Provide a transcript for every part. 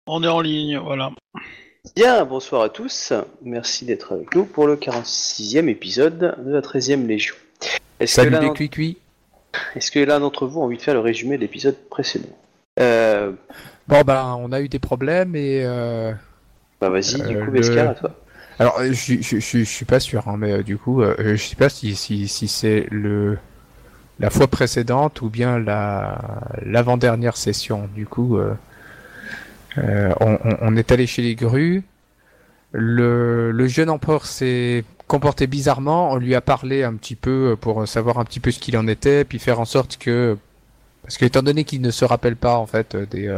On est en ligne, voilà. Bien, bonsoir à tous. Merci d'être avec nous pour le 46e épisode de la 13e Légion. Salut les cuicuis. Est-ce que l'un d'entre vous a envie de faire le résumé de l'épisode précédent? Bon on a eu des problèmes et Vas-y, du coup, Beskar, à toi. alors je suis pas sûr, hein, mais du coup je sais pas si c'est la fois précédente ou bien l'avant-dernière session. Du coup on est allé chez les grues. Le jeune empereur s'est comporté bizarrement. On lui a parlé un petit peu pour savoir un petit peu ce qu'il en était, puis faire en sorte que, parce que étant donné qu'il ne se rappelle pas en fait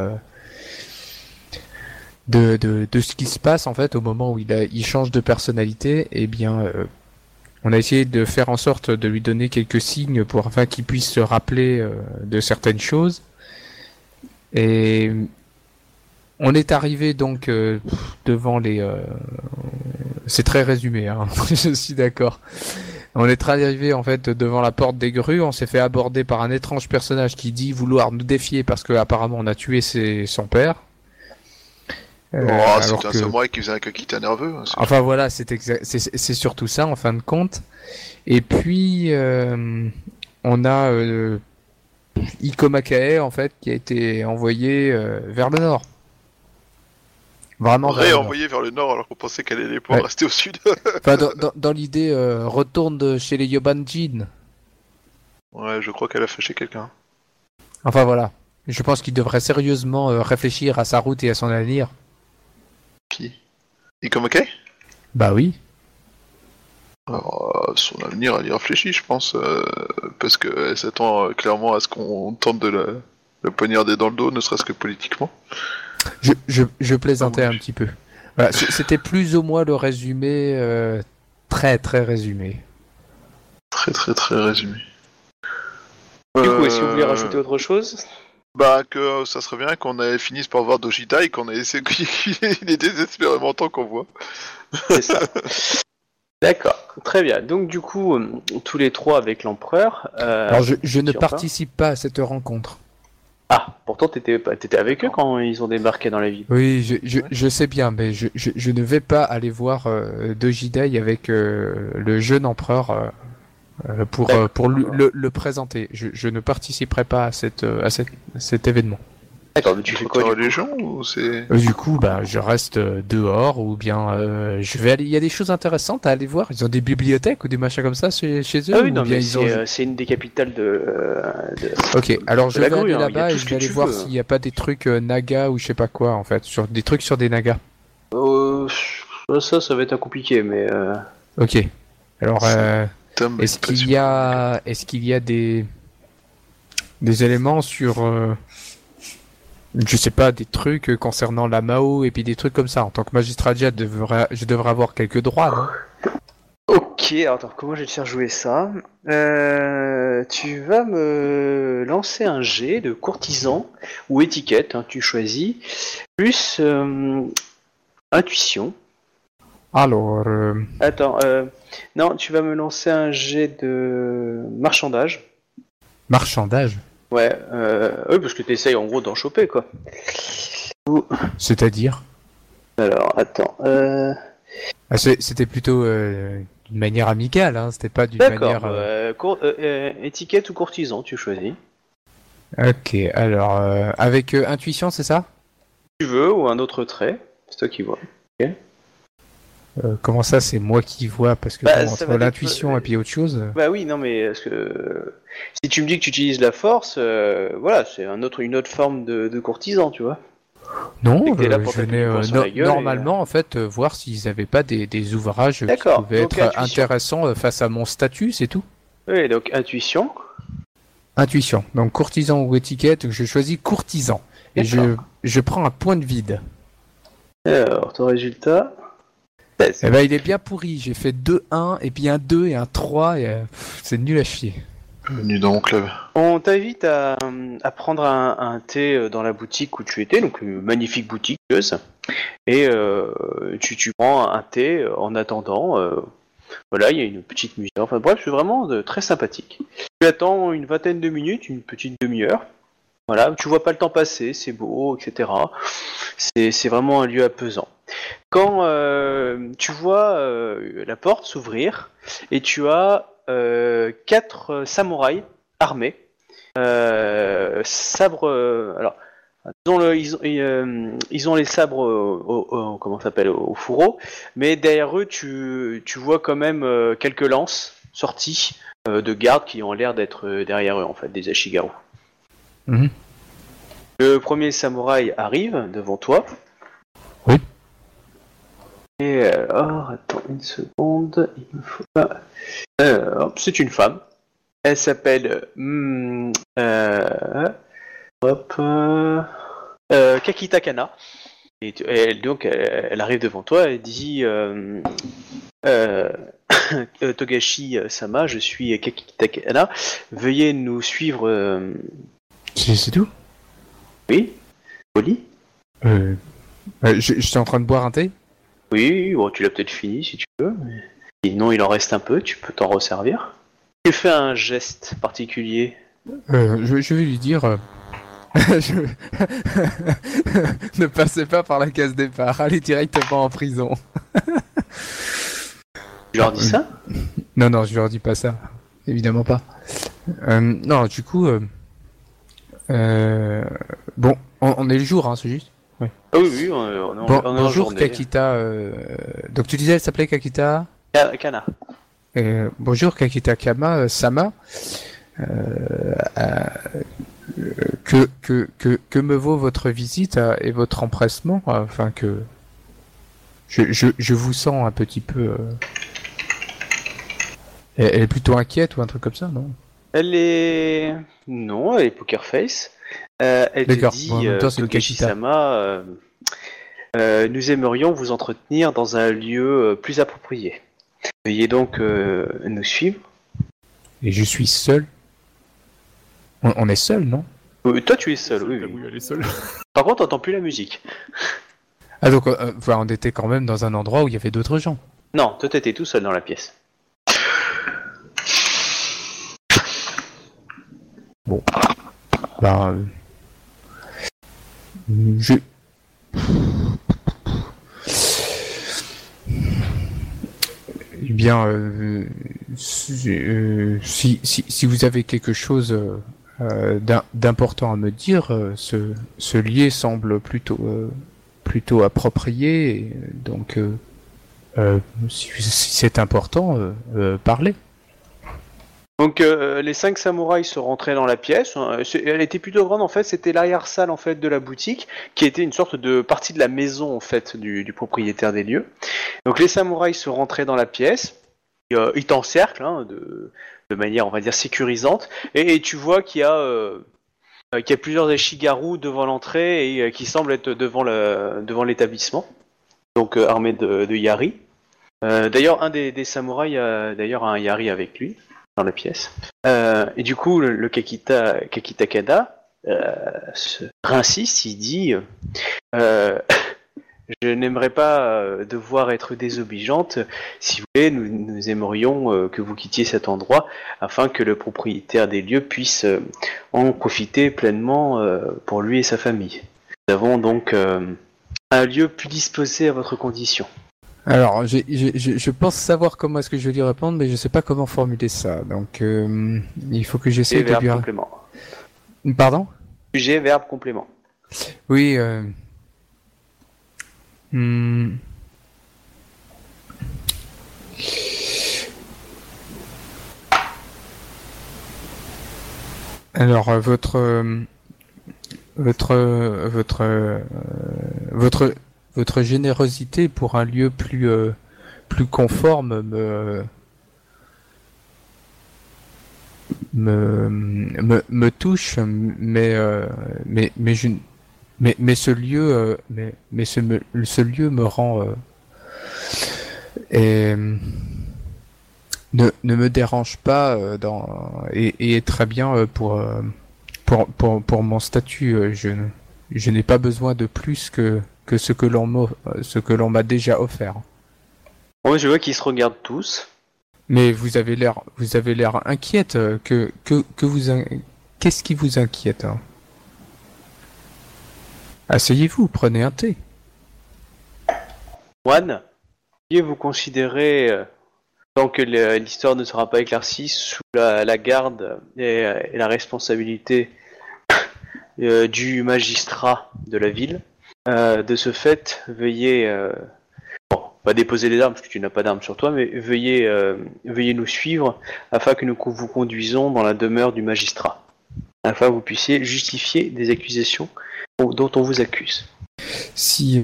de ce qui se passe en fait au moment où il change de personnalité, eh bien on a essayé de faire en sorte de lui donner quelques signes pour afin qu'il puisse se rappeler de certaines choses. Et on est arrivé donc devant les. C'est très résumé, hein. Je suis d'accord. On est arrivé en fait devant la porte des grues. On s'est fait aborder par un étrange personnage qui dit vouloir nous défier parce que apparemment on a tué son père. C'était un samouraï qui faisait un coquita nerveux. Hein, enfin voilà, c'est surtout ça en fin de compte. Et puis on a Iko Makae en fait qui a été envoyé vers le nord. Vraiment envoyé vers le nord alors qu'on pensait qu'elle allait pouvoir rester au sud. Enfin, dans l'idée, retourne chez les Yobanjin. Ouais, je crois qu'elle a fâché quelqu'un. Enfin voilà, je pense qu'il devrait sérieusement réfléchir à sa route et à son avenir. Qui? Iko Makae? Bah oui. Alors, son avenir, elle y réfléchit, je pense, parce qu'elle s'attend clairement à ce qu'on tente de le poignarder dans le dos, ne serait-ce que politiquement. Je plaisantais un petit peu. Voilà, c'était plus ou moins le résumé, très très résumé. Très très très résumé. Du coup, est-ce que vous voulez rajouter autre chose? Bah, que ça serait bien qu'on finisse par voir Dojita et qu'on ait essayé qu'il est désespérément temps qu'on voit. C'est ça. D'accord, très bien. Donc du coup, tous les trois avec l'empereur. Alors je ne participe pas à cette rencontre. Ah, pourtant t'étais avec eux quand ils ont débarqué dans la ville. Oui, je sais bien, mais je ne vais pas aller voir Dojidai avec le jeune empereur pour le présenter. Je ne participerai pas à cet événement. D'accord, mais tu fais quoi les gens ou c'est... Du coup, je reste dehors ou bien je vais aller. Il y a des choses intéressantes à aller voir. Ils ont des bibliothèques ou des machins comme ça chez eux. Ah oui, non, mais c'est une des capitales de. Ok, alors je vais aller hein, là-bas et je vais aller voir s'il n'y a pas des trucs Naga ou je sais pas quoi en fait, des trucs sur des Nagas. Ça va être compliqué, mais. Ok. Alors, est-ce qu'il y a des éléments sur je sais pas, des trucs concernant la Mao et puis des trucs comme ça. En tant que magistrat, je devrais avoir quelques droits, non? Ok, alors attends, comment je vais te faire jouer ça? Tu vas me lancer un jet de courtisan ou étiquette, hein, tu choisis, plus intuition. Alors... Attends, non, tu vas me lancer un jet de marchandage. Marchandage? Ouais, oui, parce que tu essayes en gros d'en choper, quoi. C'est-à-dire? Alors, attends. C'était plutôt d'une manière amicale, hein, c'était pas d'une manière... D'accord, étiquette ou courtisan, tu choisis. Ok, alors, avec intuition, c'est ça? Tu veux, ou un autre trait, c'est toi qui vois. Ok. Comment ça, c'est moi qui vois? Parce que entre l'intuition et puis autre chose... Bah oui, non mais parce que si tu me dis que tu utilises la force, voilà, c'est une autre forme de courtisan, tu vois. Non, je venais normalement en fait voir s'ils avaient pas des ouvrages qui pouvaient être intéressants face à mon statut, c'est tout. Oui, donc intuition. Intuition, donc courtisan ou étiquette, je choisis courtisan. Et je prends un point de vide. Alors, ton résultat... Eh ben, il est bien pourri, j'ai fait 2-1, et puis un 2 et un 3, et c'est nul à chier. Bienvenue dans mon club. On t'invite à prendre un thé dans la boutique où tu étais, donc une magnifique boutique, et tu prends un thé en attendant. Voilà, il y a une petite musique. Enfin bref, c'est vraiment très sympathique. Tu attends une vingtaine de minutes, une petite demi-heure, Voilà, tu vois pas le temps passer, c'est beau, etc. C'est vraiment un lieu apaisant. Quand tu vois la porte s'ouvrir et tu as 4 samouraïs armés, sabres. Alors, ils ont les sabres comment ça s'appelle, au fourreau, mais derrière eux, tu vois quand même quelques lances sorties de gardes qui ont l'air d'être derrière eux, en fait, des Ashigaru. Mhm. Le premier samouraï arrive devant toi. Oui. Et alors, attends une seconde, il me faut pas. C'est une femme. Elle s'appelle Kakita Kana. Et elle arrive devant toi et dit Togashi Sama, je suis Kakita Kana. Veuillez nous suivre. C'est tout. Oui, Oli. J'étais en train de boire un thé. Oui, bon, tu l'as peut-être fini si tu veux. Mais... Sinon, il en reste un peu, tu peux t'en resservir. Tu fais un geste particulier. Je vais lui dire. Ne passez pas par la case départ, allez directement en prison. Tu leur dis ça? Non, je leur dis pas ça. Évidemment pas. Non, du coup... bon, on est le jour, hein, c'est juste. Oui. Ah oui, on est bonjour Kakita. Donc tu disais, elle s'appelait Kakita Kana. Bonjour Kakita Kama Sama. Que me vaut votre visite et votre empressement, afin que je vous sens un petit peu. Elle est plutôt inquiète ou un truc comme ça, non? Non, elle est poker face. Elle te dit, Togashi-sama, nous aimerions vous entretenir dans un lieu plus approprié. Veuillez donc nous suivre. Et je suis seul. On est seul, non? Toi, tu es seul, oui. Elle est seule. Par contre, t'entends plus la musique. Ah, donc on était quand même dans un endroit où il y avait d'autres gens. Non, toi, t'étais tout seul dans la pièce. Bon. Ben... Eh bien, si vous avez quelque chose d'important à me dire, ce lieu semble plutôt approprié, et donc si c'est important, parlez. Donc les 5 samouraïs sont rentrés dans la pièce. Elle était plutôt grande en fait. C'était l'arrière-salle en fait de la boutique, qui était une sorte de partie de la maison en fait du propriétaire des lieux. Donc les samouraïs sont rentrés dans la pièce. Ils t'encerclent de manière on va dire sécurisante. Et tu vois qu'il y a plusieurs Ashigaru devant l'entrée et qui semblent être devant l'établissement. Donc armés de yari. D'ailleurs un des samouraïs a d'ailleurs un yari avec lui. Dans la pièce. Et du coup, le Kakita Kada insiste, il dit je n'aimerais pas devoir être désobligeante. Si vous voulez, nous aimerions que vous quittiez cet endroit afin que le propriétaire des lieux puisse en profiter pleinement pour lui et sa famille. Nous avons donc un lieu plus disposé à votre condition. Alors, je pense savoir comment est-ce que je vais lui répondre, mais je sais pas comment formuler ça. Donc, il faut que j'essaie de lui... complément. Pardon? Sujet, verbe, complément. Oui, Alors, votre générosité pour un lieu plus conforme me touche, mais ce lieu ce lieu me rend ne me dérange pas et est très bien pour mon statut. Je n'ai pas besoin de plus que ce que l'on m'a déjà offert. Bon, je vois qu'ils se regardent tous. Mais vous avez l'air inquiète. Qu'est-ce qui vous inquiète, hein? Asseyez-vous, prenez un thé. Juan, vous considérez, tant que l'histoire ne sera pas éclaircie, sous la garde et la responsabilité du magistrat de la ville. De ce fait, veuillez, pas déposer les armes parce que tu n'as pas d'armes sur toi, mais veuillez nous suivre afin que nous vous conduisons dans la demeure du magistrat, afin que vous puissiez justifier des accusations dont on vous accuse. Si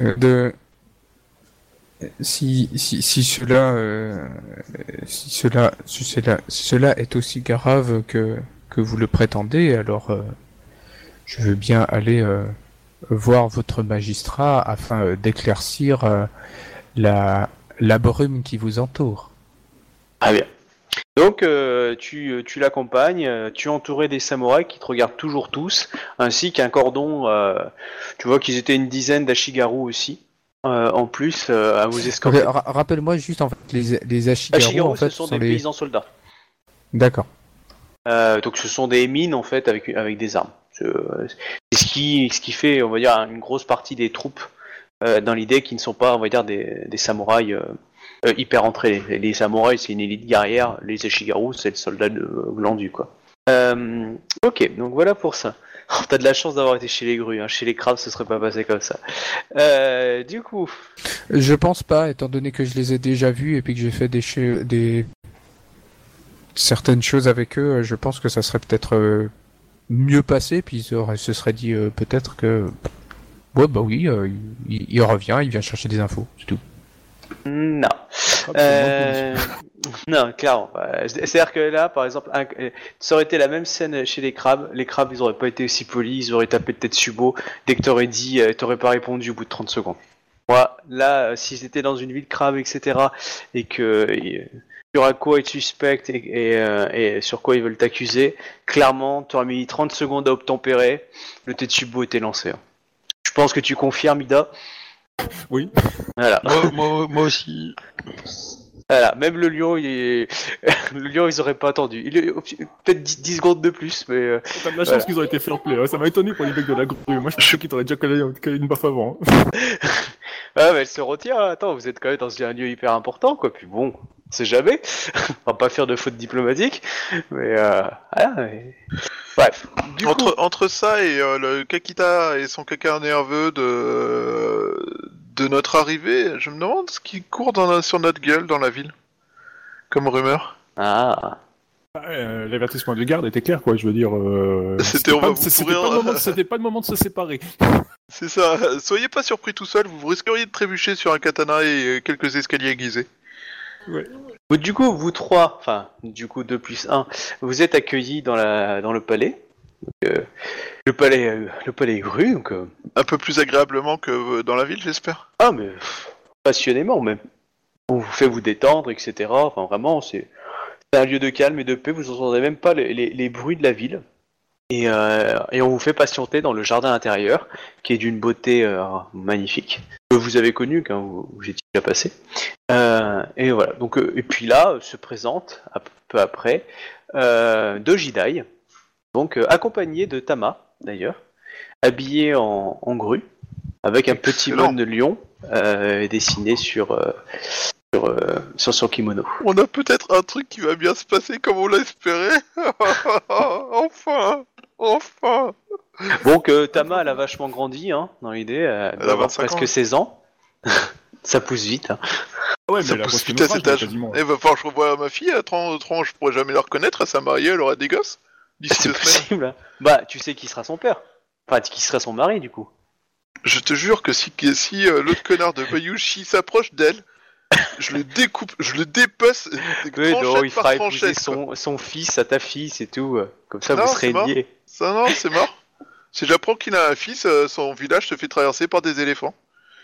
cela est aussi grave que vous le prétendez, alors je veux bien aller voir votre magistrat afin d'éclaircir la brume qui vous entoure. Ah bien. Donc tu l'accompagnes, tu es entouré des samouraïs qui te regardent toujours tous, ainsi qu'un cordon, tu vois qu'ils étaient une dizaine d'Ashigaru aussi, en plus à vous escorter. Rappelle-moi juste en fait les Ashigaru en fait, ce sont des paysans soldats. D'accord. Donc ce sont des mines en fait avec des armes. C'est ce qui fait, on va dire, une grosse partie des troupes dans l'idée qu'ils ne sont pas, on va dire, des samouraïs hyper entraînés. Les samouraïs, c'est une élite guerrière. Les Ashigaru, c'est le soldat glandu, quoi. Ok, donc voilà pour ça. Oh, t'as de la chance d'avoir été chez les grues. Hein. Chez les crabes, ce serait pas passé comme ça. Du coup... Je pense pas, étant donné que je les ai déjà vus et puis que j'ai fait des certaines choses avec eux, je pense que ça serait peut-être mieux passé, puis se serait dit peut-être que... Ouais, bah oui, il revient, il vient chercher des infos, c'est tout. Non. Non, clairement. C'est-à-dire que là, par exemple, ça aurait été la même scène chez les crabes. Les crabes, ils auraient pas été aussi polis, ils auraient tapé de tête subo. Dès que t'aurais dit, t'aurais pas répondu au bout de 30 secondes. Moi, là, si j'étais dans une ville de crabes, etc., et que sur à quoi ils te suspectent et sur quoi ils veulent t'accuser, clairement, t'aurais mis 30 secondes à obtempérer, le Tetsubo était lancé. Hein. Je pense que tu confirmes, Ida. Oui. Voilà. Moi aussi. Voilà, même le lion, le lion, ils auraient pas attendu. Peut-être 10 secondes de plus, mais... T'as de la chance qu'ils auraient été fair play. Ça m'a étonné pour les mecs de la grue. Moi, je pensais qu'ils t'auraient déjà collé une baffe avant. Ah, mais elle se retire. Attends, vous êtes quand même dans un lieu hyper important, quoi. Puis bon, on sait jamais. On va pas faire de fautes diplomatiques. Mais, voilà. Mais... Bref. Entre ça et le Kakita et son caca nerveux de notre arrivée, je me demande ce qui court sur notre gueule dans la ville. Comme rumeur. Ah. L'avertissement de garde était clair, quoi. Je veux dire. C'était pas le moment de se séparer. C'est ça. Soyez pas surpris tout seul. Vous risqueriez de trébucher sur un katana et quelques escaliers aiguisés. Ouais. Du coup, vous trois, enfin, du coup 2 plus 1, vous êtes accueillis dans le palais. Donc, le palais est rue, donc... Un peu plus agréablement que dans la ville, j'espère. Ah, mais passionnément même. On vous fait vous détendre, etc. Enfin, vraiment, c'est un lieu de calme et de paix. Vous n'entendez même pas les bruits de la ville. Et on vous fait patienter dans le jardin intérieur, qui est d'une beauté magnifique, que vous avez connu quand vous étiez déjà passé. Et voilà. Donc, et puis là, se présente, peu après, 2 Jidai, donc accompagné de Tama, d'ailleurs, habillé en grue, avec un petit Excellent. mône de lion dessiné sur son kimono. On a peut-être un truc qui va bien se passer comme on l'a espéré. Enfin. Bon, que Tama, elle a vachement grandi, hein, dans l'idée. Elle doit avoir presque 16 ans. Ça pousse vite. Hein. Ouais, Ça mais pousse vite à cet âge. Eh, va falloir que je revoie ma fille à 30 ans, je pourrais jamais la reconnaître. Elle s'est mariée, elle aura des gosses. D'ici C'est 2 semaines. possible. Hein. Bah, tu sais qui sera son père. Enfin, qui sera son mari, du coup. Je te jure que si l'autre connard de Bayushi s'approche d'elle, je le découpe, je le dépasse. Oui, non, il fera tranchette, épouser son fils à ta fille, c'est tout. Comme ça, Non, vous serez c'est mort. liés. Ça non, c'est mort. Si j'apprends qu'il a un fils, son village se fait traverser par des éléphants.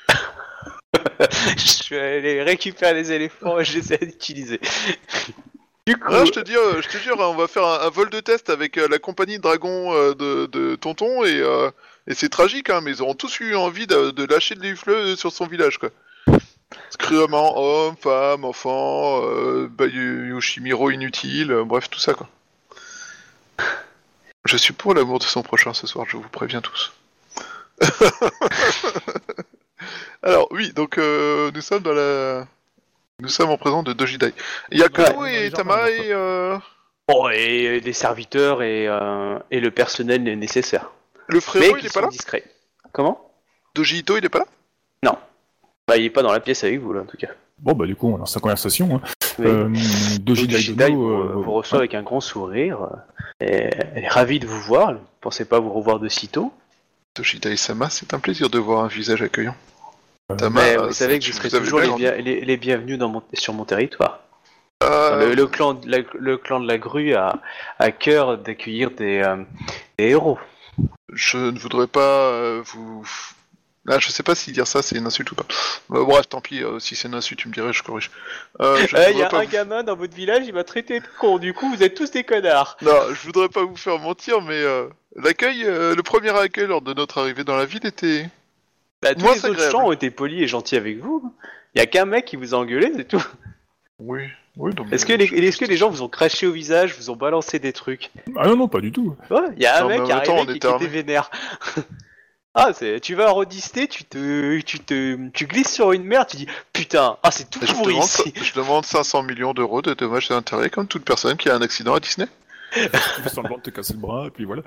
Je vais aller récupérer les éléphants et je les ai utilisés. Du coup... Ouais, je te jure, on va faire un vol de test avec la compagnie Dragon de Tonton et c'est tragique, hein, mais ils auront tous eu envie de lâcher de l'ifle sur son village, quoi. Excrément, homme, femme, enfant, Yoshimiro inutile, bref, tout ça, quoi. Je suis pour l'amour de son prochain ce soir, je vous préviens tous. Alors oui, donc nous sommes en présence de Dojidai. Il y a Kono et Tama et... Bon, et des serviteurs et le personnel nécessaire. Le frérot, il est pas là discrets. Comment ? Dojito, il est pas là ? Non. Bah, il est pas dans la pièce avec vous, là, en tout cas. Bon, bah du coup, on lance sa conversation. Hein. Oui. Dojidai vous reçoit avec un grand sourire. Elle est ravie de vous voir. Elle ne pensait pas vous revoir de sitôt. Dojidai-sama, c'est un plaisir de voir un visage accueillant. Mais vous savez que vous serez toujours les bienvenus sur mon territoire. Le clan de la grue a à cœur d'accueillir des héros. Je ne voudrais pas vous... Ah, je sais pas si dire ça c'est une insulte ou pas. Bref, tant pis, si c'est une insulte, tu me dirais, je corrige. Il y a un gamin dans votre village, il m'a traité de con, du coup vous êtes tous des connards. Non, je voudrais pas vous faire mentir, mais l'accueil, le premier accueil lors de notre arrivée dans la ville était... Bah, tous les autres gens ont été polis et gentils avec vous. Il y a qu'un mec qui vous a engueulé, c'est tout. Oui. Donc, est-ce que les gens vous ont craché au visage, vous ont balancé des trucs ? Ah non, pas du tout. Ouais, il y a un mec qui était vénère. Tu vas à Rodisté, tu glisses sur une mer, tu dis putain, c'est tout pourri ici. Je demande 500 millions d'euros de dommages et intérêts comme toute personne qui a un accident à Disney. Tu fais semblant de te casser le bras, et puis voilà.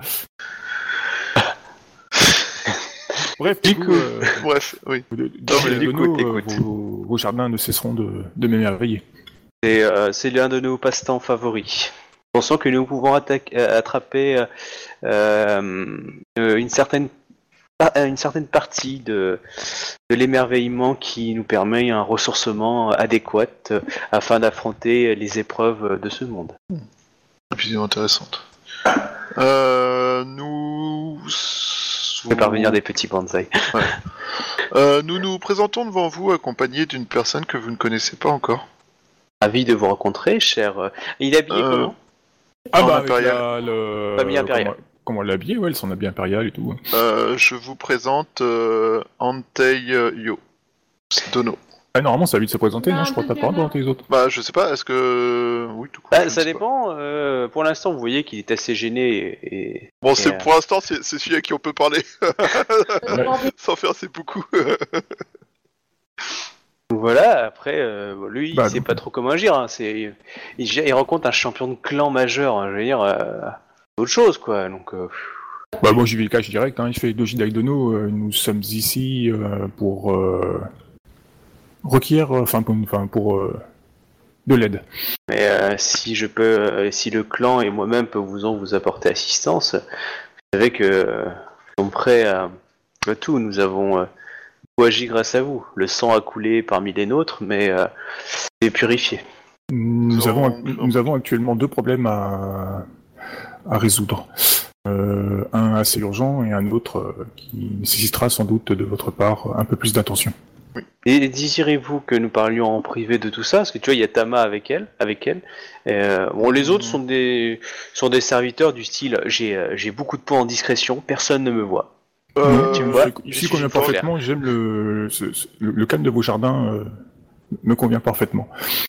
Bref, bref, oui. Vos jardins ne cesseront de m'émerveiller. C'est l'un de nos passe-temps favoris. Pensons que nous pouvons attraper une certaine partie de l'émerveillement qui nous permet un ressourcement adéquat afin d'affronter les épreuves de ce monde. Vision intéressante. Je vais parvenir des petits bonsaïs. Ouais. Nous nous présentons devant vous accompagnés d'une personne que vous ne connaissez pas encore. Ravi de vous rencontrer, cher. Il est habillé comment ? Impérial. Famille impériale. Comment l'habiller, ouais, son habit impérial et tout. Je vous présente Antei Yo Dono. Ah, normalement, ça a vite de se présenter, non ? Je crois que t'as pas devant les autres. Bah, je sais pas, est-ce que... Oui, tout coup. Ça dépend. Pour l'instant, vous voyez qu'il est assez gêné et... Bon, pour l'instant, c'est celui à qui on peut parler. Sans faire ses beaucoup. Voilà, après, lui, il sait pas trop comment agir. Hein. Il rencontre un champion de clan majeur, hein, je veux dire, autre chose, quoi. Donc, moi, j'y vais le cash direct. Hein. Il fait Dojidai Dono. Nous sommes ici pour requérir, pour de l'aide. Mais si le clan et moi-même pouvons vous apporter assistance, vous savez que nous sommes prêts à tout. Nous avons agi grâce à vous. Le sang a coulé parmi les nôtres, mais c'est purifié. Nous avons actuellement 2 problèmes à résoudre. Un assez urgent et un autre qui nécessitera sans doute de votre part un peu plus d'attention. Oui. Et désirez-vous que nous parlions en privé de tout ça ? Parce que tu vois, il y a Tama avec elle. Les autres sont des serviteurs du style j'ai beaucoup de points en discrétion, personne ne me voit. Tu me vois ? Ici convient parfaitement. J'aime le calme de vos jardins. Me convient parfaitement.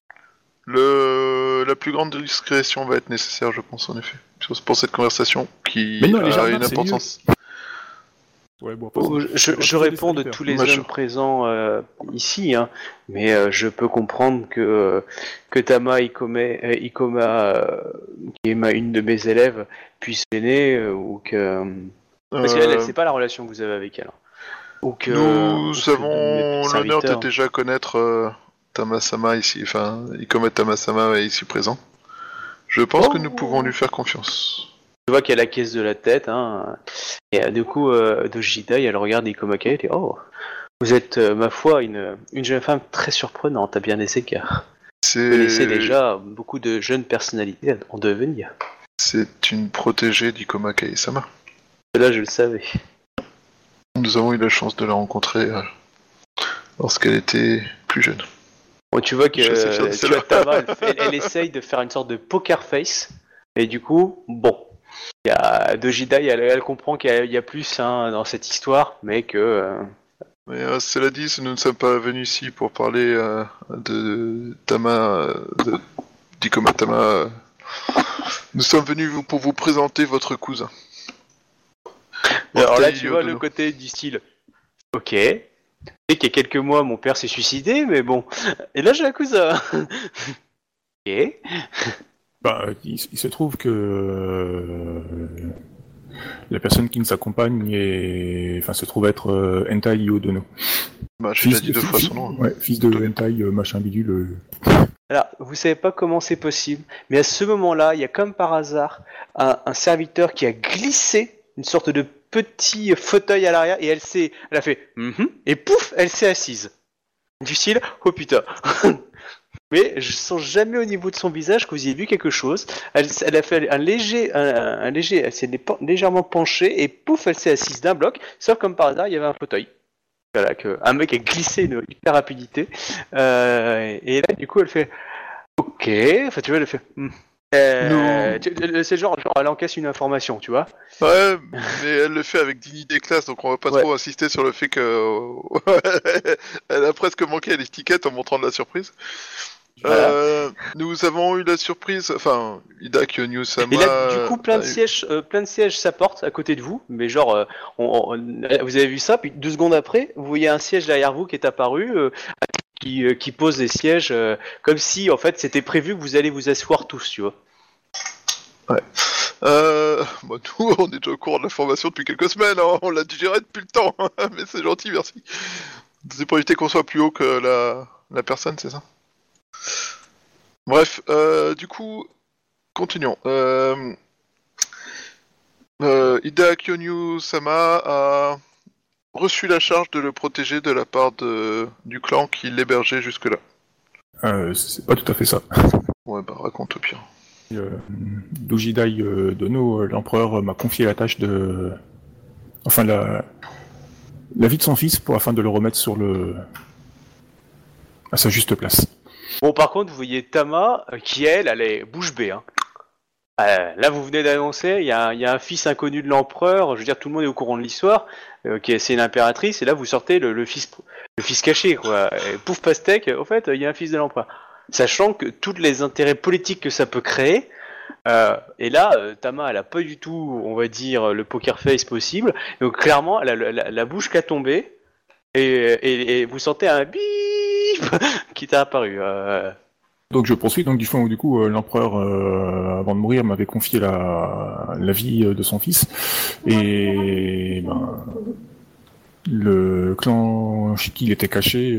La plus grande discrétion va être nécessaire, je pense, en effet, pour cette conversation qui a une importance. Ouais, bon, je réponds de tous les hommes présents ici, hein, mais je peux comprendre que Tama Ikoma, qui est une de mes élèves, puisse gêner, ou que... Parce qu'elle, c'est pas la relation que vous avez avec elle. Ou que, nous avons l'honneur de déjà connaître Tama-sama ici, enfin, Ikoma Tama-sama est ici présent. Je pense que nous pouvons lui faire confiance. Je vois qu'elle a la caisse de la tête, hein. Et du coup, Dojidai, elle regarde Ikomaka et dit « Oh, vous êtes, ma foi, une jeune femme très surprenante à bien des égards. Vous connaissez déjà beaucoup de jeunes personnalités en devenir. » C'est une protégée d'Ikomaka-sama. Cela, je le savais. Nous avons eu la chance de la rencontrer lorsqu'elle était plus jeune. Bon, tu vois que Tama, elle essaye de faire une sorte de poker face, et du coup, bon... Il y a Dojidai, elle comprend qu'il y a plus dans cette histoire, mais que... Mais cela dit, nous ne sommes pas venus ici pour parler de Tama, d'Ikoma Tama. Nous sommes venus pour vous présenter votre cousin. Alors là, tu vois le côté du style. Ok. Tu sais qu'il y a quelques mois, mon père s'est suicidé, mais bon. Et là, j'ai un cousin. Ok. Bah, il se trouve que la personne qui nous accompagne se trouve être Hentai Odono. Bah, j'ai déjà dit 2 fois son nom. Ouais, fils de Hentai machin bidule. Alors, vous savez pas comment c'est possible, mais à ce moment-là, il y a comme par hasard un serviteur qui a glissé une sorte de petit fauteuil à l'arrière et elle a fait et pouf, elle s'est assise. Du style, oh putain. Mais je sens jamais au niveau de son visage que vous y avez vu quelque chose. Elle a fait elle s'est légèrement penchée et pouf, elle s'est assise d'un bloc. Sauf comme par hasard, il y avait un fauteuil. Voilà, un mec a glissé une hyper rapidité. Et là, du coup, elle fait ok. Enfin, tu vois, elle fait. C'est genre, elle encaisse une information, tu vois. Ouais, mais elle le fait avec dignité et classe, donc on va pas trop insister sur le fait que elle a presque manqué à l'étiquette en montrant de la surprise. Voilà. Nous avons eu la surprise, enfin, Ida Kyonyu-sama... Et là, du coup, plein de sièges s'apportent à côté de vous, mais genre, vous avez vu ça, puis 2 secondes après, vous voyez un siège derrière vous qui est apparu, qui pose des sièges, comme si, en fait, c'était prévu que vous allez vous asseoir tous, tu vois. Ouais. Bah, nous, on est déjà au courant de l'information depuis quelques semaines, hein, on l'a digéré depuis le temps, mais c'est gentil, merci. C'est pour éviter qu'on soit plus haut que la personne, c'est ça? Bref, du coup, continuons. Ida Kyonyu-sama a reçu la charge de le protéger de la part du clan qui l'hébergeait jusque-là. C'est pas tout à fait ça. Ouais, bah raconte au pire. Dojidai Dono, l'empereur m'a confié la tâche de... Enfin, la vie de son fils afin de le remettre à sa juste place. Bon, par contre, vous voyez Tama, qui elle est bouche bée. Hein. Là, vous venez d'annoncer, il y a un fils inconnu de l'empereur, je veux dire, tout le monde est au courant de l'histoire, c'est une impératrice, et là, vous sortez le fils caché, quoi. Et pouf, pastèque, au fait, il y a un fils de l'empereur. Sachant que tous les intérêts politiques que ça peut créer, et là, Tama, elle a pas du tout, on va dire, le poker face possible, donc clairement, elle a la bouche qui a tombé, et vous sentez un bip qui t'a apparu. Donc je poursuis, donc du coup l'empereur avant de mourir m'avait confié la vie de son fils et le clan chez qui il était caché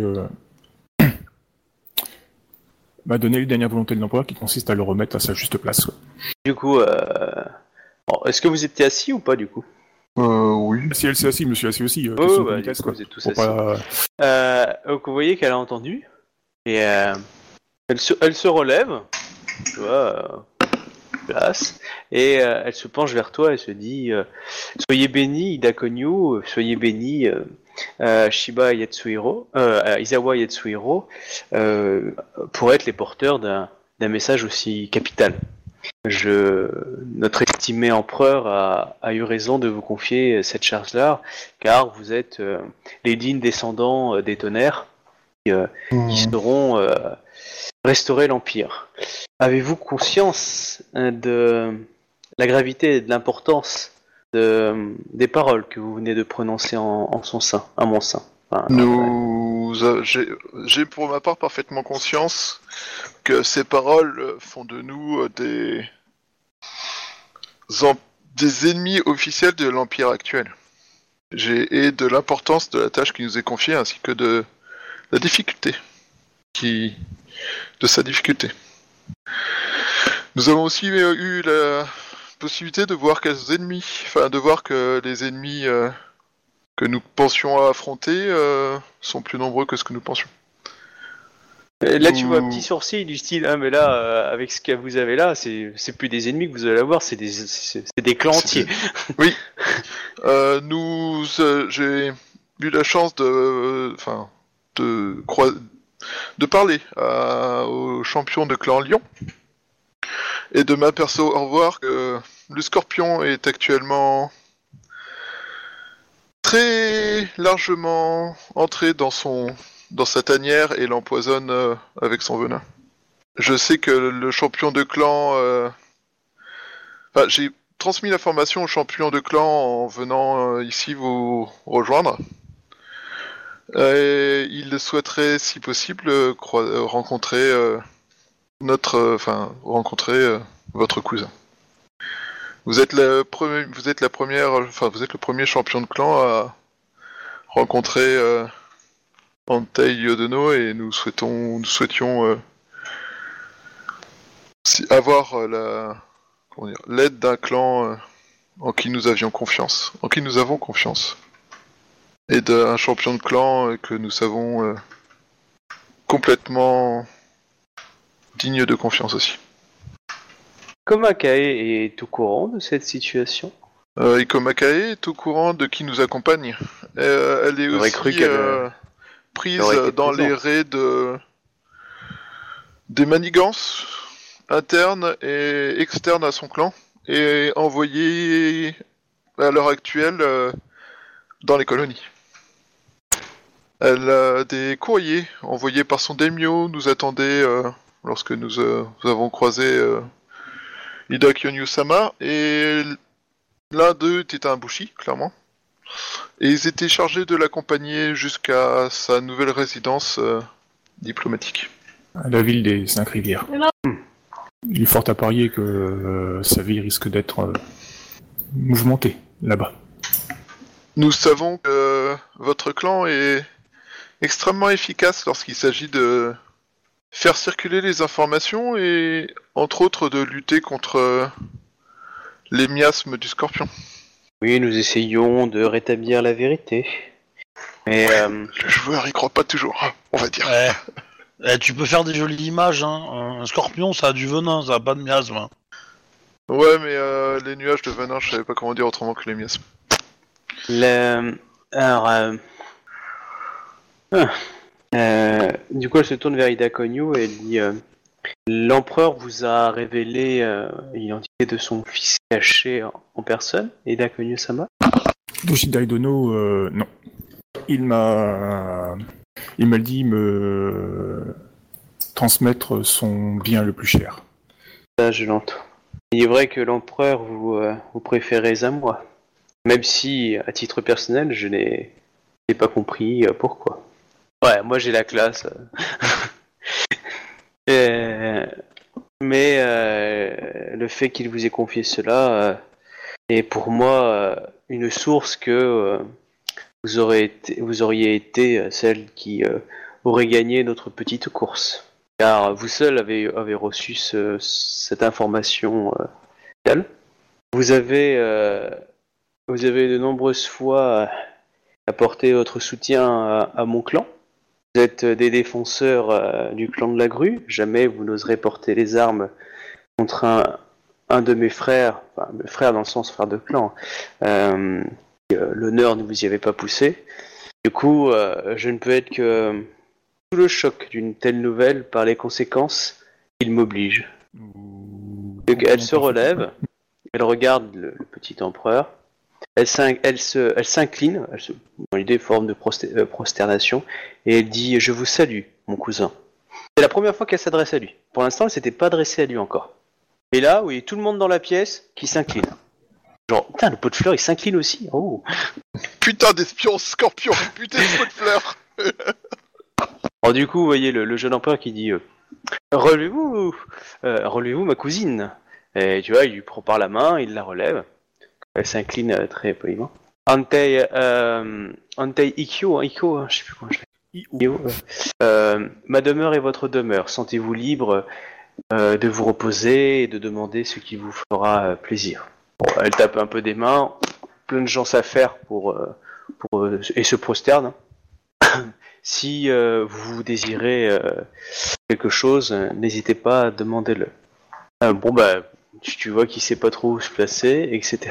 m'a donné les dernières volontés de l'empereur qui consiste à le remettre à sa juste place. Du coup, est-ce que vous étiez assis ou pas du coup? Oui. Si elle s'est assise, je me suis assis aussi. Vous êtes tous assis. Donc vous voyez qu'elle a entendu et elle se relève, tu vois, place, et elle se penche vers toi et se dit soyez béni, Ida Konyu, soyez béni, Shiba Yatsuhiro, Izawa Yatsuhiro, pour être les porteurs d'un message aussi capital. Notre estimé empereur a eu raison de vous confier cette charge-là, car vous êtes les dignes descendants des tonnerres qui seront restaurer l'Empire. Avez-vous conscience de la gravité et de l'importance des paroles que vous venez de prononcer en son sein, à mon sein? Enfin, j'ai pour ma part parfaitement conscience que ces paroles font de nous des ennemis officiels de l'Empire actuel. Et de l'importance de la tâche qui nous est confiée ainsi que de la difficulté de sa difficulté. Nous avons aussi eu la possibilité de voir que les ennemis que nous pensions affronter sont plus nombreux que ce que nous pensions. Et là, tu vois un petit sourcil du style, mais là, avec ce que vous avez là, c'est plus des ennemis que vous allez avoir, c'est des clans entiers. Oui. J'ai eu la chance de parler au champion de clan Lion et de m'apercevoir que le Scorpion est actuellement très largement entré dans sa tanière et l'empoisonne avec son venin. Je sais que le champion de clan... j'ai transmis l'information aux champions de clan en venant ici vous rejoindre. Il souhaiterait, si possible, rencontrer votre cousin. Vous êtes le premier champion de clan à rencontrer Antei Yodono et nous souhaitions avoir l'aide d'un clan en qui nous avons confiance, et d'un champion de clan que nous savons complètement digne de confiance aussi. Komakae est au courant de cette situation. Ikomakae est au courant de qui nous accompagne. Elle est aussi prise dans les raids des manigances internes et externes à son clan et envoyée à l'heure actuelle dans les colonies. Elle a des courriers envoyés par son daimyo nous attendaient lorsque nous avons croisé Ida Kyonyu-sama, et l'un d'eux était un bushi, clairement. Et ils étaient chargés de l'accompagner jusqu'à sa nouvelle résidence diplomatique. À la ville des 5 rivières. Il est fort à parier que sa vie risque d'être mouvementée là-bas. Nous savons que votre clan est extrêmement efficace lorsqu'il s'agit de faire circuler les informations et, entre autres, de lutter contre les miasmes du scorpion. Oui, nous essayons de rétablir la vérité. Mais le joueur y croit pas toujours, on va dire. Tu peux faire des jolies images, hein. Un scorpion, ça a du venin, ça a pas de miasme. Hein. Ouais, mais les nuages de venin, je savais pas comment dire autrement que les miasmes. Du coup, elle se tourne vers Ida Konyu et elle dit l'empereur vous a révélé l'identité de son fils caché en personne, Ida Konyu-sama. Yoshida Idono, non. Il m'a dit me transmettre son bien le plus cher. Ça, je l'entends. Il est vrai que l'empereur vous préférez à moi, même si, à titre personnel, je n'ai pas compris pourquoi. Ouais, moi j'ai la classe. Mais le fait qu'il vous ait confié cela est pour moi une source que vous auriez été celle qui aurait gagné notre petite course. Car vous seul avez reçu cette information vitale. Vous avez de nombreuses fois apporté votre soutien à mon clan. Vous êtes des défenseurs du clan de la grue. Jamais vous n'oserez porter les armes contre un de mes frères, enfin mes frères dans le sens frère de clan. L'honneur ne vous y avait pas poussé. Du coup, je ne peux être que sous le choc d'une telle nouvelle par les conséquences qu'il m'oblige. Elle se relève, elle regarde le petit empereur. Elle s'incline, dans l'idée forme de prosternation, et elle dit « Je vous salue, mon cousin ». C'est la première fois qu'elle s'adresse à lui. Pour l'instant, elle s'était pas adressée à lui encore. Et là, vous voyez tout le monde dans la pièce qui s'incline. Genre, putain, le pot de fleurs, il s'incline aussi. Oh. Putain d'espion scorpion, putain de pot de fleurs. Alors du coup, vous voyez le jeune empereur qui dit relevez-vous ma cousine. Et tu vois, il lui prend par la main, il la relève. Elle s'incline très poliment. Antei Ikkyo, je sais plus comment je l'ai. Ma demeure est votre demeure. Sentez-vous libre de vous reposer et de demander ce qui vous fera plaisir. Bon, elle tape un peu des mains, plein de gens à faire et se prosterne. Si vous désirez quelque chose, n'hésitez pas à demander-le. Tu vois qu'il sait pas trop où se placer, etc.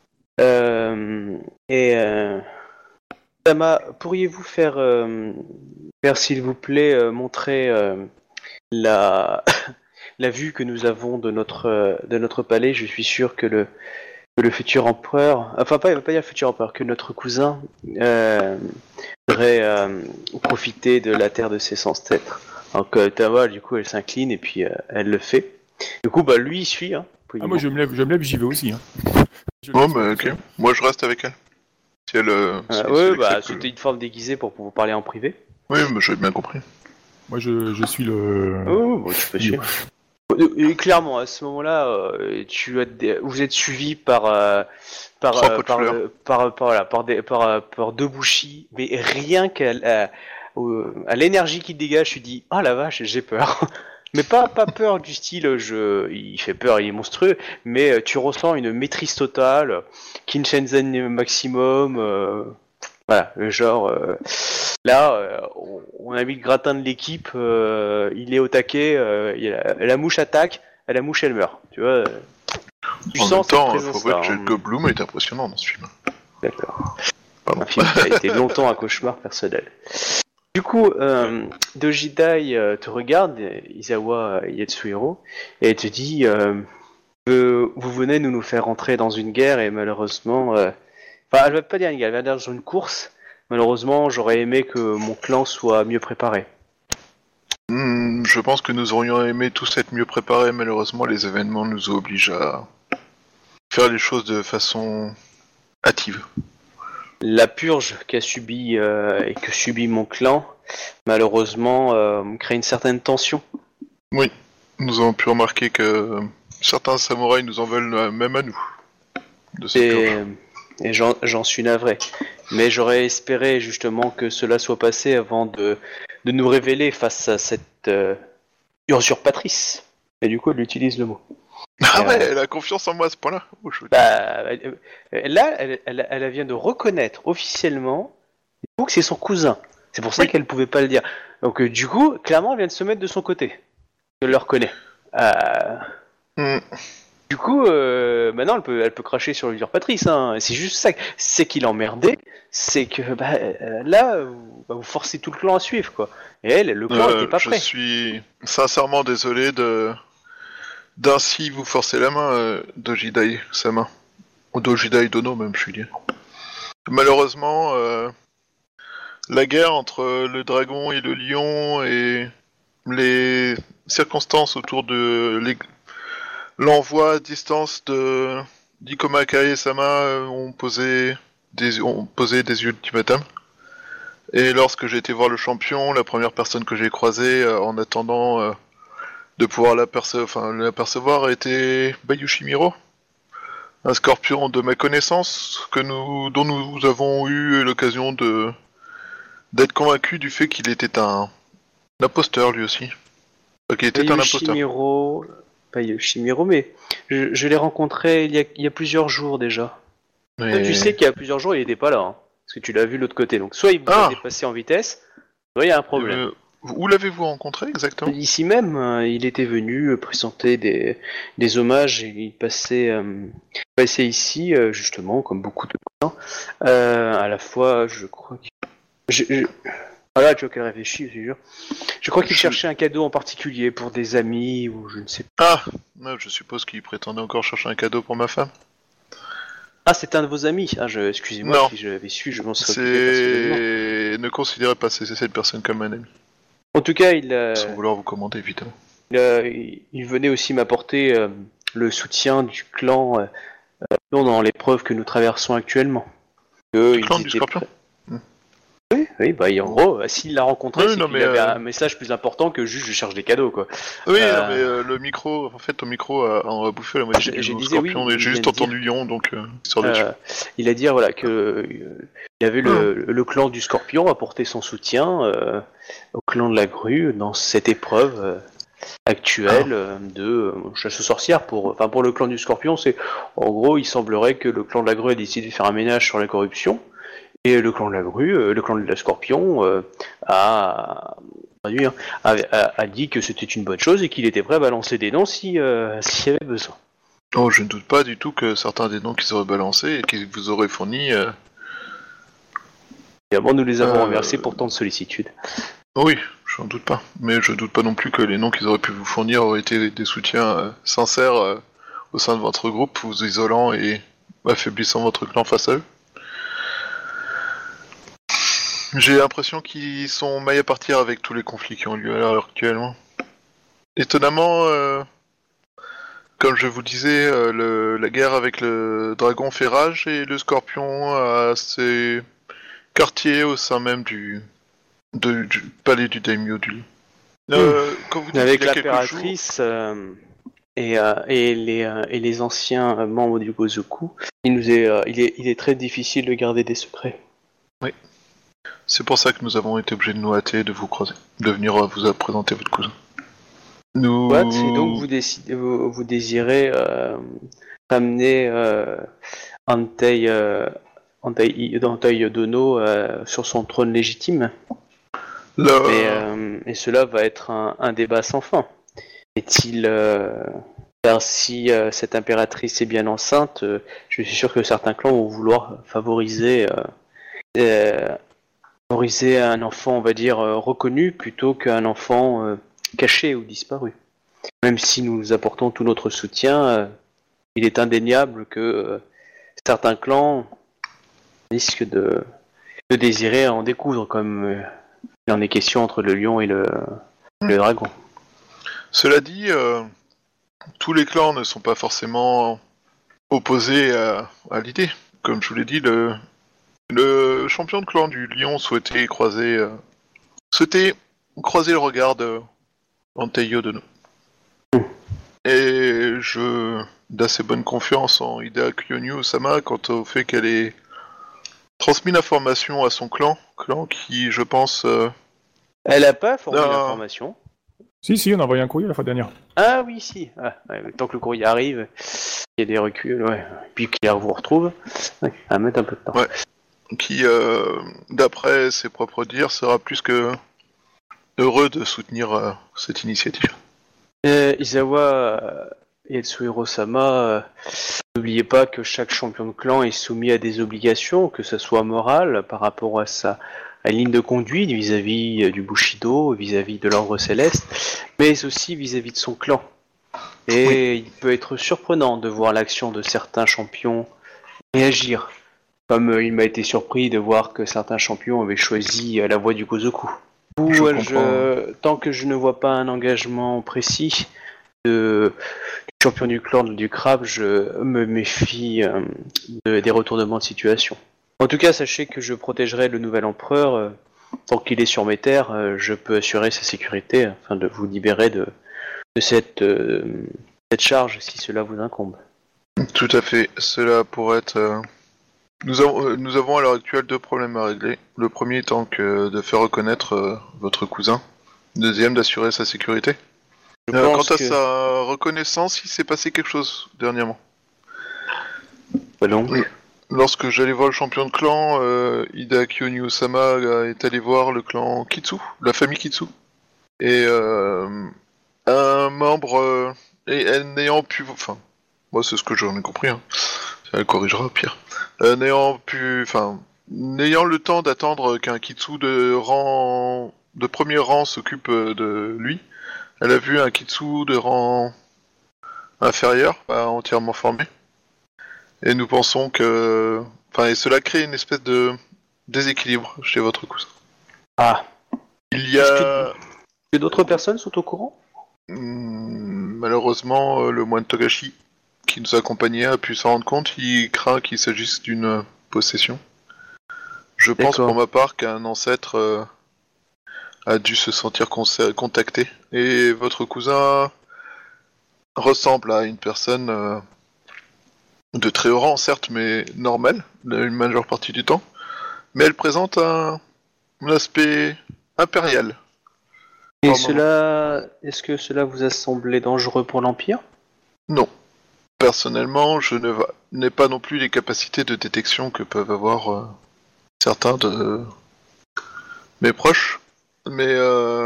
Sama, pourriez-vous faire s'il vous plaît, montrer la vue que nous avons de notre palais. Je suis sûr que le futur empereur, enfin pas dire le futur empereur, que notre cousin devrait profiter de la terre de ses ancêtres. Donc Tawa, du coup, elle s'incline et puis elle le fait. Du coup, lui il suit, Ah, moi je me lève, j'y vais aussi. Hein. Bon, bah ok. Moi je reste avec elle. Si elle. Ouais, bah c'était une forme déguisée pour pouvoir parler en privé. Oui, mais j'avais bien compris. Moi je suis le. Oh, bon, tu peux suivre. Et clairement, à ce moment-là, vous êtes suivi par deux bouchis, mais rien à l'énergie qui dégage, tu dis ah la vache, j'ai peur. Mais pas peur du style il fait peur, il est monstrueux, mais tu ressens une maîtrise totale, Kinshenzhen maximum, voilà, le genre là on a mis le gratin de l'équipe, il est au taquet, la mouche attaque, la mouche elle meurt, tu vois. Tu En sens même cette temps, présence faut voir que Jacob Bloom est impressionnant dans ce film. D'accord. Pardon. Un film qui a été longtemps un cauchemar personnel. Du coup, Dojidai te regarde, Izawa Yatsuhiro, et elle te dit vous venez nous faire entrer dans une guerre et malheureusement... Enfin, elle va pas dire une guerre, elle va dire dans une course. Malheureusement, j'aurais aimé que mon clan soit mieux préparé. Je pense que nous aurions aimé tous être mieux préparés, malheureusement les événements nous obligent à faire les choses de façon hâtive. La purge qu'a subie et que subit mon clan, malheureusement, crée une certaine tension. Oui, nous avons pu remarquer que certains samouraïs nous en veulent même à nous. De cette purge. Et j'en suis navré. Mais j'aurais espéré justement que cela soit passé avant de nous révéler face à cette usurpatrice. Et du coup, elle utilise le mot. Ah ouais, elle a confiance en moi à ce point-là. Là, elle vient de reconnaître officiellement que c'est son cousin. C'est pour ça qu'elle pouvait pas le dire. Donc du coup, clairement, elle vient de se mettre de son côté. Elle le reconnaît. Du coup, maintenant, elle peut cracher sur l'usurpatrice. Hein. C'est juste ça. C'est qu'il emmerdait. C'est que là, vous forcez tout le clan à suivre, quoi. Et elle, le clan n'était pas prêt. Je suis sincèrement désolé d'ainsi vous forcer la main, Dojidai Sama. Ou Dojidai Dono, même, je suis dit. Malheureusement, la guerre entre le dragon et le lion et les circonstances autour de l'envoi à distance de d'Ikoma Kae-sama ont posé des ultimatums. Et lorsque j'ai été voir le champion, la première personne que j'ai croisée en attendant de pouvoir l'apercevoir était Bayushimiro, un scorpion de ma connaissance dont nous avons eu l'occasion d'être convaincus du fait qu'il était un imposteur lui aussi. Qu'il était un imposteur. Bayushimiro, mais je l'ai rencontré il y a plusieurs jours déjà. Mais... Toi, tu sais qu'il y a plusieurs jours il était pas là, hein, parce que tu l'as vu de l'autre côté. Donc soit il vous a dépassé en vitesse, soit il y a un problème. Où l'avez-vous rencontré exactement ? Ici même, il était venu présenter des hommages et il passait ici, justement, comme beaucoup de gens. À la fois, je crois que... Voilà, tu vois qu'elle réfléchit, je jure. Je crois qu'il cherchait un cadeau en particulier pour des amis ou je ne sais pas. Ah, je suppose qu'il prétendait encore chercher un cadeau pour ma femme. Ah, c'est un de vos amis. Ah, excusez-moi, si je l'avais su, je m'en serais occupé. Ne considérez pas cette personne comme un ami. En tout cas, sans vouloir vous commander, évidemment. Il venait aussi m'apporter le soutien du clan dans l'épreuve que nous traversons actuellement. Le clan du Scorpion. Oui, bah en gros, s'il l'a rencontré, c'est qu'il avait un message plus important que juste je cherche des cadeaux, quoi. Oui, non, mais le micro, en fait, ton micro a bouffé la moitié du Scorpion, et j'ai juste entendu Lion, donc il a dit voilà que il avait le clan du Scorpion apporter son soutien au clan de la Grue dans cette épreuve actuelle de chasse aux sorcières pour le clan du Scorpion. C'est en gros, il semblerait que le clan de la Grue ait décidé de faire un ménage sur la corruption. Et le clan de la Grue, le clan de la Scorpion a dit que c'était une bonne chose et qu'il était prêt à balancer des noms s'il y avait besoin. Oh, je ne doute pas du tout que certains des noms qu'ils auraient balancés et qu'ils vous auraient fournis... Évidemment, nous les avons remerciés pour tant de sollicitude. Oui, je n'en doute pas. Mais je doute pas non plus que les noms qu'ils auraient pu vous fournir auraient été des soutiens sincères au sein de votre groupe, vous isolant et affaiblissant votre clan face à eux. J'ai l'impression qu'ils sont mailles à partir avec tous les conflits qui ont lieu à l'heure actuellement. Étonnamment, comme je vous disais, la guerre avec le dragon fait rage et le scorpion a ses quartiers au sein même du palais du daimyo du lit. Quand vous dites Avec qu'il y a quelques l'impératrice et les anciens membres du Gozoku, il est très difficile de garder des secrets. Oui. C'est pour ça que nous avons été obligés de nous hâter, de vous croiser, de venir vous présenter votre cousin. Nous... Et donc vous désirez ramener Antei Dono sur son trône légitime. Et cela va être un débat sans fin. Est-il car si cette impératrice est bien enceinte, je suis sûr que certains clans vont vouloir favoriser un enfant, on va dire, reconnu plutôt qu'un enfant caché ou disparu. Même si nous apportons tout notre soutien, il est indéniable que certains clans risquent de désirer en découdre, comme il en est question entre le lion et le dragon. Cela dit, tous les clans ne sont pas forcément opposés à l'idée. Comme je vous l'ai dit, le champion de clan du lion souhaitait croiser le regard d'Antei Dono. Et je d'assez bonne confiance en Hida Kyonyu-sama quant au fait qu'elle ait transmis l'information à son clan qui, je pense... Elle a pas fourni l'information. Si, on a envoyé un courrier la fois dernière. Ah oui, si. Tant que le courrier arrive, il y a des reculs, ouais. Puis qu'il vous retrouve, ça va mettre un peu de temps. Ouais. Qui, d'après ses propres dires, sera plus que heureux de soutenir cette initiative. Isawa Yatsuhiro-sama, n'oubliez pas que chaque champion de clan est soumis à des obligations, que ce soit morale par rapport à sa ligne de conduite vis-à-vis du Bushido, vis-à-vis de l'ordre céleste, mais aussi vis-à-vis de son clan. Et il peut être surprenant de voir l'action de certains champions réagir, comme il m'a été surpris de voir que certains champions avaient choisi la voie du Gozoku. Tant que je ne vois pas un engagement précis du champion du clan du crabe, je me méfie des retournements de situation. En tout cas, sachez que je protégerai le nouvel empereur. Tant qu'il est sur mes terres, je peux assurer sa sécurité afin de vous libérer de cette charge si cela vous incombe. Tout à fait. Cela pourrait être... Nous avons à l'heure actuelle 2 problèmes à régler. Le premier étant que de faire reconnaître votre cousin. Le deuxième, d'assurer sa sécurité. Quant à sa reconnaissance, il s'est passé quelque chose dernièrement. Pardon. Lorsque j'allais voir le champion de clan, Hida Kyonyu-sama est allé voir le clan Kitsu, la famille Kitsu. Et un membre, n'ayant pu... Enfin, moi c'est ce que j'en ai compris, hein. Elle corrigera, pire. N'ayant le temps d'attendre qu'un Kitsu de premier rang s'occupe de lui, elle a vu un Kitsu de rang inférieur, pas entièrement formé. Et nous pensons que... et cela crée une espèce de déséquilibre chez votre cousin. Ah. Il y a... Est-ce que d'autres personnes sont au courant ? Malheureusement, le moine Togashi, qui nous accompagnait, a pu s'en rendre compte. Il craint qu'il s'agisse d'une possession. Je pense pour ma part qu'un ancêtre a dû se sentir contacté. Et votre cousin ressemble à une personne... de très haut rang, certes, mais normale, la majeure partie du temps. Mais elle présente un aspect impérial. Et est-ce que cela vous a semblé dangereux pour l'Empire ? Non. Personnellement, je n'ai pas non plus les capacités de détection que peuvent avoir certains de mes proches. Mais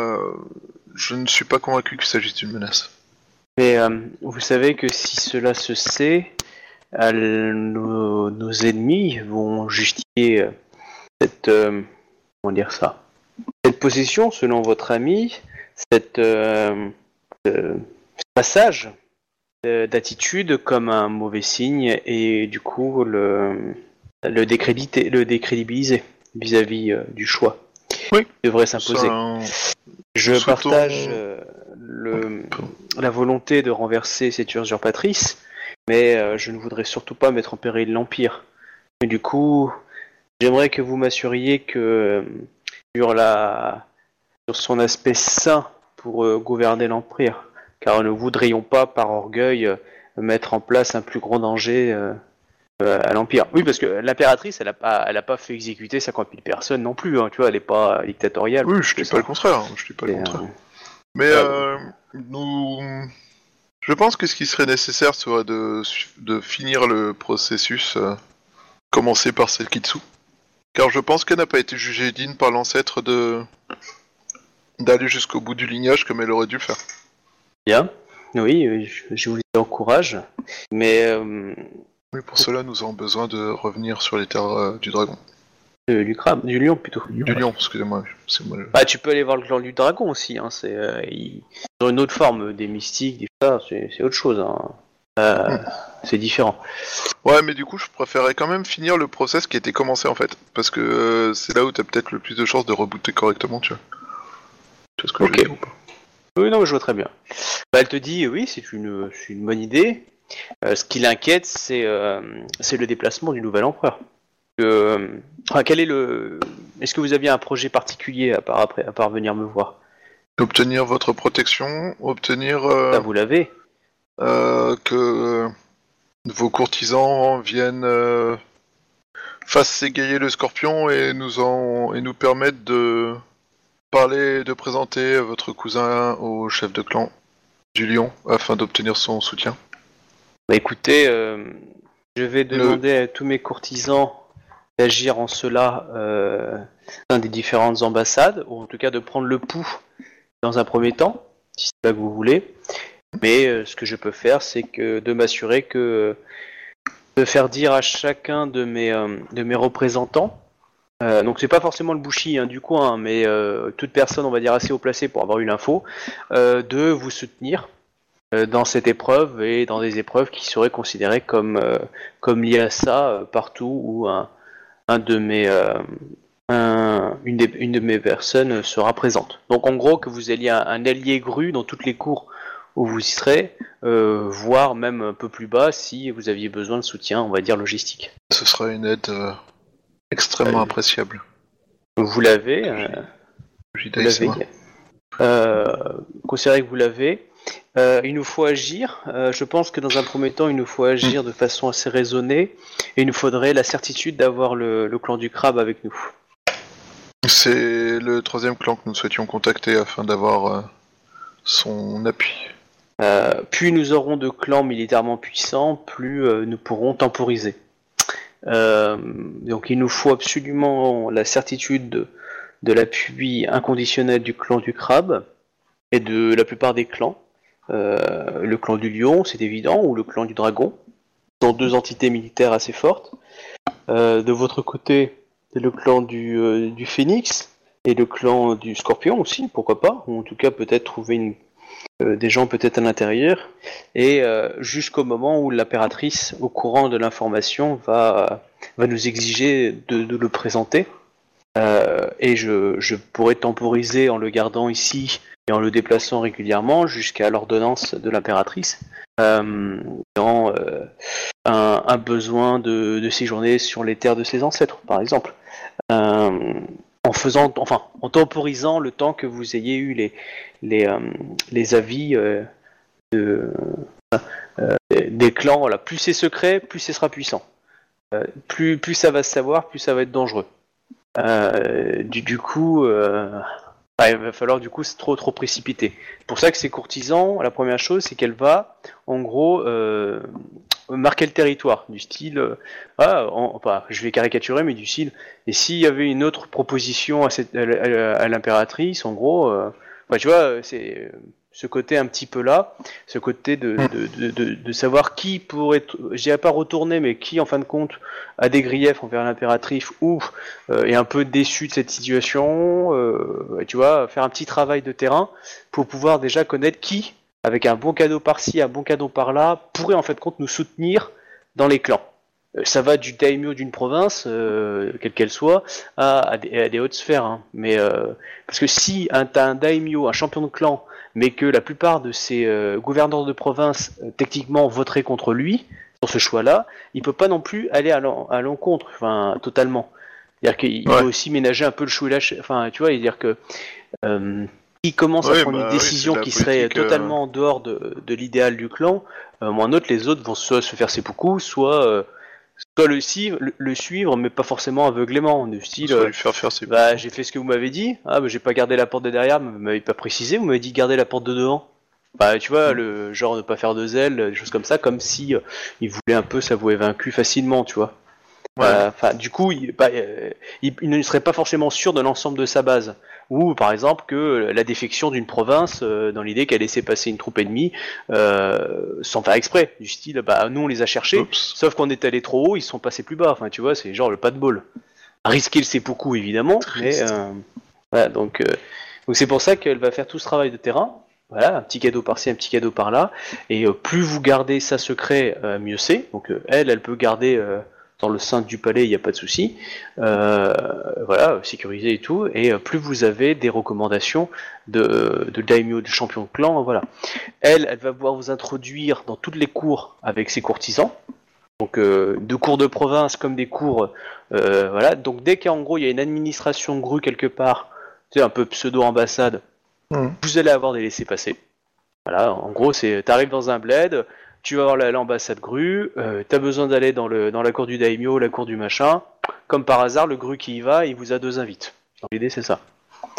je ne suis pas convaincu qu'il s'agisse d'une menace. Mais vous savez que si cela se sait... nos ennemis vont justifier cette possession selon votre ami, cette passage d'attitude comme un mauvais signe et du coup le décrédibiliser vis-à-vis du choix. Oui. devrait s'imposer. Je Souhaitons- partage la volonté de renverser cette usurpatrice, mais je ne voudrais surtout pas mettre en péril l'Empire. Et du coup, j'aimerais que vous m'assuriez que sur son aspect sain pour gouverner l'Empire, car nous ne voudrions pas, par orgueil, mettre en place un plus gros danger à l'Empire. Oui, parce que l'impératrice, elle a pas fait exécuter 50 000 personnes non plus, hein, tu vois, elle n'est pas dictatoriale. Oui, je dis pas le contraire. Je dis pas le Et, contraire. Mais je pense que ce qui serait nécessaire serait de finir le processus commencé par Sekitsu. Car je pense qu'elle n'a pas été jugée digne par l'ancêtre d'aller jusqu'au bout du lignage comme elle aurait dû le faire. Bien. Oui, je vous encourage. Mais Oui, pour cela, nous avons besoin de revenir sur les terres du dragon. du lion plutôt. Du lion, excusez-moi. C'est moi. Bah, tu peux aller voir le clan du dragon aussi. Hein, ils ont une autre forme, des mystiques, des ça, c'est autre chose. Hein. C'est différent. Ouais, mais du coup, je préférerais quand même finir le process qui a été commencé en fait. Parce que c'est là où t'as peut-être le plus de chances de rebooter correctement, tu vois. Tu vois ce que je veux dire ou pas? Oui, non, je vois très bien. Bah, elle te dit, oui, c'est une bonne idée. Ce qui l'inquiète, c'est le déplacement du nouvel empereur. Quel est Est-ce que vous aviez un projet particulier à part venir me voir? Obtenir votre protection, obtenir Ça, vous l'avez. que vos courtisans viennent fassent s'égayer le scorpion et nous permettent de présenter votre cousin au chef de clan du lion afin d'obtenir son soutien. Bah écoutez, je vais demander à tous mes courtisans d'agir en cela dans des différentes ambassades, ou en tout cas de prendre le pouls dans un premier temps, si c'est pas que vous voulez. Mais ce que je peux faire, c'est que de m'assurer que de faire dire à chacun de mes représentants, donc c'est pas forcément le bouchi du coin, mais toute personne, on va dire, assez haut placée pour avoir eu l'info, de vous soutenir dans cette épreuve et dans des épreuves qui seraient considérées comme liées à ça partout où une de mes personnes sera présente. Donc en gros que vous ayez un allié grue dans toutes les cours où vous y serez, voire même un peu plus bas si vous aviez besoin de soutien, on va dire logistique. Ce sera une aide extrêmement appréciable. Vous l'avez, considérez que vous l'avez. Il nous faut agir. Je pense que dans un premier temps, il nous faut agir de façon assez raisonnée, et il nous faudrait la certitude d'avoir le clan du crabe avec nous. C'est le troisième clan que nous souhaitions contacter afin d'avoir son appui. Plus nous aurons de clans militairement puissants, plus nous pourrons temporiser. Donc il nous faut absolument la certitude de l'appui inconditionnel du clan du crabe et de la plupart des clans. Le clan du lion, c'est évident, ou le clan du dragon, sont deux entités militaires assez fortes. De votre côté, c'est le clan du phénix et le clan du scorpion aussi, pourquoi pas, ou en tout cas peut-être trouver des gens peut-être à l'intérieur, et jusqu'au moment où l'impératrice, au courant de l'information, va nous exiger de le présenter. Et je pourrais temporiser en le gardant ici et en le déplaçant régulièrement jusqu'à l'ordonnance de l'impératrice, dans un besoin de séjourner sur les terres de ses ancêtres, par exemple. En temporisant le temps que vous ayez eu les avis des clans. Voilà. Plus c'est secret, plus ce sera puissant. Plus ça va se savoir, plus ça va être dangereux. Du coup, il va falloir du coup c'est trop précipiter. C'est pour ça que ces courtisans, la première chose, c'est qu'elle va, en gros, marquer le territoire, du style, je vais caricaturer, mais du style, et s'il y avait une autre proposition à l'impératrice, en gros, tu vois, c'est ce côté un petit peu là, ce côté de savoir qui pourrait, je dirais pas retourner, mais qui en fin de compte a des griefs envers l'impératrice ou est un peu déçu de cette situation, tu vois, faire un petit travail de terrain pour pouvoir déjà connaître qui, avec un bon cadeau par-ci, un bon cadeau par-là, pourrait en fin de compte nous soutenir dans les clans. ça va du daimyo d'une province, quelle qu'elle soit, à des hautes sphères. Hein. Mais parce que si t'as un daimyo, un champion de clan, mais que la plupart de ses gouverneurs de province techniquement voteraient contre lui sur ce choix-là, il peut pas non plus aller à l'encontre, enfin totalement. C'est-à-dire qu'il peut aussi ménager un peu le chou et la chèvre. Enfin, tu vois, c'est-à-dire que il commence à prendre une décision qui serait totalement en dehors de l'idéal du clan, moins autre, les autres vont soit se faire seppuku, soit le suivre, mais pas forcément aveuglément, du style. Soit lui faire ses j'ai fait ce que vous m'avez dit. Ah, j'ai pas gardé la porte de derrière, mais vous m'avez pas précisé. Vous m'avez dit garder la porte de devant. Bah, tu vois, le genre de pas faire de zèle, des choses comme ça, comme si il voulait un peu s'avouer vaincu facilement, tu vois. Du coup, il ne serait pas forcément sûr de l'ensemble de sa base. Ou, par exemple, que la défection d'une province, dans l'idée qu'elle laissait passer une troupe ennemie, sans faire exprès, du style, nous on les a cherchés, sauf qu'on est allé trop haut, ils sont passés plus bas. Enfin, tu vois, c'est genre le pas de bol. À risquer le seppuku, évidemment, mais donc c'est pour ça qu'elle va faire tout ce travail de terrain. Voilà, un petit cadeau par-ci, un petit cadeau par-là, et plus vous gardez ça secret, mieux c'est. Donc elle peut garder dans le sein du palais, il n'y a pas de souci. Sécurisé et tout. Et plus vous avez des recommandations de daimyo, de champion de clan, voilà. Elle va pouvoir vous introduire dans toutes les cours avec ses courtisans. Donc de cours de province comme des cours, Donc dès qu'en gros il y a une administration grue quelque part, tu sais, un peu pseudo-ambassade, vous allez avoir des laissez-passer. Voilà, en gros, t'arrives dans un bled, tu vas voir l'ambassade grue, t'as besoin d'aller dans la cour du daimyo, la cour du machin. Comme par hasard, le grue qui y va, il vous a 2 invites. Donc l'idée, c'est ça.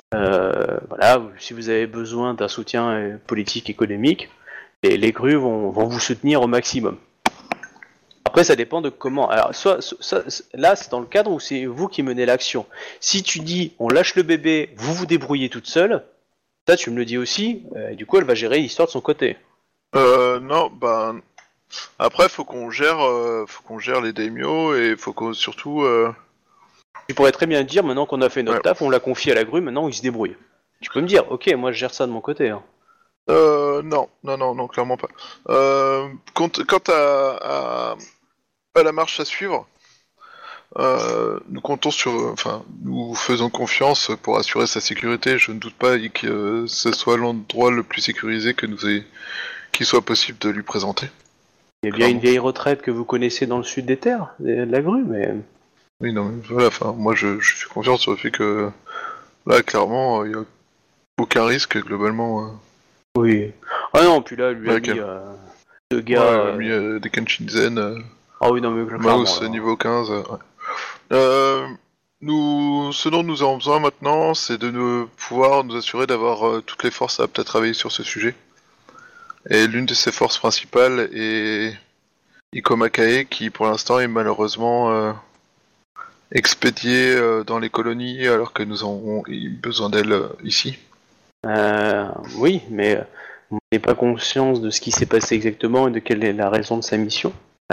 Si vous avez besoin d'un soutien politique, économique, les grues vont vous soutenir au maximum. Après, ça dépend de comment. Alors, là, c'est dans le cadre où c'est vous qui menez l'action. Si tu dis, on lâche le bébé, vous vous débrouillez toute seule, ça, tu me le dis aussi, du coup, elle va gérer l'histoire de son côté. Non, après, faut qu'on gère les daimyo et faut qu'on surtout. Tu pourrais très bien dire, maintenant qu'on a fait notre taf, on l'a confié à la grue, maintenant il se débrouille. Tu peux me dire, ok, moi je gère ça de mon côté. Hein. Non, clairement pas. Quant à la marche à suivre, nous comptons nous faisons confiance pour assurer sa sécurité. Je ne doute pas que ce soit l'endroit le plus sécurisé qu'il soit possible de lui présenter. Il y a bien une vieille retraite que vous connaissez dans le sud des terres, de la grue, mais... Oui, non, mais voilà, moi je fais confiance sur le fait que, là, clairement, il n'y a aucun risque, globalement. Oui. Ah non, puis là, lui a mis 2 gars... il a mis des Kenshinzen... Ah oui, non, mais clairement... Mouse, niveau 15, ce dont nous avons besoin maintenant, c'est de pouvoir nous assurer d'avoir toutes les forces aptes à travailler sur ce sujet. Et l'une de ces forces principales est Ikoma Kae, qui pour l'instant est malheureusement expédiée dans les colonies alors que nous avons besoin d'elle ici. Oui, mais vous n'avez pas conscience de ce qui s'est passé exactement et de quelle est la raison de sa mission.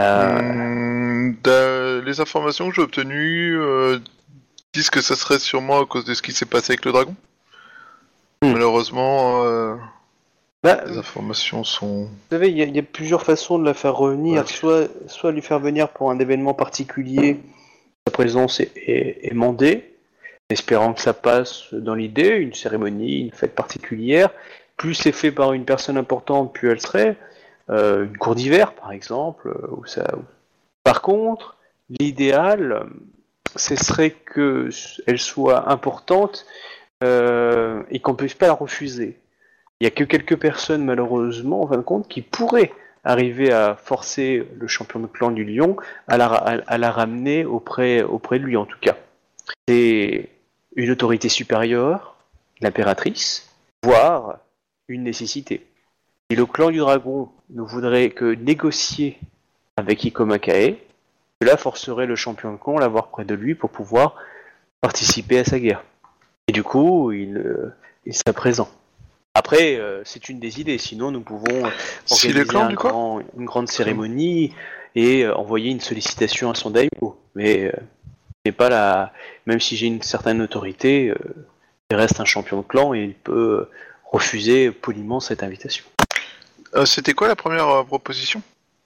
Les informations que j'ai obtenues disent que ça serait sûrement à cause de ce qui s'est passé avec le dragon. Malheureusement, les informations sont... Vous savez, il y a plusieurs façons de la faire revenir. Soit lui faire venir pour un événement particulier, sa présence est mandée, espérant que ça passe dans l'idée, une cérémonie, une fête particulière. Plus c'est fait par une personne importante, plus elle serait. Une cour d'hiver, par exemple. Par contre, l'idéal, ce serait qu'elle soit importante et qu'on ne puisse pas la refuser. Il n'y a que quelques personnes, malheureusement, en fin de compte, qui pourraient arriver à forcer le champion de clan du Lion à la ramener auprès de lui, en tout cas. C'est une autorité supérieure, l'impératrice, voire une nécessité. Si le clan du dragon ne voudrait que négocier avec Ikoma Kae, cela forcerait le champion de clan à l'avoir près de lui pour pouvoir participer à sa guerre. Et du coup, il serait présent. Après, c'est une des idées. Sinon, nous pouvons organiser une grande cérémonie et envoyer une sollicitation à son daimyo. Mais n'est pas même si j'ai une certaine autorité, il reste un champion de clan et il peut refuser poliment cette invitation. C'était quoi la première proposition ?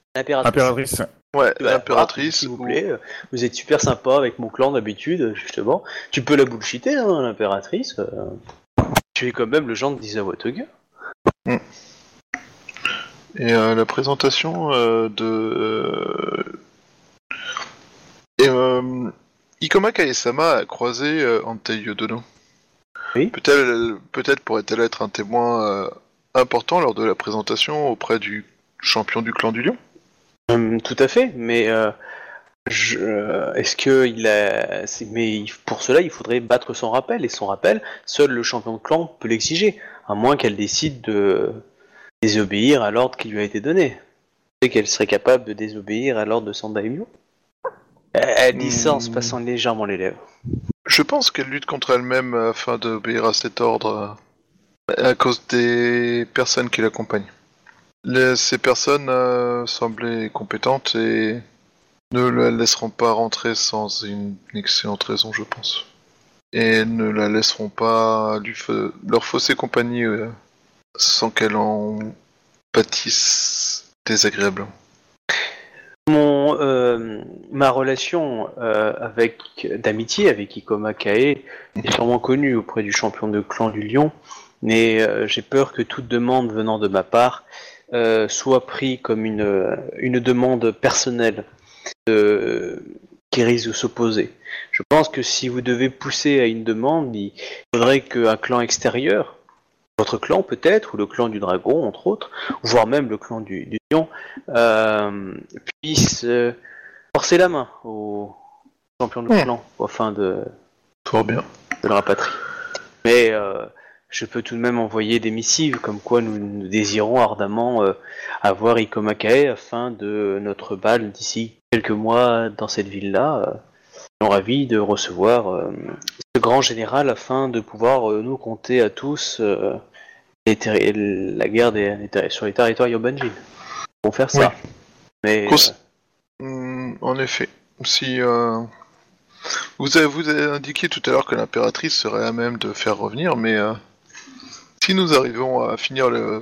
Impératrice. Ouais, Voilà, l'impératrice. s'il vous plaît, vous êtes super sympa avec mon clan d'habitude, justement. Tu peux la bullshiter, hein, l'impératrice. Tu es quand même le genre de Dizawatoga. Et la présentation Ikoma Kae-sama a croisé Antei Yodono. Oui. Peut-être pourrait-elle être un témoin important lors de la présentation auprès du champion du clan du Lion. Tout à fait, mais est-ce que il a... Mais pour cela, il faudrait battre son rappel, et son rappel, seul le champion de clan peut l'exiger, à moins qu'elle décide de désobéir à l'ordre qui lui a été donné. Vous savez qu'elle serait capable de désobéir à l'ordre de son daimyo? Elle dit ça en se passant légèrement les lèvres. Je pense qu'elle lutte contre elle-même afin d'obéir à cet ordre à cause des personnes qui l'accompagnent. Ces personnes semblaient compétentes et ne la laisseront pas rentrer sans une excellente raison, je pense. Et ne la laisseront pas leur fausser compagnie sans qu'elle en pâtisse désagréablement. Ma relation d'amitié avec Ikoma Kae est sûrement connue auprès du champion de clan du Lion, mais j'ai peur que toute demande venant de ma part soit prise comme une demande personnelle qui risque de s'opposer. Je pense que si vous devez pousser à une demande, il faudrait qu'un clan extérieur, votre clan peut-être, ou le clan du dragon entre autres, voire même le clan du lion, puisse forcer la main au champion de clan afin de le rapatrier. Mais je peux tout de même envoyer des missives comme quoi nous désirons ardemment avoir Ikoma Kae afin de notre bal d'ici quelques mois dans cette ville-là. Nous sommes ravis de recevoir ce grand général afin de pouvoir nous compter à tous la guerre sur les territoires Yobanjin. Pour faire ça. Oui. Mais en effet, si vous avez indiqué tout à l'heure que l'impératrice serait à même de faire revenir, mais si nous arrivons à finir le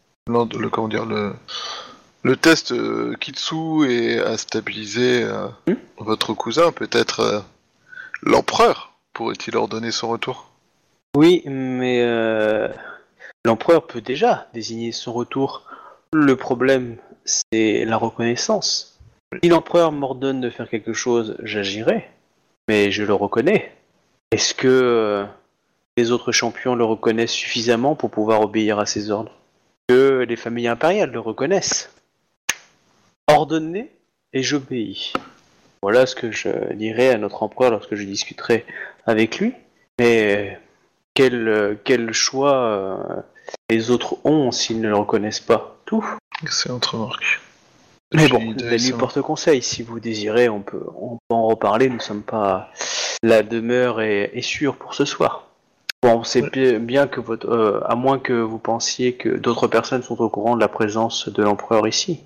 test Kitsu et à stabiliser votre cousin, peut-être l'empereur pourrait-il ordonner son retour? Oui, mais l'empereur peut déjà désigner son retour. Le problème, c'est la reconnaissance. Si l'empereur m'ordonne de faire quelque chose, j'agirai, mais je le reconnais. Est-ce que les autres champions le reconnaissent suffisamment pour pouvoir obéir à ses ordres? Que les familles impériales le reconnaissent? Ordonné et j'obéis. Voilà ce que je dirai à notre empereur lorsque je discuterai avec lui. Mais quel choix les autres ont s'ils ne le reconnaissent pas? Tout. C'est entre remarque. Mais bon, la nuit porte conseil. Si vous désirez, on peut en reparler. Nous ne sommes pas... La demeure est sûre pour ce soir. Bon, c'est bien que à moins que vous pensiez que d'autres personnes sont au courant de la présence de l'empereur ici.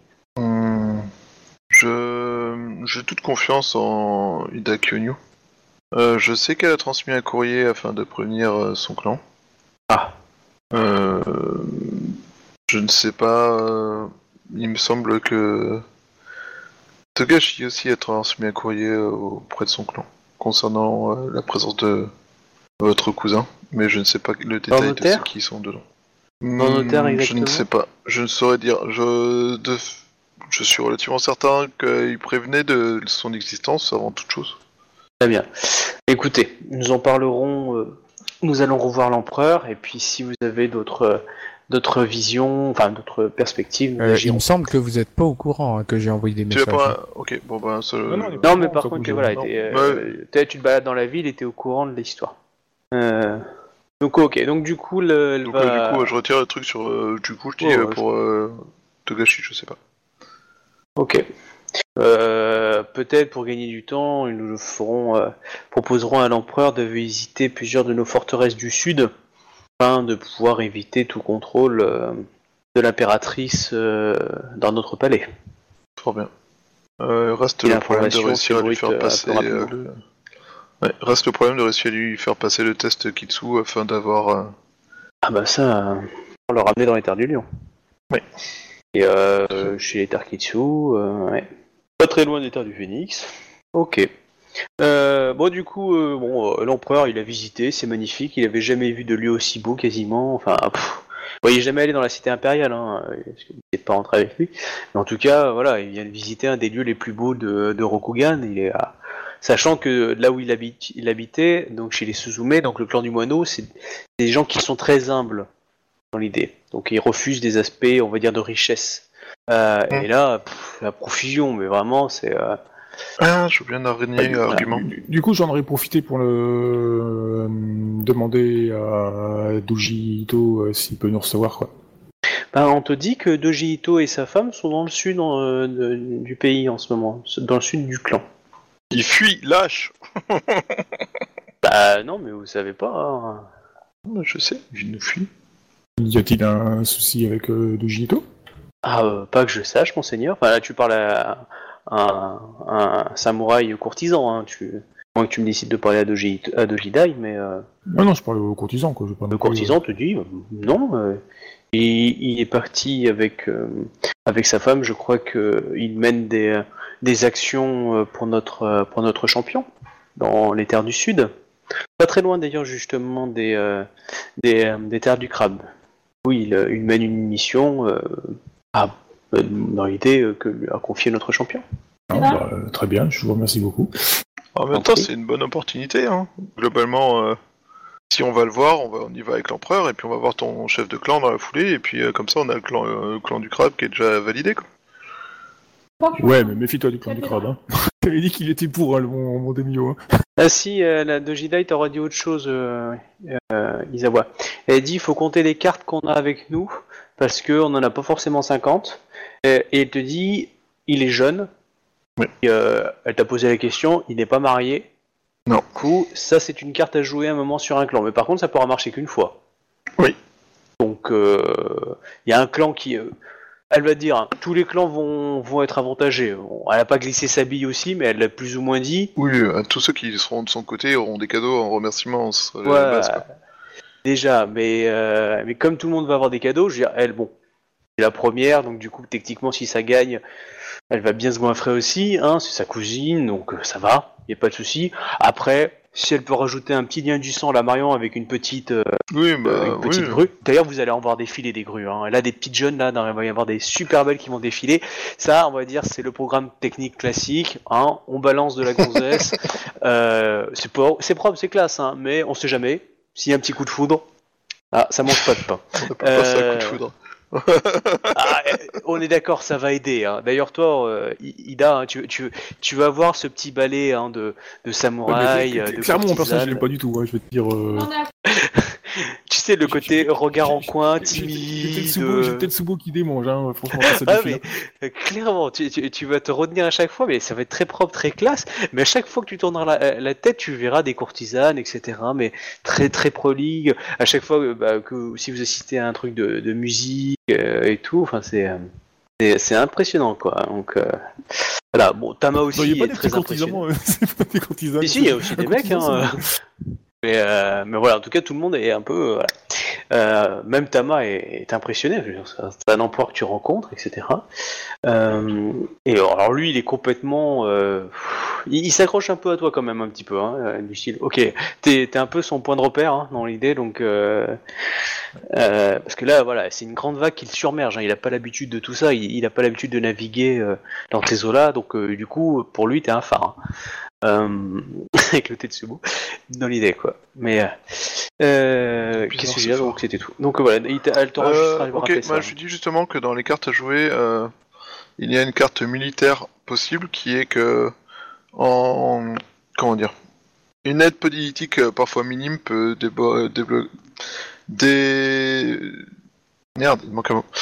J'ai toute confiance en Ida Kyonyu. Je sais qu'elle a transmis un courrier afin de prévenir son clan. Ah. Je ne sais pas. Il me semble que Togashi aussi a transmis un courrier auprès de son clan concernant la présence de votre cousin, mais je ne sais pas le détail de ceux qui sont dedans. Notaire, exactement. Je ne sais pas. Je ne saurais dire. Je suis relativement certain qu'il prévenait de son existence avant toute chose. Très bien. Écoutez, nous en parlerons. Nous allons revoir l'empereur, et puis si vous avez d'autres visions, enfin d'autres perspectives, il me semble que vous n'êtes pas au courant que j'ai envoyé des messages. Ok, bon ben... Non, mais par contre, voilà, tu te balades dans la ville et t'es au courant de l'histoire. Donc ok, donc du coup, du coup, je retire le truc sur... du coup, je dis pour Togashi, je sais pas. Ok. Peut-être pour gagner du temps, nous proposerons à l'empereur de visiter plusieurs de nos forteresses du sud afin de pouvoir éviter tout contrôle de l'impératrice dans notre palais. Trop bien. Reste le problème de réussir à lui faire passer reste le problème de réussir à lui faire passer le test Kitsu afin d'avoir... Ah bah ça, on l'a ramené dans les terres du lion. Oui. Et chez les Tarkitsu, ouais. Pas très loin des terres du Phénix. Ok. Du coup, l'empereur, il a visité, c'est magnifique. Il avait jamais vu de lieu aussi beau, quasiment. Enfin, il est jamais allé dans la cité impériale, parce qu'il n'est pas rentré avec lui. Mais en tout cas, voilà, il vient de visiter un des lieux les plus beaux de Rokugan. Sachant que là où il habitait, donc chez les Suzume, donc le clan du moineau, c'est des gens qui sont très humbles dans l'idée. Donc ils refusent des aspects, on va dire, de richesse. Et là, la profusion, mais vraiment, c'est... je viens d'un régner argument. Du coup, j'en aurais profité pour demander à Doji Ito s'il peut nous recevoir, quoi. On te dit que Doji Ito et sa femme sont dans le sud du pays en ce moment, dans le sud du clan. Il fuit, lâche. Non, mais vous savez pas. Je sais, il nous fuit. Y a-t-il un souci avec Doji Ito ? Pas que je sache, monseigneur. Enfin, là, tu parles à un samouraï courtisan. Moins que tu me décides de parler à Doji Dai, mais... Non, je parle aux courtisans, quoi. Le courtisan te dit, non... Il est parti avec sa femme. Je crois qu'il mène des actions pour notre champion dans les terres du sud, pas très loin d'ailleurs justement des terres du crabe. Oui, il mène une mission dans l'idée que lui a confié notre champion. Très bien, je vous remercie beaucoup. En même temps, c'est une bonne opportunité. Globalement, si on va le voir, on y va avec l'empereur, et puis on va voir ton chef de clan dans la foulée, et puis comme ça, on a le clan du crabe qui est déjà validé, quoi. Ouais, mais méfie-toi du clan du crabe, hein. T'avais dit qu'il était pour, mon Demio. Ah si, la Dojidai t'aura dit autre chose, Isawa. Elle dit, il faut compter les cartes qu'on a avec nous, parce qu'on n'en a pas forcément 50, et elle te dit, il est jeune, oui. Et, elle t'a posé la question, il n'est pas marié. Non. Du coup, ça c'est une carte à jouer un moment sur un clan, mais par contre ça pourra marcher qu'une fois. Oui. Donc il y a un clan qui... elle va dire, tous les clans vont être avantagés. Bon, elle n'a pas glissé sa bille aussi, mais elle l'a plus ou moins dit. Oui, tous ceux qui seront de son côté auront des cadeaux en remerciement. Ce serait la base, quoi. Déjà, mais comme tout le monde va avoir des cadeaux, je veux dire, elle, c'est la première, donc du coup, techniquement, si ça gagne, elle va bien se goinfrer aussi, c'est sa cousine, donc ça va, il n'y a pas de souci. Après, si elle peut rajouter un petit lien du sang, la Marion, avec une petite grue. D'ailleurs, vous allez en voir défiler des grues. Là, des petites jeunes, là, il va y avoir des super belles qui vont défiler. Ça, on va dire, c'est le programme technique classique. On balance de la gonzesse. C'est propre, c'est classe, mais on sait jamais. S'il y a un petit coup de foudre, ça mange pas de pain. On n'a pas passé un coup de foudre. On est d'accord, ça va aider. D'ailleurs, toi, Ida, tu vas voir ce petit balai de samouraï. Clairement, mon personnage, je l'aime pas du tout. Je vais te dire. Tu sais, le côté regard en coin, timide. J'ai Tetsubo qui démange, franchement, ça défile. Clairement, tu vas te retenir à chaque fois, mais ça va être très propre, très classe. Mais à chaque fois que tu tourneras la tête, tu verras des courtisanes, etc. Mais très très proligue. À chaque fois que si vous assistez à un truc de musique et tout, enfin c'est impressionnant, quoi. Donc voilà, bon, Tama aussi est très impressionnant. C'est pas des courtisanes. Ici, il y a aussi des mecs, Mais voilà, en tout cas, tout le monde est un peu... même Tama est impressionné. C'est un empereur que tu rencontres, etc. Et alors lui, il est complètement... il s'accroche un peu à toi quand même, un petit peu, du style. Ok, t'es un peu son point de repère dans l'idée, donc... parce que là, voilà, c'est une grande vague qui le surmerge. Il a pas l'habitude de tout ça. Il a pas l'habitude de naviguer dans ces eaux-là. Donc, du coup, pour lui, t'es un phare. Avec le Tetsubo dans l'idée, quoi. Mais qu'est-ce que j'ai là, donc c'était tout. Donc voilà, elle t'aura juste rappelé ça. Je dis justement que dans les cartes à jouer, il y a une carte militaire possible qui est que une aide politique parfois minime peut Merde, il manque un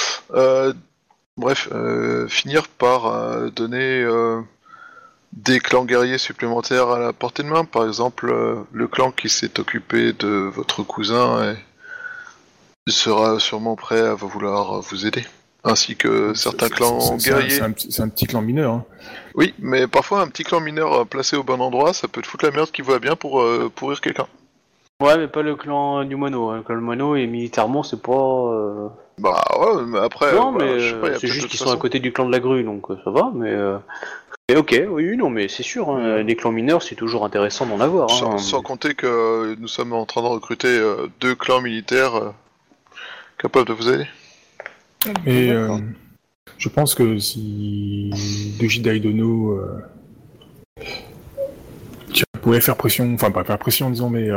mot. Finir par donner des clans guerriers supplémentaires à la portée de main. Par exemple, le clan qui s'est occupé de votre cousin sera sûrement prêt à vouloir vous aider. Ainsi que certains clans guerriers. C'est un petit clan mineur. Oui, mais parfois un petit clan mineur placé au bon endroit, ça peut te foutre la merde qui va bien pour pourrir quelqu'un. Ouais, mais pas le clan du moineau. Le clan du moineau, et militairement, c'est pas... Bah ouais, mais après... Non, voilà, mais je sais pas, y a c'est peut-être juste d'autres qu'ils sont à façons. côté du clan de la grue, donc ça va, mais... Et ok, oui, non, mais c'est sûr, hein, les clans mineurs, c'est toujours intéressant d'en avoir. Hein. Sans compter que nous sommes en train de recruter 2 clans militaires capables de vous aider. Mais D'accord. je pense que si Doji Daidono pourrait faire pression, enfin pas faire pression disons, mais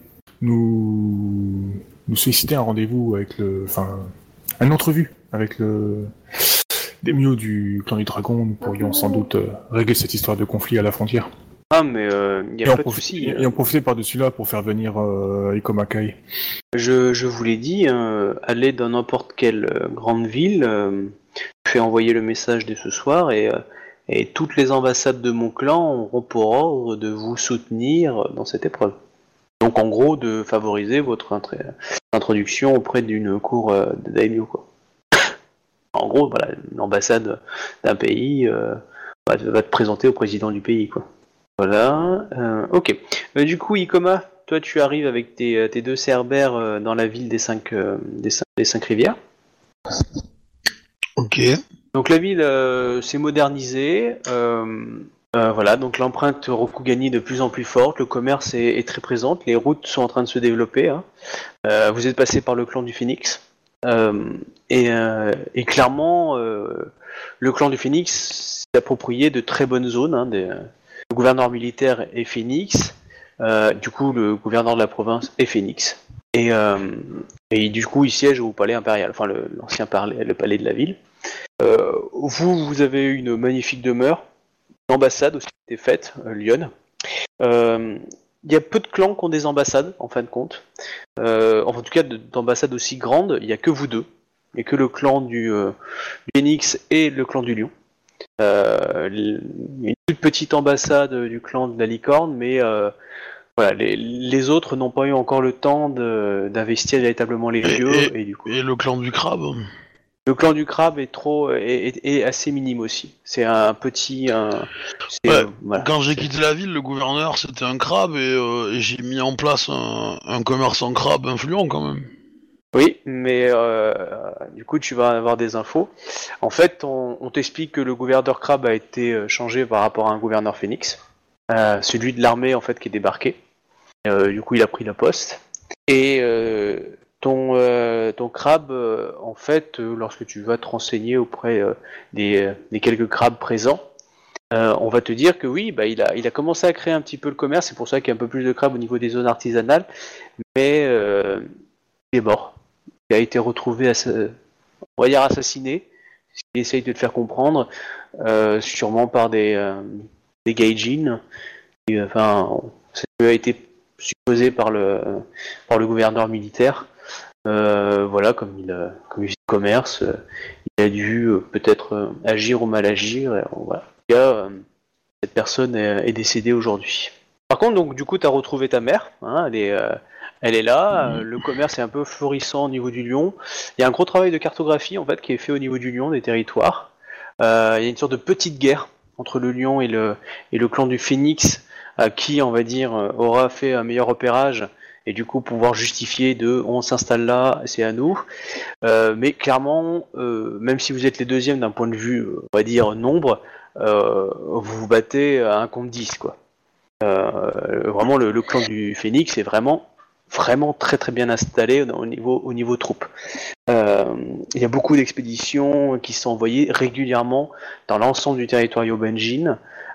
nous solliciter un rendez-vous avec une entrevue avec le Daimyo du clan du dragon, nous pourrions sans doute régler cette histoire de conflit à la frontière. Ah, mais il n'y a pas de souci. Et en profiter par-dessus là pour faire venir Ikomakai. Je vous l'ai dit, allez dans n'importe quelle grande ville, je fais envoyer le message dès ce soir et toutes les ambassades de mon clan auront pour ordre de vous soutenir dans cette épreuve. Donc en gros, de favoriser votre introduction auprès d'une cour de daimyo, quoi. En gros, voilà, l'ambassade d'un pays va te présenter au président du pays, quoi. Voilà, ok. Du coup, Ikoma, toi tu arrives avec tes 2 cerbères dans la ville des 5 rivières. Ok. Donc la ville s'est modernisée. Voilà, donc l'empreinte Rokugani est de plus en plus forte, le commerce est très présent, les routes sont en train de se développer. Hein. Vous êtes passé par le clan du Phénix. Et clairement, le clan du Phénix s'est approprié de très bonnes zones. Hein, le gouverneur militaire est Phénix. Du coup, le gouverneur de la province est Phénix. Et du coup, il siège au palais impérial, enfin l'ancien palais, le palais de la ville. Vous avez eu une magnifique demeure. L'ambassade aussi a été faite, Lyon. Il y a peu de clans qui ont des ambassades, en fin de compte. En tout cas, d'ambassades aussi grandes, il n'y a que vous deux. Il n'y a que le clan du Phoenix et le clan du Lion. Il y a une toute petite ambassade du clan de la Licorne, mais voilà, les autres n'ont pas eu encore le temps d'investir véritablement les lieux. Et du coup, Et le clan du crabe? le clan du crabe est assez minime aussi. C'est un petit... voilà. Quand j'ai quitté la ville, le gouverneur c'était un crabe et j'ai mis en place un commerçant crabe influent quand même. Oui, mais du coup tu vas avoir des infos. En fait, on t'explique que le gouverneur crabe a été changé par rapport à un gouverneur phénix. Celui de l'armée en fait qui est débarqué. Du coup il a pris la poste. Et... Ton crabe, en fait, lorsque tu vas te renseigner auprès des quelques crabes présents, on va te dire que oui, bah, il a commencé à créer un petit peu le commerce, c'est pour ça qu'il y a un peu plus de crabes au niveau des zones artisanales, mais il est mort. Il a été retrouvé, on va dire assassiné, ce qu'il essaye de te faire comprendre, sûrement par des gaijin. Enfin, ça a été supposé par le gouverneur militaire. Voilà, comme il fait commerce, il a dû peut-être agir ou mal agir. Voilà. En tout cas, cette personne est décédée aujourd'hui. Par contre, donc du coup, tu as retrouvé ta mère. Hein, elle est là. Le commerce est un peu florissant au niveau du Lion. Il y a un gros travail de cartographie en fait qui est fait au niveau du Lion, des territoires. Il y a une sorte de petite guerre entre le Lion et le clan du Phénix, qui, on va dire, aura fait un meilleur repérage. Et du coup pouvoir justifier on s'installe là, c'est à nous. Mais clairement, même si vous êtes les deuxièmes d'un point de vue, on va dire, nombre, vous vous battez à 1 contre 10, quoi. Vraiment, le clan du Phénix est vraiment très très bien installé au niveau troupe. Il y a beaucoup d'expéditions qui sont envoyées régulièrement dans l'ensemble du territoire Yobenjin.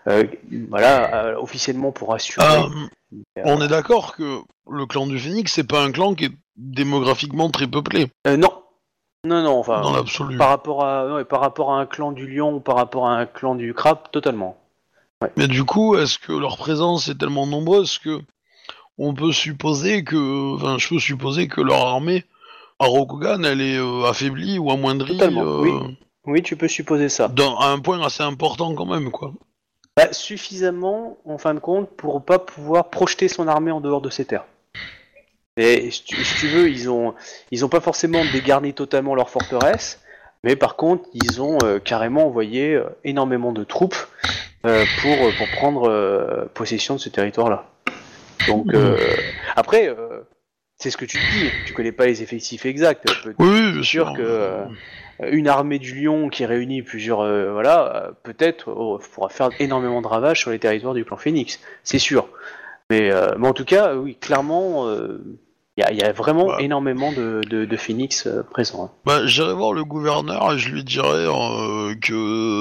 Voilà, officiellement pour assurer... On est d'accord que le clan du Phénix, c'est pas un clan qui est démographiquement très peuplé. Non, enfin, dans l'absolu. Par rapport à un clan du lion ou par rapport à un clan du crabe, totalement. Ouais. Mais du coup, est-ce que leur présence est tellement nombreuse que je peux supposer que leur armée à Rokugan, elle est affaiblie ou amoindrie. Totalement, oui, tu peux supposer ça. À un point assez important quand même, quoi. Bah, suffisamment, en fin de compte, pour pas pouvoir projeter son armée en dehors de ses terres. Et si tu veux, ils ont pas forcément dégarni totalement leur forteresse, mais par contre, ils ont carrément envoyé énormément de troupes pour prendre possession de ce territoire-là. Donc après, c'est ce que tu dis. Tu connais pas les effectifs exacts. Oui, bien sûr sûr. que une armée du Lion qui réunit plusieurs, peut-être pourra faire énormément de ravages sur les territoires du clan Phoenix. C'est sûr. Mais en tout cas, oui, clairement, il y a vraiment Bah. énormément de Phoenix présents. Hein. Bah, j'irai voir le gouverneur et je lui dirai que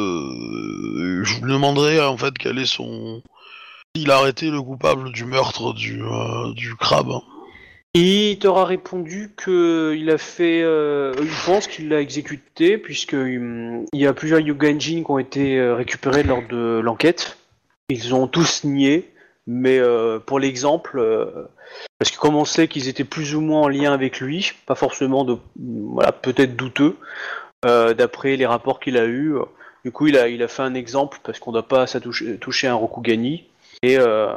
je lui demanderai en fait quel est son. Il a arrêté le coupable du meurtre du crabe. Il t'aura répondu que il a fait, il pense qu'il l'a exécuté puisque il y a plusieurs Yuganjin qui ont été récupérés lors de l'enquête. Ils ont tous nié, mais pour l'exemple, parce que comme on sait qu'ils étaient plus ou moins en lien avec lui, pas forcément peut-être douteux, d'après les rapports qu'il a eus. Du coup, il a fait un exemple parce qu'on ne doit pas toucher un Rokugani et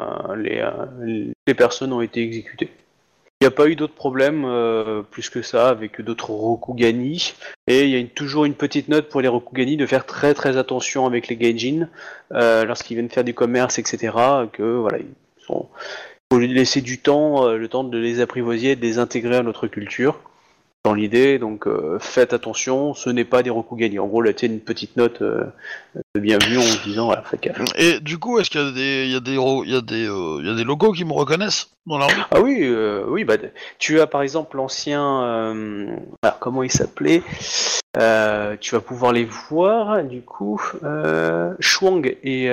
les personnes ont été exécutées. Il n'y a pas eu d'autres problèmes plus que ça avec d'autres Rokugani, et il y a toujours une petite note pour les Rokugani de faire très très attention avec les Gaijin lorsqu'ils viennent faire du commerce, etc. Que voilà, faut lui laisser du temps, le temps de les apprivoiser et de les intégrer à notre culture. Dans l'idée, donc faites attention, ce n'est pas des Rokugani. En gros, là, tu as une petite note de bienvenue en disant voilà, faites gaffe. Et du coup, est-ce qu'il y a des locaux qui me reconnaissent dans la rue? Ah oui, oui, tu as par exemple l'ancien, comment il s'appelait tu vas pouvoir les voir, du coup, Shuang et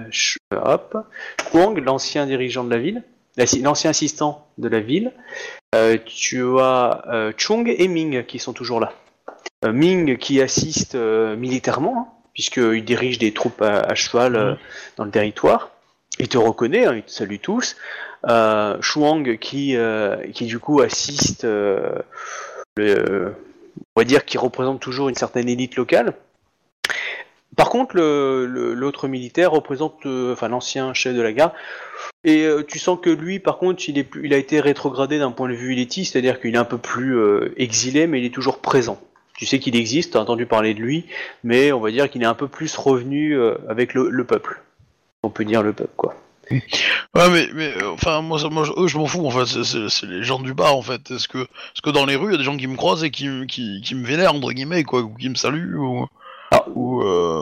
Shuang, l'ancien dirigeant de la ville, l'ancien assistant de la ville. Tu as Chung et Ming qui sont toujours là. Ming qui assiste militairement, hein, puisqu'il dirige des troupes à cheval dans le territoire. Il te reconnaît, hein, il te salue tous. Shuang qui du coup assiste, on va dire qu'il représente toujours une certaine élite locale. Par contre, l'autre militaire représente, l'ancien chef de la garde. Et tu sens que lui, par contre, il a été rétrogradé d'un point de vue élitiste, c'est-à-dire qu'il est un peu plus exilé, mais il est toujours présent. Tu sais qu'il existe, t'as entendu parler de lui, mais on va dire qu'il est un peu plus revenu avec le peuple. On peut dire le peuple, quoi. Ouais, mais moi, eux, je m'en fous, en fait, c'est les gens du bas, en fait. Est-ce que dans les rues, il y a des gens qui me croisent et qui me vénèrent, entre guillemets, quoi, ou qui me saluent, ou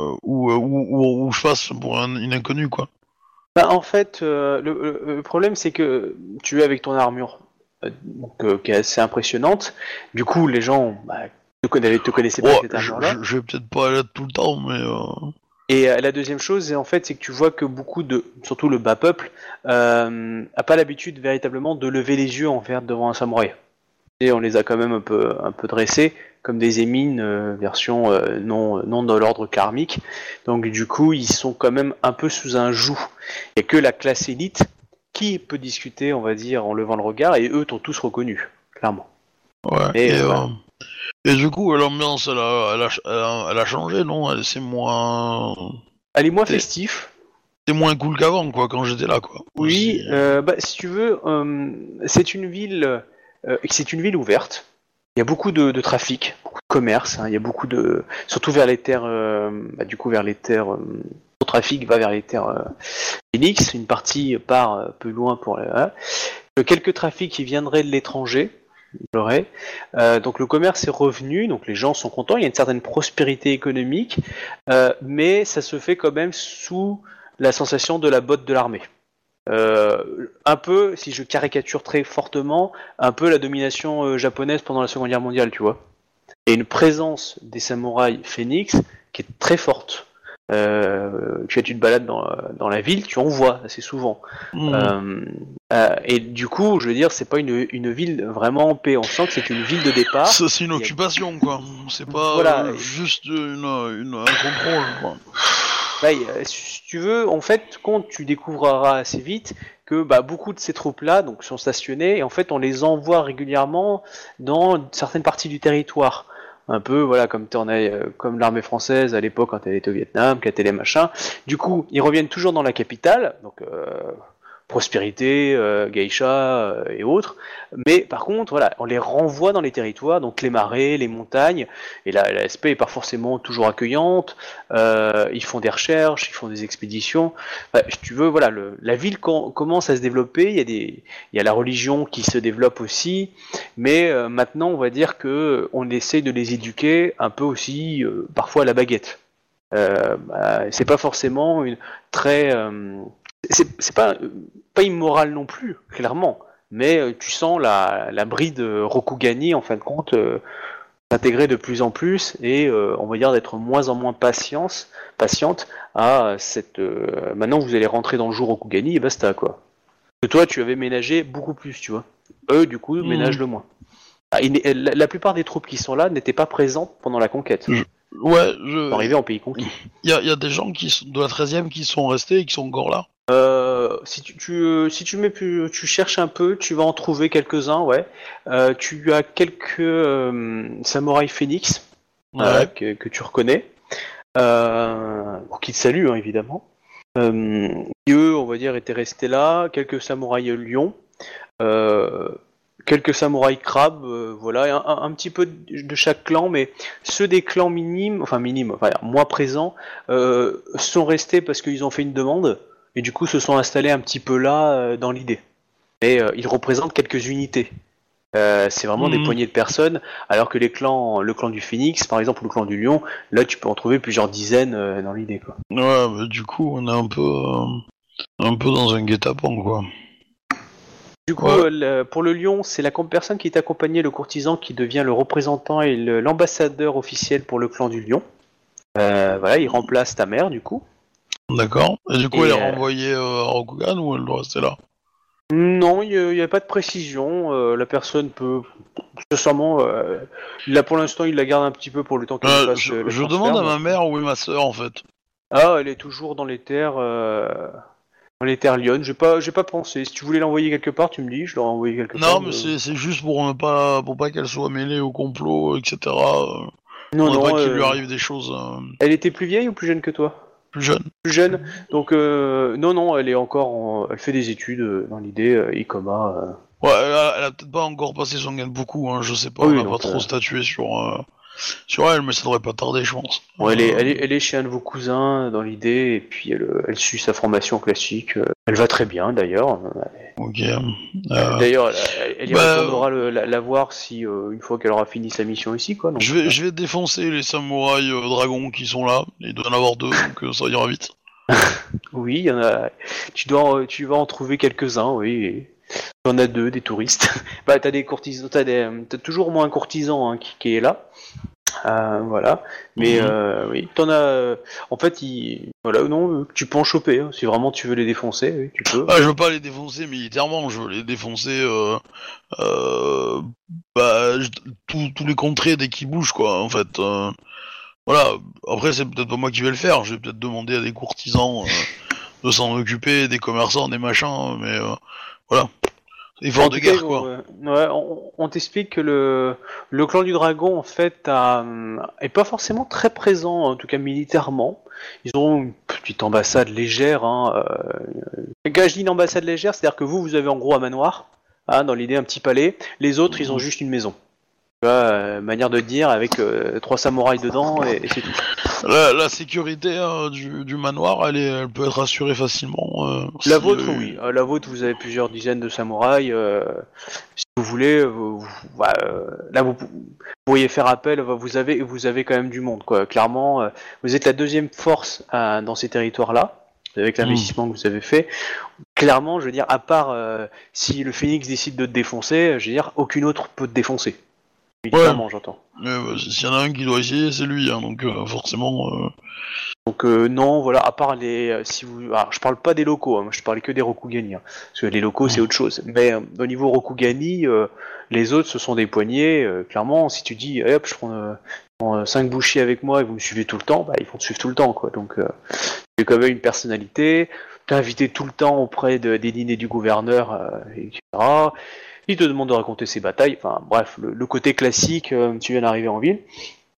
je passe pour une inconnue, quoi. En fait, le problème, c'est que tu es avec ton armure, qui est assez impressionnante. Du coup, les gens te connaissaient pas avec cette armure-là. Je vais peut-être pas aller là tout le temps, mais... Et la deuxième chose, en fait, c'est que tu vois que beaucoup surtout le bas peuple, a pas l'habitude véritablement de lever les yeux devant un samouraï. Et on les a quand même un peu dressés comme des émines version non de l'ordre karmique. Donc du coup, ils sont quand même un peu sous un joug. Il n'y a que la classe élite qui peut discuter, on va dire, en levant le regard, et eux t'ont tous reconnu, clairement. Ouais. Et du coup, l'ambiance, elle a changé, non? C'est moins... Elle est moins festif. C'est moins cool qu'avant, quoi, quand j'étais là, quoi. Oui, si tu veux, c'est une ville ouverte. Il y a beaucoup de trafic, beaucoup de commerce. Hein, il y a beaucoup surtout vers les terres, le trafic va vers les terres Phoenix. Une partie part peu loin pour quelques trafics qui viendraient de l'étranger. Donc le commerce est revenu, donc les gens sont contents, il y a une certaine prospérité économique, mais ça se fait quand même sous la sensation de la botte de l'armée. Un peu, si je caricature très fortement, un peu la domination japonaise pendant la Seconde Guerre mondiale, tu vois. Et une présence des samouraïs Phoenix qui est très forte. Tu te balades dans la ville, tu en vois assez souvent. Et du coup, je veux dire, c'est pas une ville vraiment en paix. On sent que c'est une ville de départ. C'est une occupation, quoi. C'est pas juste un contrôle, quoi. Si tu veux, en fait, quand tu découvriras assez vite que beaucoup de ces troupes-là sont stationnées, et en fait, on les envoie régulièrement dans certaines parties du territoire. Un peu, comme l'armée française à l'époque quand elle était au Vietnam, quand elle est machin. Du coup, ils reviennent toujours dans la capitale, donc prospérité, geisha et autres. Mais par contre, voilà, on les renvoie dans les territoires, donc les marais, les montagnes, et la SP est pas forcément toujours accueillante. Ils font des recherches, ils font des expéditions. Si tu veux, voilà, la ville commence à se développer. Il y a la religion qui se développe aussi, mais maintenant, on va dire que on essaye de les éduquer un peu aussi, parfois à la baguette. C'est pas forcément une très c'est pas immoral non plus, clairement, mais tu sens la bride Rokugani en fin de compte s'intégrer de plus en plus et on va dire d'être moins en moins patiente à cette maintenant vous allez rentrer dans le jour Rokugani et basta quoi. Que toi tu avais ménagé beaucoup plus, tu vois. Eux du coup ménagent le moins. La plupart des troupes qui sont là n'étaient pas présentes pendant la conquête. Ils sont arrivés en pays conquis. Il y a des gens de la 13e qui sont restés et qui sont encore là. Si tu cherches un peu, tu vas en trouver quelques-uns, ouais. Tu as quelques samouraïs phénix que tu reconnais, qui te saluent hein, évidemment. Qui eux, on va dire, étaient restés là. Quelques samouraïs lions. Quelques samouraïs crabes, voilà, un petit peu de chaque clan, mais ceux des clans minimes, moins présents, sont restés parce qu'ils ont fait une demande, et du coup se sont installés un petit peu là dans l'idée. Mais ils représentent quelques unités. C'est vraiment des poignées de personnes, alors que le clan du Phénix, par exemple, ou le clan du Lion, là tu peux en trouver plusieurs dizaines dans l'idée, quoi. Ouais, bah, du coup on est un peu dans un guet-apens, quoi. Du coup, pour le lion, c'est la personne qui t'accompagnait, le courtisan, qui devient le représentant et l'ambassadeur officiel pour le clan du lion. Voilà, il remplace ta mère, du coup. D'accord. Et du coup, elle est renvoyée à Rokugan ou elle doit rester là ? Non, il n'y a pas de précision. La personne peut... Sincèrement, là pour l'instant, il la garde un petit peu pour le temps qu'elle fasse je demande à ma mère où est ma sœur, en fait. Ah, elle est toujours dans les terres... Dans les terres Lyon, j'ai pas pensé. Si tu voulais l'envoyer quelque part, tu me dis, je l'aurais envoyé quelque part. Non, mais c'est juste pour pas qu'elle soit mêlée au complot, etc. Non, pas qu'il lui arrive des choses. Elle était plus vieille ou plus jeune que toi ? Plus jeune. Plus jeune. Donc non, elle est encore, elle fait des études dans l'idée Ikoma. Ouais, elle a peut-être pas encore passé son gain beaucoup, hein, je sais pas. Oui, on n'a pas trop statué sur elle, mais ça devrait pas tarder, je pense. Bon, elle est chez un de vos cousins dans l'idée, et puis elle suit sa formation classique. Elle va très bien d'ailleurs. Ok. D'ailleurs, elle y retournera la voir si une fois qu'elle aura fini sa mission ici, quoi. Donc, je vais défoncer les samouraïs dragons qui sont là. Il doit y en avoir 2, donc ça ira vite. Oui, il y en a. Tu vas en trouver quelques-uns, oui. Il y en a 2, des touristes. Bah, t'as des courtisans, t'as toujours moins un courtisan hein, qui est là. Voilà, mais oui, t'en as. En fait, voilà, non, tu peux en choper. Hein. Si vraiment tu veux les défoncer, oui, tu peux. Je veux pas les défoncer militairement, je veux les défoncer. Tous les contrées dès qu'ils bougent, quoi. En fait, voilà. Après, c'est peut-être pas moi qui vais le faire. Je vais peut-être demander à des courtisans de s'en occuper, des commerçants, des machins, mais voilà. Effort de guerre, quoi. Ouais, on t'explique que le clan du dragon, en fait, est pas forcément très présent, en tout cas militairement. Ils ont une petite ambassade légère. Hein, quand je dis une ambassade légère, c'est-à-dire que vous avez en gros un manoir, hein, dans l'idée un petit palais. Les autres, ils ont juste une maison. Tu vois, manière de dire, avec 3 samouraïs dedans, et c'est tout. La sécurité du manoir, elle peut être assurée facilement. La vôtre, oui. La vôtre, vous avez plusieurs dizaines de samouraïs. Si vous voulez, là, vous pourriez faire appel. Vous avez quand même du monde, quoi. Clairement, vous êtes la deuxième force dans ces territoires-là, avec l'investissement que vous avez fait. Clairement, je veux dire, à part si le Phénix décide de te défoncer, je veux dire, aucune autre peut te défoncer. Évidemment, j'entends. Mais s'il y en a un qui doit essayer, c'est lui, hein, donc forcément. Donc non, voilà, à part alors, je parle pas des locaux, hein, je parlais que des Rokugani, hein, parce que les locaux c'est autre chose. Mais au niveau Rokugani, les autres ce sont des poignées. Clairement, si tu dis, hop, je prends 5 bouchers avec moi et vous me suivez tout le temps, bah ils vont te suivre tout le temps, quoi. Donc j'ai quand même une personnalité. T'es invité tout le temps auprès des dîners du gouverneur, etc. Il te demande de raconter ses batailles, enfin bref, le côté classique, tu viens d'arriver en ville.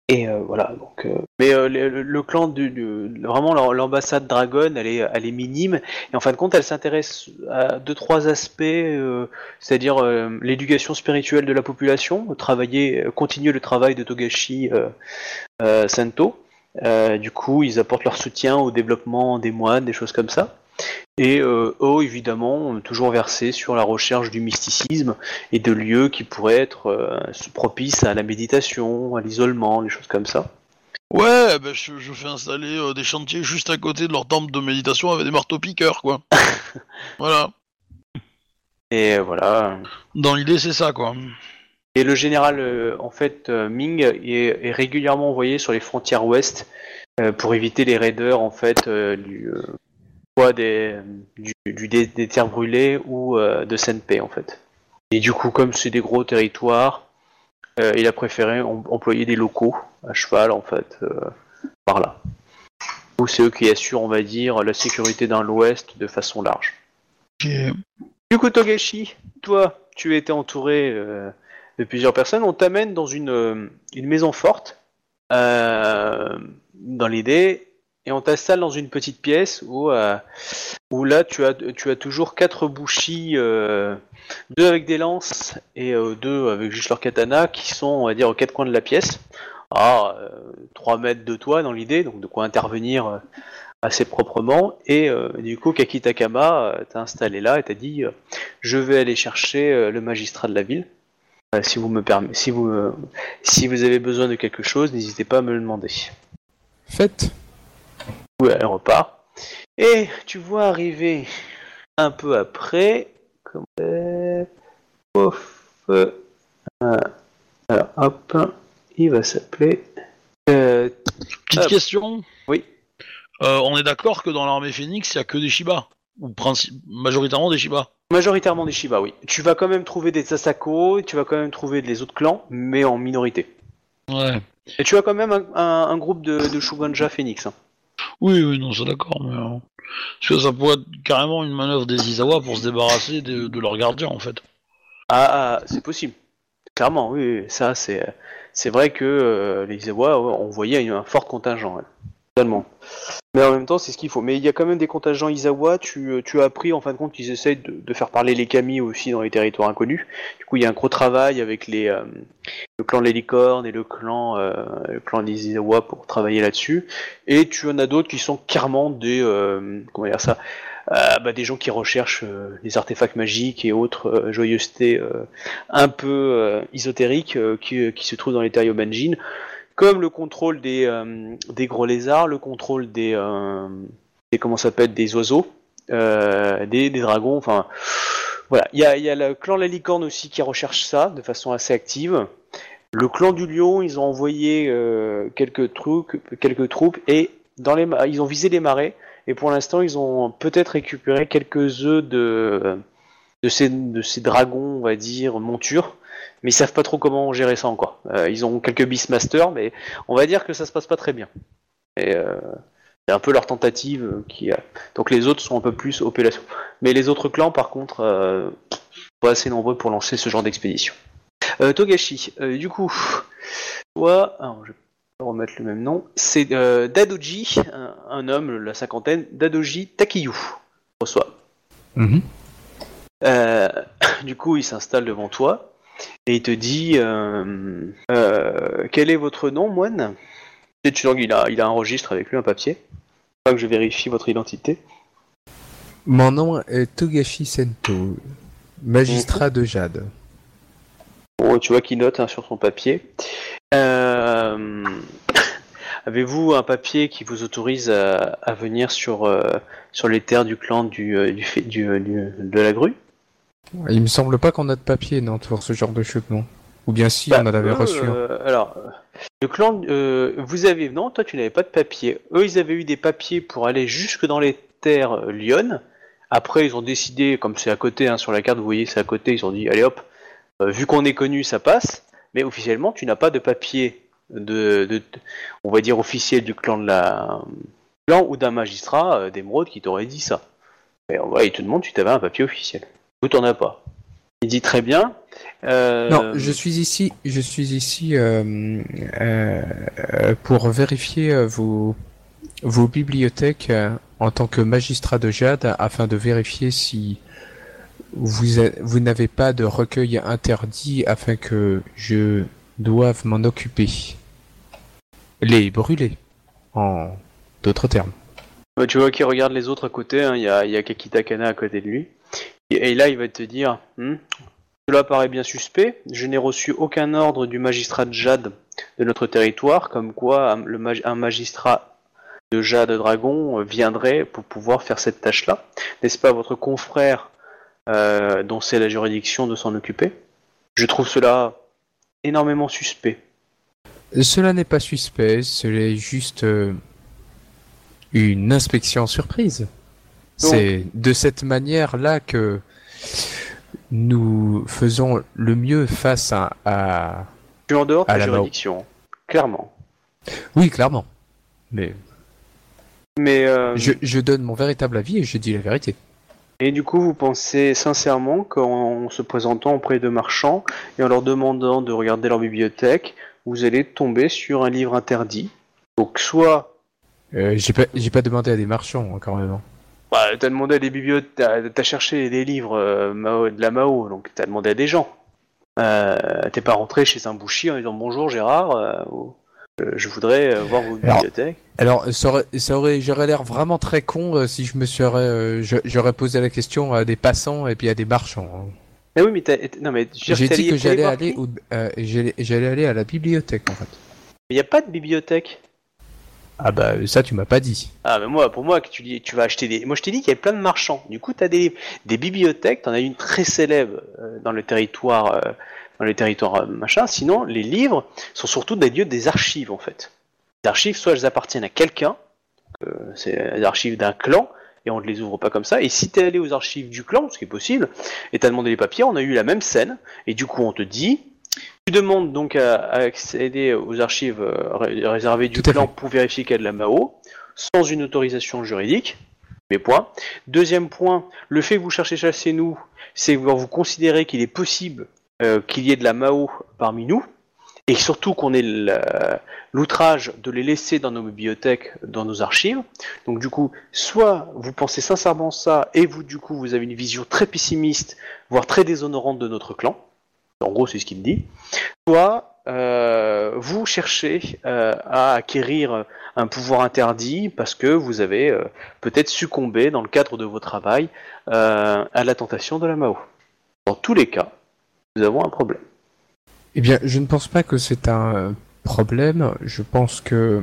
Et voilà, donc. Mais le clan vraiment l'ambassade Dragon, elle est minime. Et en fin de compte, elle s'intéresse à 2-3 aspects, c'est-à-dire l'éducation spirituelle de la population, continuer le travail de Togashi Sento. Du coup, ils apportent leur soutien au développement des moines, des choses comme ça. Et eux, évidemment, toujours versés sur la recherche du mysticisme et de lieux qui pourraient être propices à la méditation, à l'isolement, des choses comme ça. Ouais, ben je fais installer des chantiers juste à côté de leur temple de méditation avec des marteaux-piqueurs, quoi. Voilà. Et voilà. Dans l'idée, c'est ça, quoi. Et le général, Ming est régulièrement envoyé sur les frontières ouest pour éviter les raideurs, en fait, des terres brûlées ou de Senpei, en fait. Et du coup, comme c'est des gros territoires, il a préféré employer des locaux à cheval, en fait, par là. Ou c'est eux qui assurent, on va dire, la sécurité dans l'ouest de façon large. Okay. Du coup, Togashi, toi, tu étais entouré de plusieurs personnes. On t'amène dans une maison forte, dans l'idée, et on t'installe dans une petite pièce où là, tu as toujours 4 bushi, 2 avec des lances et 2 avec juste leur katana, qui sont, on va dire, aux 4 coins de la pièce. 3 mètres de toi dans l'idée, donc de quoi intervenir assez proprement. Et du coup, Kaki Takama t'a installé là et t'a dit je vais aller chercher le magistrat de la ville. Si vous avez besoin de quelque chose, n'hésitez pas à me le demander. Faites. Ouais, elle repart. Et tu vois arriver un peu après. Alors, hop, il va s'appeler. Petite question. Oui. On est d'accord que dans l'armée Phoenix, il y a que des Shiba, ou majoritairement des Shiba. Majoritairement des Shiba, oui. Tu vas quand même trouver des Sasako, tu vas quand même trouver les autres clans, mais en minorité. Ouais. Et tu as quand même un groupe de Shugenja Phoenix. Hein. Oui, non, c'est d'accord, mais parce que ça pourrait être carrément une manœuvre des Izawa pour se débarrasser de leurs gardiens, en fait. C'est possible. Clairement, oui, ça c'est vrai que les Izawa ont envoyé un fort contingent, ouais. Totalement. Mais en même temps, c'est ce qu'il faut. Mais il y a quand même des contingents Izawa. Tu as appris en fin de compte qu'ils essayent de faire parler les kami aussi dans les territoires inconnus. Du coup, il y a un gros travail avec le clan de la licorne et le clan des Izawa pour travailler là-dessus. Et tu en as d'autres qui sont clairement des des gens qui recherchent les artefacts magiques et autres joyeusetés un peu ésotériques qui se trouvent dans les Taiomanjin. Comme le contrôle des gros lézards, le contrôle des oiseaux, des dragons, enfin voilà. Il y a le clan de la licorne aussi qui recherche ça de façon assez active. Le clan du lion, ils ont envoyé quelques troupes et ils ont visé les marais et pour l'instant ils ont peut-être récupéré quelques œufs de ces dragons, on va dire, montures. Mais ils savent pas trop comment gérer ça encore. Ils ont quelques Beastmasters, mais on va dire que ça se passe pas très bien. Et c'est un peu leur tentative donc les autres sont un peu plus opération. Mais les autres clans, par contre, pas assez nombreux pour lancer ce genre d'expédition. Togashi, du coup, toi, alors, je vais remettre le même nom. C'est Dadoji, un homme, la cinquantaine, Dadoji Takiyu. Reçoit. Mm-hmm. Du coup, il s'installe devant toi. Et il te dit quel est votre nom, moine? Et tu sens qu'il a un registre avec lui, un papier. Pas que je vérifie votre identité. Mon nom est Togashi Sento, magistrat de Jade. Bon, tu vois qu'il note sur son papier. Avez-vous un papier qui vous autorise à venir sur les terres du clan de la grue? Il me semble pas qu'on a de papier, non, pour ce genre de choses, non. Ou bien si, on en avait reçu. Alors, le clan, vous avez... Non, toi tu n'avais pas de papier. Eux, ils avaient eu des papiers pour aller jusque dans les terres Lyon. Après, ils ont décidé, comme c'est à côté, sur la carte, vous voyez, c'est à côté, ils ont dit, allez hop, vu qu'on est connu, ça passe. Mais officiellement, tu n'as pas de papier on va dire, officiel du clan ou d'un magistrat d'émeraude qui t'aurait dit ça. Et ils te demandent si tu avais un papier officiel. Ou t'en as pas. Il dit très bien. Non, je suis ici pour vérifier vos bibliothèques en tant que magistrat de Jade afin de vérifier si vous n'avez pas de recueil interdit afin que je doive m'en occuper. Les brûler, en d'autres termes. Tu vois qu'il regarde les autres à côté, hein. Il y a Kakita Kana à côté de lui. Et là, il va te dire cela paraît bien suspect. Je n'ai reçu aucun ordre du magistrat de Jade de notre territoire, comme quoi un magistrat de Jade Dragon viendrait pour pouvoir faire cette tâche-là. N'est-ce pas votre confrère dont c'est la juridiction de s'en occuper? Je trouve cela énormément suspect. Cela n'est pas suspect, c'est juste une inspection surprise. Donc, c'est de cette manière-là que nous faisons le mieux face à tu es en dehors de la juridiction, clairement. Oui, clairement. Mais je donne mon véritable avis et je dis la vérité. Et du coup, vous pensez sincèrement qu'en se présentant auprès de marchands et en leur demandant de regarder leur bibliothèque, vous allez tomber sur un livre interdit. Donc soit... j'ai pas demandé à des marchands, encore même. Bah, t'as demandé à des bibliothèques, t'as cherché des livres de la Mao, donc t'as demandé à des gens. T'es pas rentré chez un boucher en disant bonjour Gérard, je voudrais voir vos bibliothèques. Alors j'aurais l'air vraiment très con si je me serais, j'aurais posé la question à des passants et puis à des marchands. Ah oui, mais j'ai dit que j'allais aller à la bibliothèque en fait. Mais y a pas de bibliothèque. Ah bah ça tu m'as pas dit. Ah mais pour moi que tu vas acheter des... Moi je t'ai dit qu'il y avait plein de marchands. Du coup t'as des bibliothèques, t'en as une très célèbre dans le territoire machin. Sinon les livres sont surtout des lieux des archives en fait. Les archives soit elles appartiennent à quelqu'un, c'est les archives d'un clan et on ne les ouvre pas comme ça. Et si t'es allé aux archives du clan, ce qui est possible, et t'as demandé les papiers, on a eu la même scène et du coup on te dit... Tu demandes donc à accéder aux archives réservées du clan pour vérifier qu'il y a de la Mao, sans une autorisation juridique. Mais point. Deuxième point, le fait que vous cherchez chez nous, c'est que vous considérez qu'il est possible qu'il y ait de la Mao parmi nous, et surtout qu'on ait l'outrage de les laisser dans nos bibliothèques, dans nos archives. Donc du coup, soit vous pensez sincèrement ça, et vous du coup vous avez une vision très pessimiste, voire très déshonorante de notre clan. En gros, c'est ce qu'il dit. Soit vous cherchez à acquérir un pouvoir interdit parce que vous avez peut-être succombé dans le cadre de vos travail à la tentation de la Mao. Dans tous les cas, nous avons un problème. Eh bien, je ne pense pas que c'est un problème. Je pense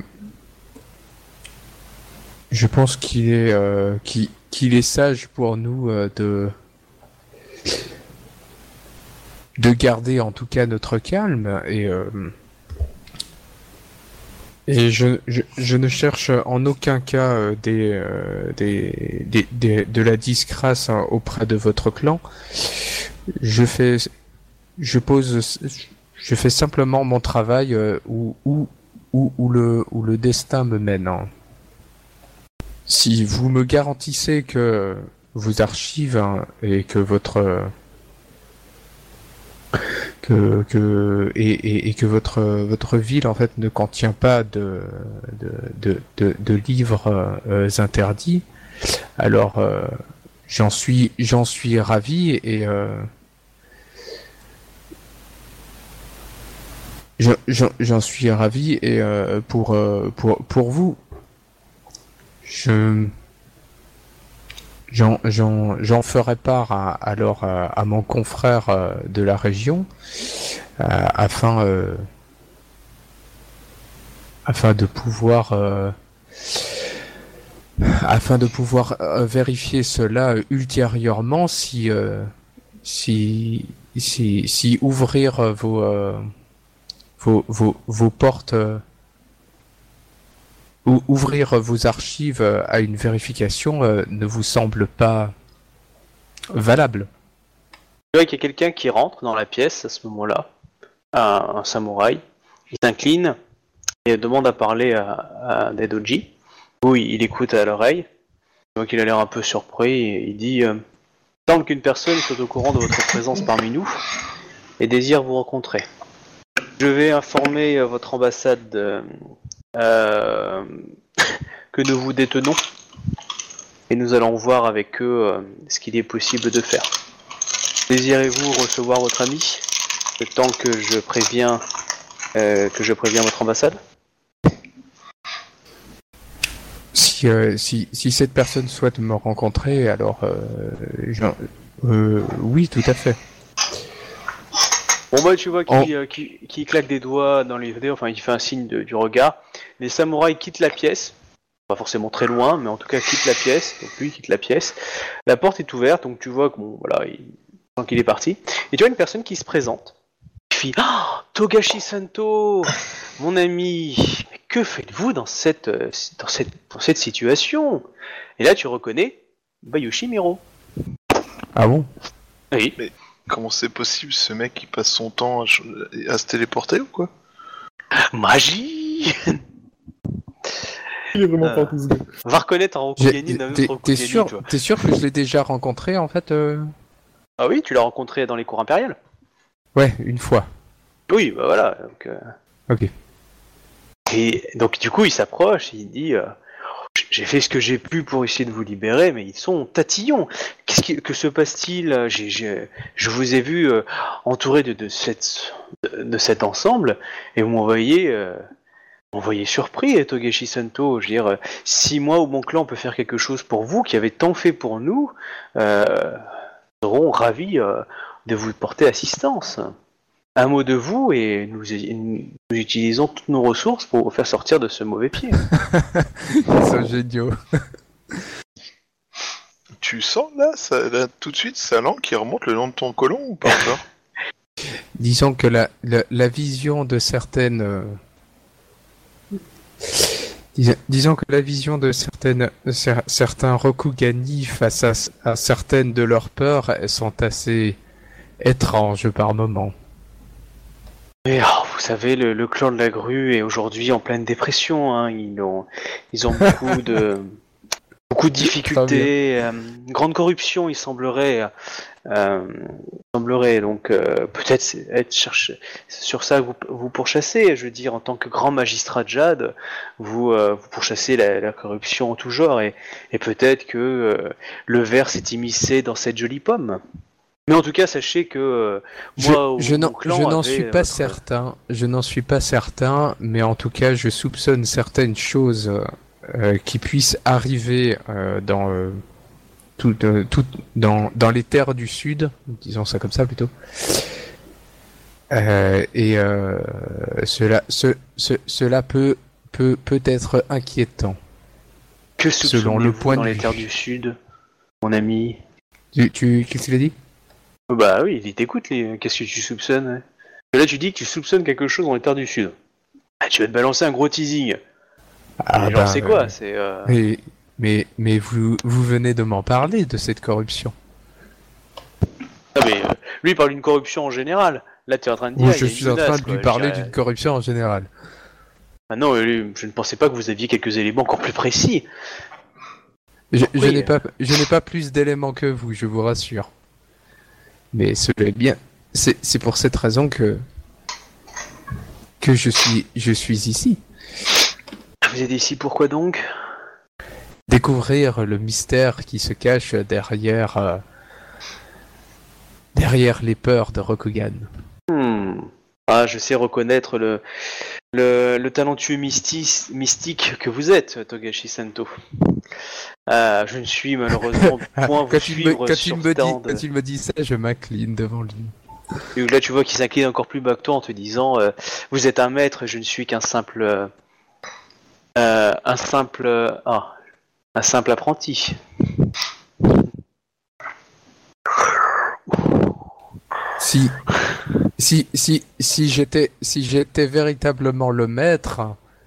qu'il est sage pour nous de garder en tout cas notre calme et je ne cherche en aucun cas de la disgrâce auprès de votre clan. Je fais simplement mon travail où le destin me mène. Si vous me garantissez que vos archives et que votre votre ville en fait ne contient pas de livres interdits, alors j'en suis ravi et j'en suis ravi et pour vous j'en ferai part à mon confrère de la région afin de pouvoir vérifier cela ultérieurement si ouvrir vos portes ou ouvrir vos archives à une vérification ne vous semble pas valable. Tu vois qu'il y a quelqu'un qui rentre dans la pièce à ce moment-là, un samouraï. Il s'incline et demande à parler à Daidoji. Oui, il écoute à l'oreille. Donc il a l'air un peu surpris et il dit semble qu'une personne soit au courant de votre présence parmi nous et désire vous rencontrer. Je vais informer votre ambassade que nous vous détenons et nous allons voir avec eux ce qu'il est possible de faire. Désirez-vous recevoir votre ami le temps que je préviens votre ambassade? Si cette personne souhaite me rencontrer, alors oui, tout à fait. Bon bah tu vois qu'il claque des doigts dans les vidéos, enfin il fait un signe du regard. Les samouraïs quittent la pièce, pas forcément très loin, mais en tout cas quittent la pièce. Donc lui quitte la pièce. La porte est ouverte, donc tu vois que bon voilà, il sent qu'il est parti. Et tu vois une personne qui se présente. Qui fait Togashi Santo, mon ami, que faites-vous dans cette situation? Et là tu reconnais Bayushi Miro. Ah bon? Oui. Mais comment c'est possible, ce mec qui passe son temps à se téléporter ou quoi? Magie. Il est vraiment pas tous deux. Va reconnaître un Rokugani d'un autre Rokugani, toi. T'es sûr que je l'ai déjà rencontré en fait Ah oui, tu l'as rencontré dans les cours impériales? Ouais, une fois. Oui, bah voilà. Donc, Ok. Et donc du coup, il s'approche, il dit j'ai fait ce que j'ai pu pour essayer de vous libérer, mais ils sont tatillons. Que se passe-t-il? Je vous ai vu entouré de cet ensemble, et vous m'envoyez surpris, Togashi Santo. Je veux dire, si moi ou mon clan peut faire quelque chose pour vous, qui avez tant fait pour nous, nous serons ravis de vous porter assistance. Un mot de vous et nous utilisons toutes nos ressources pour vous faire sortir de ce mauvais pied. Ils sont géniaux. Tu sens là tout de suite sa langue qui remonte le long de ton côlon ou pas encore? Disons que la vision de certaines... Disons que la vision de certains Rokugani face à certaines de leurs peurs, elles sont assez étranges par moments. Et, vous savez, le clan de la grue est aujourd'hui en pleine dépression. Hein. Ils ont beaucoup de difficultés, grande corruption, il semblerait. Donc peut-être être sur ça vous pourchassez. Je veux dire, en tant que grand magistrat de Jade, vous pourchassez la corruption en tout genre, et peut-être que le ver s'est immiscé dans cette jolie pomme. Mais en tout cas, sachez que moi, je n'en suis pas certain. Je n'en suis pas certain, mais en tout cas, je soupçonne certaines choses qui puissent arriver dans les terres du Sud, disons ça comme ça plutôt. Cela peut être inquiétant. Que selon le point dans de les vue. terres du Sud, mon ami? Qu'est-ce que tu as dit? Bah oui, il t'écoute. Qu'est-ce que tu soupçonnes? Là, tu dis que tu soupçonnes quelque chose dans les terres du Sud. Ah, tu vas te balancer un gros teasing. Genre, c'est quoi? C'est. Mais vous venez de m'en parler de cette corruption. Ah mais lui il parle d'une corruption en général. Là tu es en train de dire. Oui, je suis en train de lui parler d'une corruption en général. Ah non, je ne pensais pas que vous aviez quelques éléments encore plus précis. Je n'ai pas plus d'éléments que vous, je vous rassure. Mais cela est bien. C'est pour cette raison que je suis ici. Vous êtes ici pourquoi donc? Découvrir le mystère qui se cache derrière les peurs de Rokugan. Ah, je sais reconnaître le talentueux mystique que vous êtes, Togashi Santo. Je ne suis malheureusement point vous suivre sur tant de... Quand il me dit ça, je m'incline devant lui. Et là, tu vois qu'il s'incline encore plus bas que toi en te disant vous êtes un maître, je ne suis qu'un simple apprenti. Si j'étais véritablement le maître,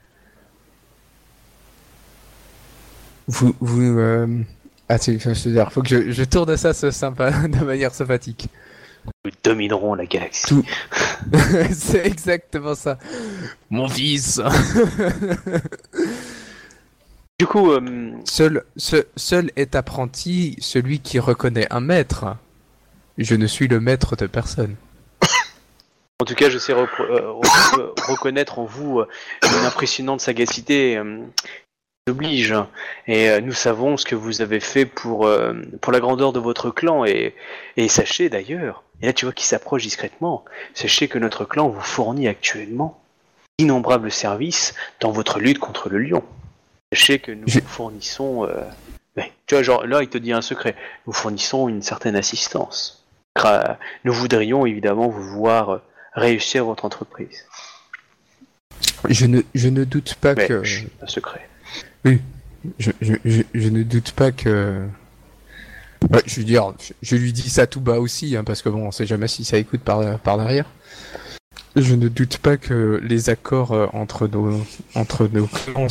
c'est-à-dire, faut que je tourne ça de manière sympathique. Nous dominerons la galaxie. Tout. C'est exactement ça. Mon fils. Du coup, Seul est apprenti celui qui reconnaît un maître. Je ne suis le maître de personne. en tout cas, je sais reconnaître en vous une impressionnante sagacité qui oblige. Et nous savons ce que vous avez fait pour la grandeur de votre clan. Et sachez d'ailleurs, et là tu vois qu'il s'approche discrètement, sachez que notre clan vous fournit actuellement d'innombrables services dans votre lutte contre le lion. Sachez que nous vous fournissons... tu vois, genre là il te dit un secret. Nous fournissons une certaine assistance. Nous voudrions évidemment vous voir réussir votre entreprise. Je ne doute pas que... un secret. Oui, je ne doute pas que... Ouais, je veux dire, je lui dis ça tout bas aussi, hein, parce que bon, on sait jamais si ça écoute par derrière. Je ne doute pas que les accords entre nos clans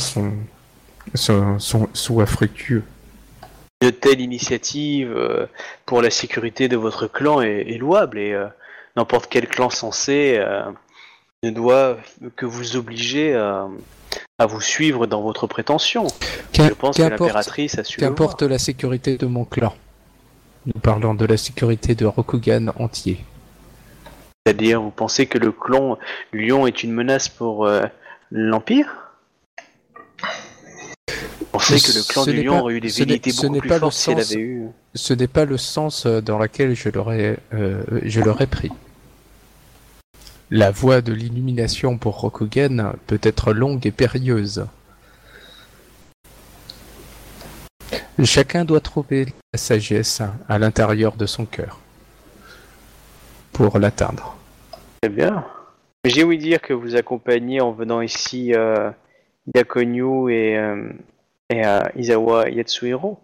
sont fructueux. Une telle initiative pour la sécurité de votre clan est louable et n'importe quel clan sensé ne doit que vous obliger à vous suivre dans votre prétention. Je pense que l'impératrice a su qu'importe la sécurité de mon clan. Nous parlons de la sécurité de Rokugan entier. C'est-à-dire, vous pensez que le clan Lion est une menace pour l'Empire ? Vous pensez que le clan du Lion aurait eu des velléités beaucoup plus fortes s'il avait eu... Ce n'est pas le sens dans lequel je l'aurais pris. La voie de l'illumination pour Rokugan peut être longue et périlleuse. Chacun doit trouver la sagesse à l'intérieur de son cœur pour l'atteindre. Très bien. J'ai ouï dire que vous accompagnez en venant ici Yakonyu et Izawa Yatsuhiro.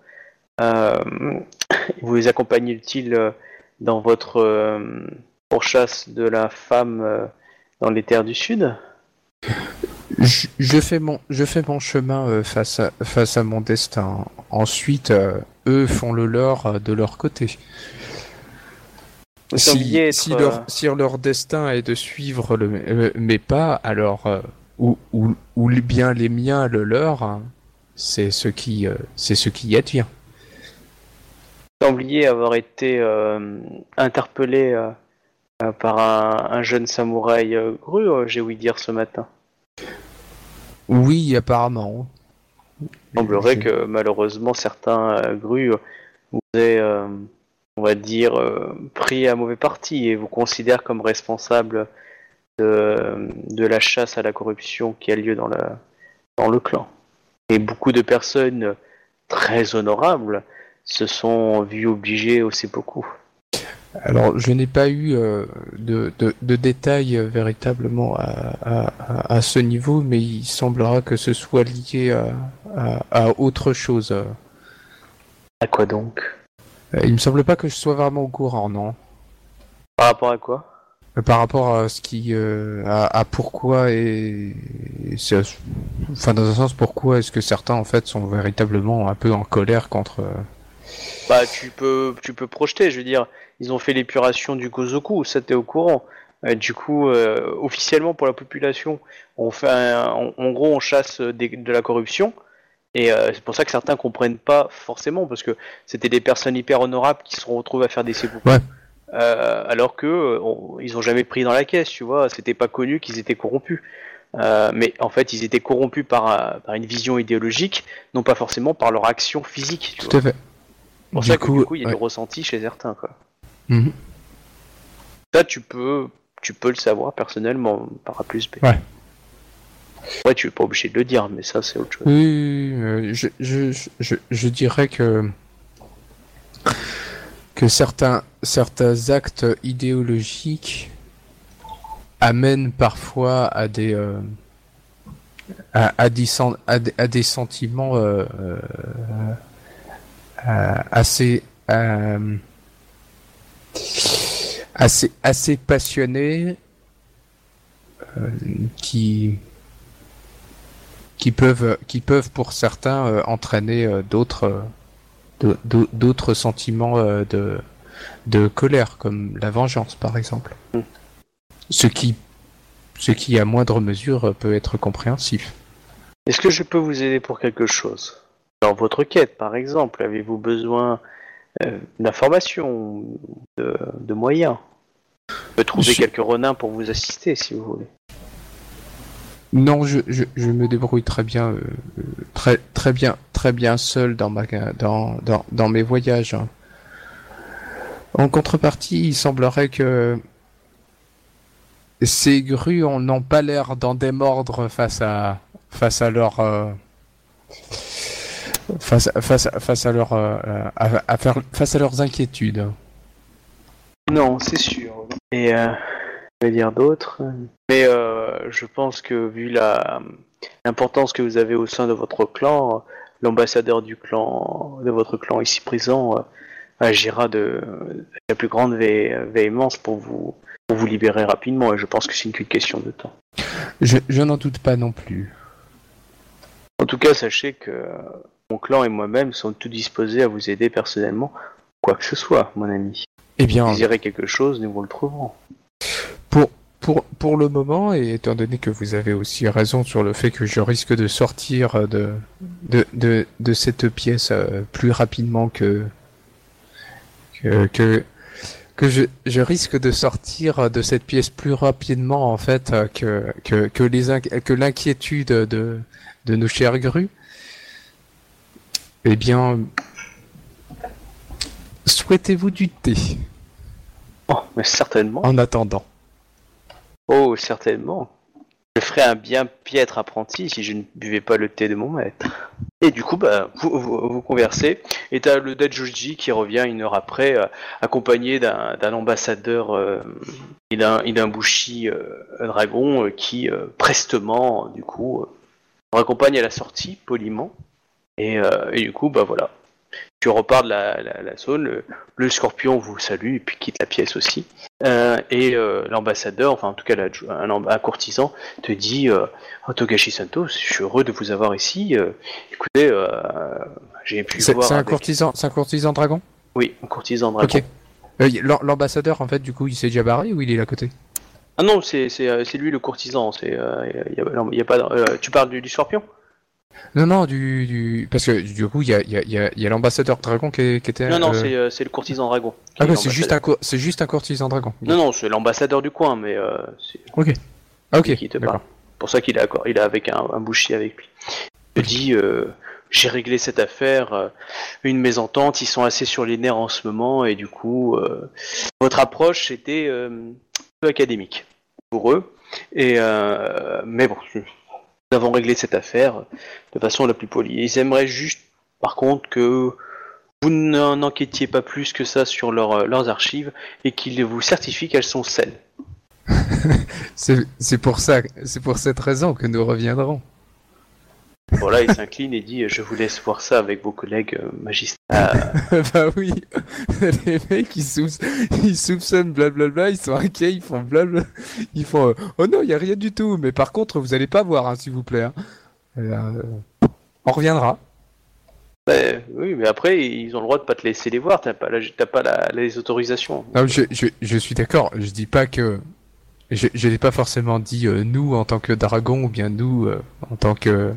Vous accompagnez-t-il dans votre pourchasse de la femme dans les terres du Sud ? Je fais mon chemin face à mon destin. Ensuite, eux font le leur de leur côté. Si leur destin est de suivre mes pas, alors ou bien les miens le leur, hein, c'est ce qui advient. Vous sembliez avoir été interpellé par un jeune samouraï gru, j'ai ouï dire ce matin. Oui, apparemment. Il semblerait que malheureusement certains grus vous aient, on va dire, pris à mauvais parti et vous considèrent comme responsable de la chasse à la corruption qui a lieu dans le clan. Et beaucoup de personnes très honorables se sont vues obligées au seppuku. Alors, je n'ai pas eu de détails véritablement à ce niveau, mais il semblera que ce soit lié à autre chose. À quoi donc ? Il me semble pas que je sois vraiment au courant, non ? Par rapport à quoi ? Par rapport à ce qui... à pourquoi enfin, dans un sens, pourquoi est-ce que certains, en fait, sont véritablement un peu en colère contre... Bah, tu peux projeter, je veux dire, ils ont fait l'épuration du Gozoku, ça t'es au courant. Du coup, officiellement pour la population, on fait en gros, on chasse de la corruption, et c'est pour ça que certains comprennent pas forcément, parce que c'était des personnes hyper honorables qui se retrouvent à faire des seppuku. Ouais. Alors que ils ont jamais pris dans la caisse, tu vois, c'était pas connu qu'ils étaient corrompus. Mais en fait, ils étaient corrompus par une vision idéologique, non pas forcément par leur action physique. Tout à fait. C'est pour ça que du coup, il y a du ressenti chez certains, quoi. Mm-hmm. Ça, tu peux le savoir personnellement par A plus B. Ouais. Ouais, tu es pas obligé de le dire, mais ça, c'est autre chose. Oui, je dirais que certains actes idéologiques amènent parfois à des sentiments assez passionnés qui peuvent pour certains entraîner d'autres sentiments de colère, comme la vengeance par exemple. Ce qui à moindre mesure peut être compréhensif. Est-ce que je peux vous aider pour quelque chose? Dans votre quête, par exemple, avez-vous besoin d'informations, de moyens? Je peux trouver quelques renins pour vous assister, si vous voulez. Non, je me débrouille très bien, très bien seul dans mes voyages. En contrepartie, il semblerait que ces grues n'ont pas l'air d'en démordre face à leur face à leurs inquiétudes. Non, c'est sûr. Et je vais dire d'autres. Mais je pense que vu l'importance que vous avez au sein de votre clan, l'ambassadeur de votre clan ici présent agira de la plus grande véhémence pour vous libérer rapidement. Et je pense que c'est qu'une question de temps. Je n'en doute pas non plus. En tout cas, sachez que mon clan et moi-même sommes tout disposés à vous aider personnellement, quoi que ce soit, mon ami. Eh bien, vous désirez quelque chose, nous vous le trouverons. Pour le moment, et étant donné que vous avez aussi raison sur le fait que je risque de sortir de cette pièce plus rapidement que je risque de sortir de cette pièce plus rapidement en fait que l'inquiétude de nos chères grues. Eh bien, souhaitez-vous du thé? Oh, mais certainement. En attendant. Oh, certainement. Je ferais un bien piètre apprenti si je ne buvais pas le thé de mon maître. Et du coup, vous conversez, et t'as le Dajoji qui revient 1 heure après, accompagné d'un ambassadeur et d'un Bushi dragon qui, prestement, du coup, le raccompagne à la sortie, poliment. Et du coup, voilà. Tu repars de la zone, le scorpion vous salue et puis quitte la pièce aussi. Et l'ambassadeur, enfin en tout cas un courtisan, te dit Togashi Santo, je suis heureux de vous avoir ici. Écoutez, j'ai pu voir. C'est un courtisan dragon? Oui, un courtisan dragon. Ok. L'ambassadeur, en fait, du coup, il s'est déjà barré ou il est à côté? Ah non, c'est lui le courtisan. Y a pas. Tu parles du scorpion? Non, parce que du coup, il y a l'ambassadeur dragon qui était. Non, c'est le courtisan dragon. Ah ouais, c'est juste un courtisan dragon. Non, c'est l'ambassadeur du coin, mais Ok. Ah, ok. Qui te parle. Pour ça qu'il est avec un bouchier avec lui. Il te dit, j'ai réglé cette affaire, une mésentente, ils sont assez sur les nerfs en ce moment, et du coup, votre approche était un peu académique pour eux. Et mais bon. Nous avons réglé cette affaire de façon la plus polie. Ils aimeraient juste, par contre, que vous n'enquêtiez pas plus que ça sur leurs archives et qu'ils vous certifient qu'elles sont celles. C'est pour cette raison que nous reviendrons. Voilà, il s'incline et dit je vous laisse voir ça avec vos collègues magistrats. Bah oui, les mecs ils soupçonnent blablabla, ils sont inquiets, ils font blabla, ils font oh non, il y a rien du tout, mais par contre vous allez pas voir, hein, s'il vous plaît. Hein. On reviendra. Oui, mais après ils ont le droit de pas te laisser les voir, t'as pas les autorisations. Non, je suis d'accord, je dis pas que je n'ai pas forcément dit nous en tant que dragon ou bien nous en tant que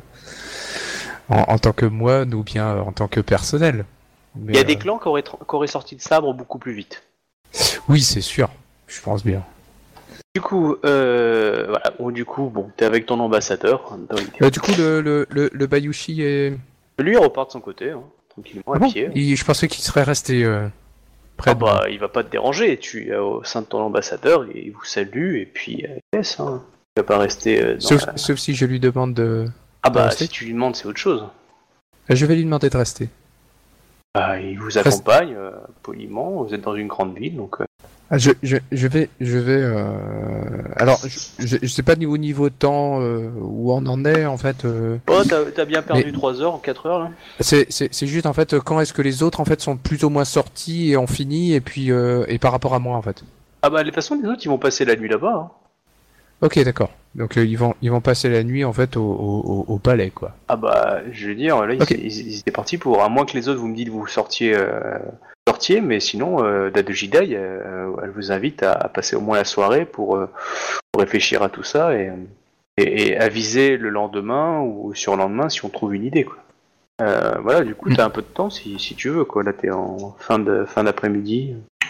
moine ou bien en tant que personnel. Mais, il y a des clans qui auraient sorti le sabre beaucoup plus vite. Oui, c'est sûr. Je pense bien. Du coup, voilà. Du coup, bon, t'es avec ton ambassadeur. Du coup, le Bayushi est... Lui, il repart de son côté, hein, tranquillement, à pied. Je pensais qu'il serait resté près de moi. Il va pas te déranger. Tu es au sein de ton ambassadeur, et il vous salue, et puis il laisse, hein. Il va pas rester... sauf si je lui demande de... si tu lui demandes, c'est autre chose. Je vais lui demander de rester. Il vous accompagne poliment, vous êtes dans une grande ville, donc... Je vais... Alors, je sais pas au niveau temps où on en est, en fait... t'as bien perdu 3 heures, 4 heures, là. C'est juste, en fait, quand est-ce que les autres, en fait, sont plus ou moins sortis et ont fini, et puis... et par rapport à moi, en fait. De toute façon, les autres, ils vont passer la nuit là-bas, hein. Ok, d'accord. Donc ils vont passer la nuit en fait au palais, quoi. Je veux dire, là ils étaient partis pour, à moins que les autres vous me dites vous sortiez, mais sinon Dadojidai elle vous invite à passer au moins la soirée pour réfléchir à tout ça et et aviser le lendemain ou sur le lendemain si on trouve une idée, quoi. Voilà, du coup, t'as un peu de temps si tu veux, quoi. Là, t'es en fin d'après-midi.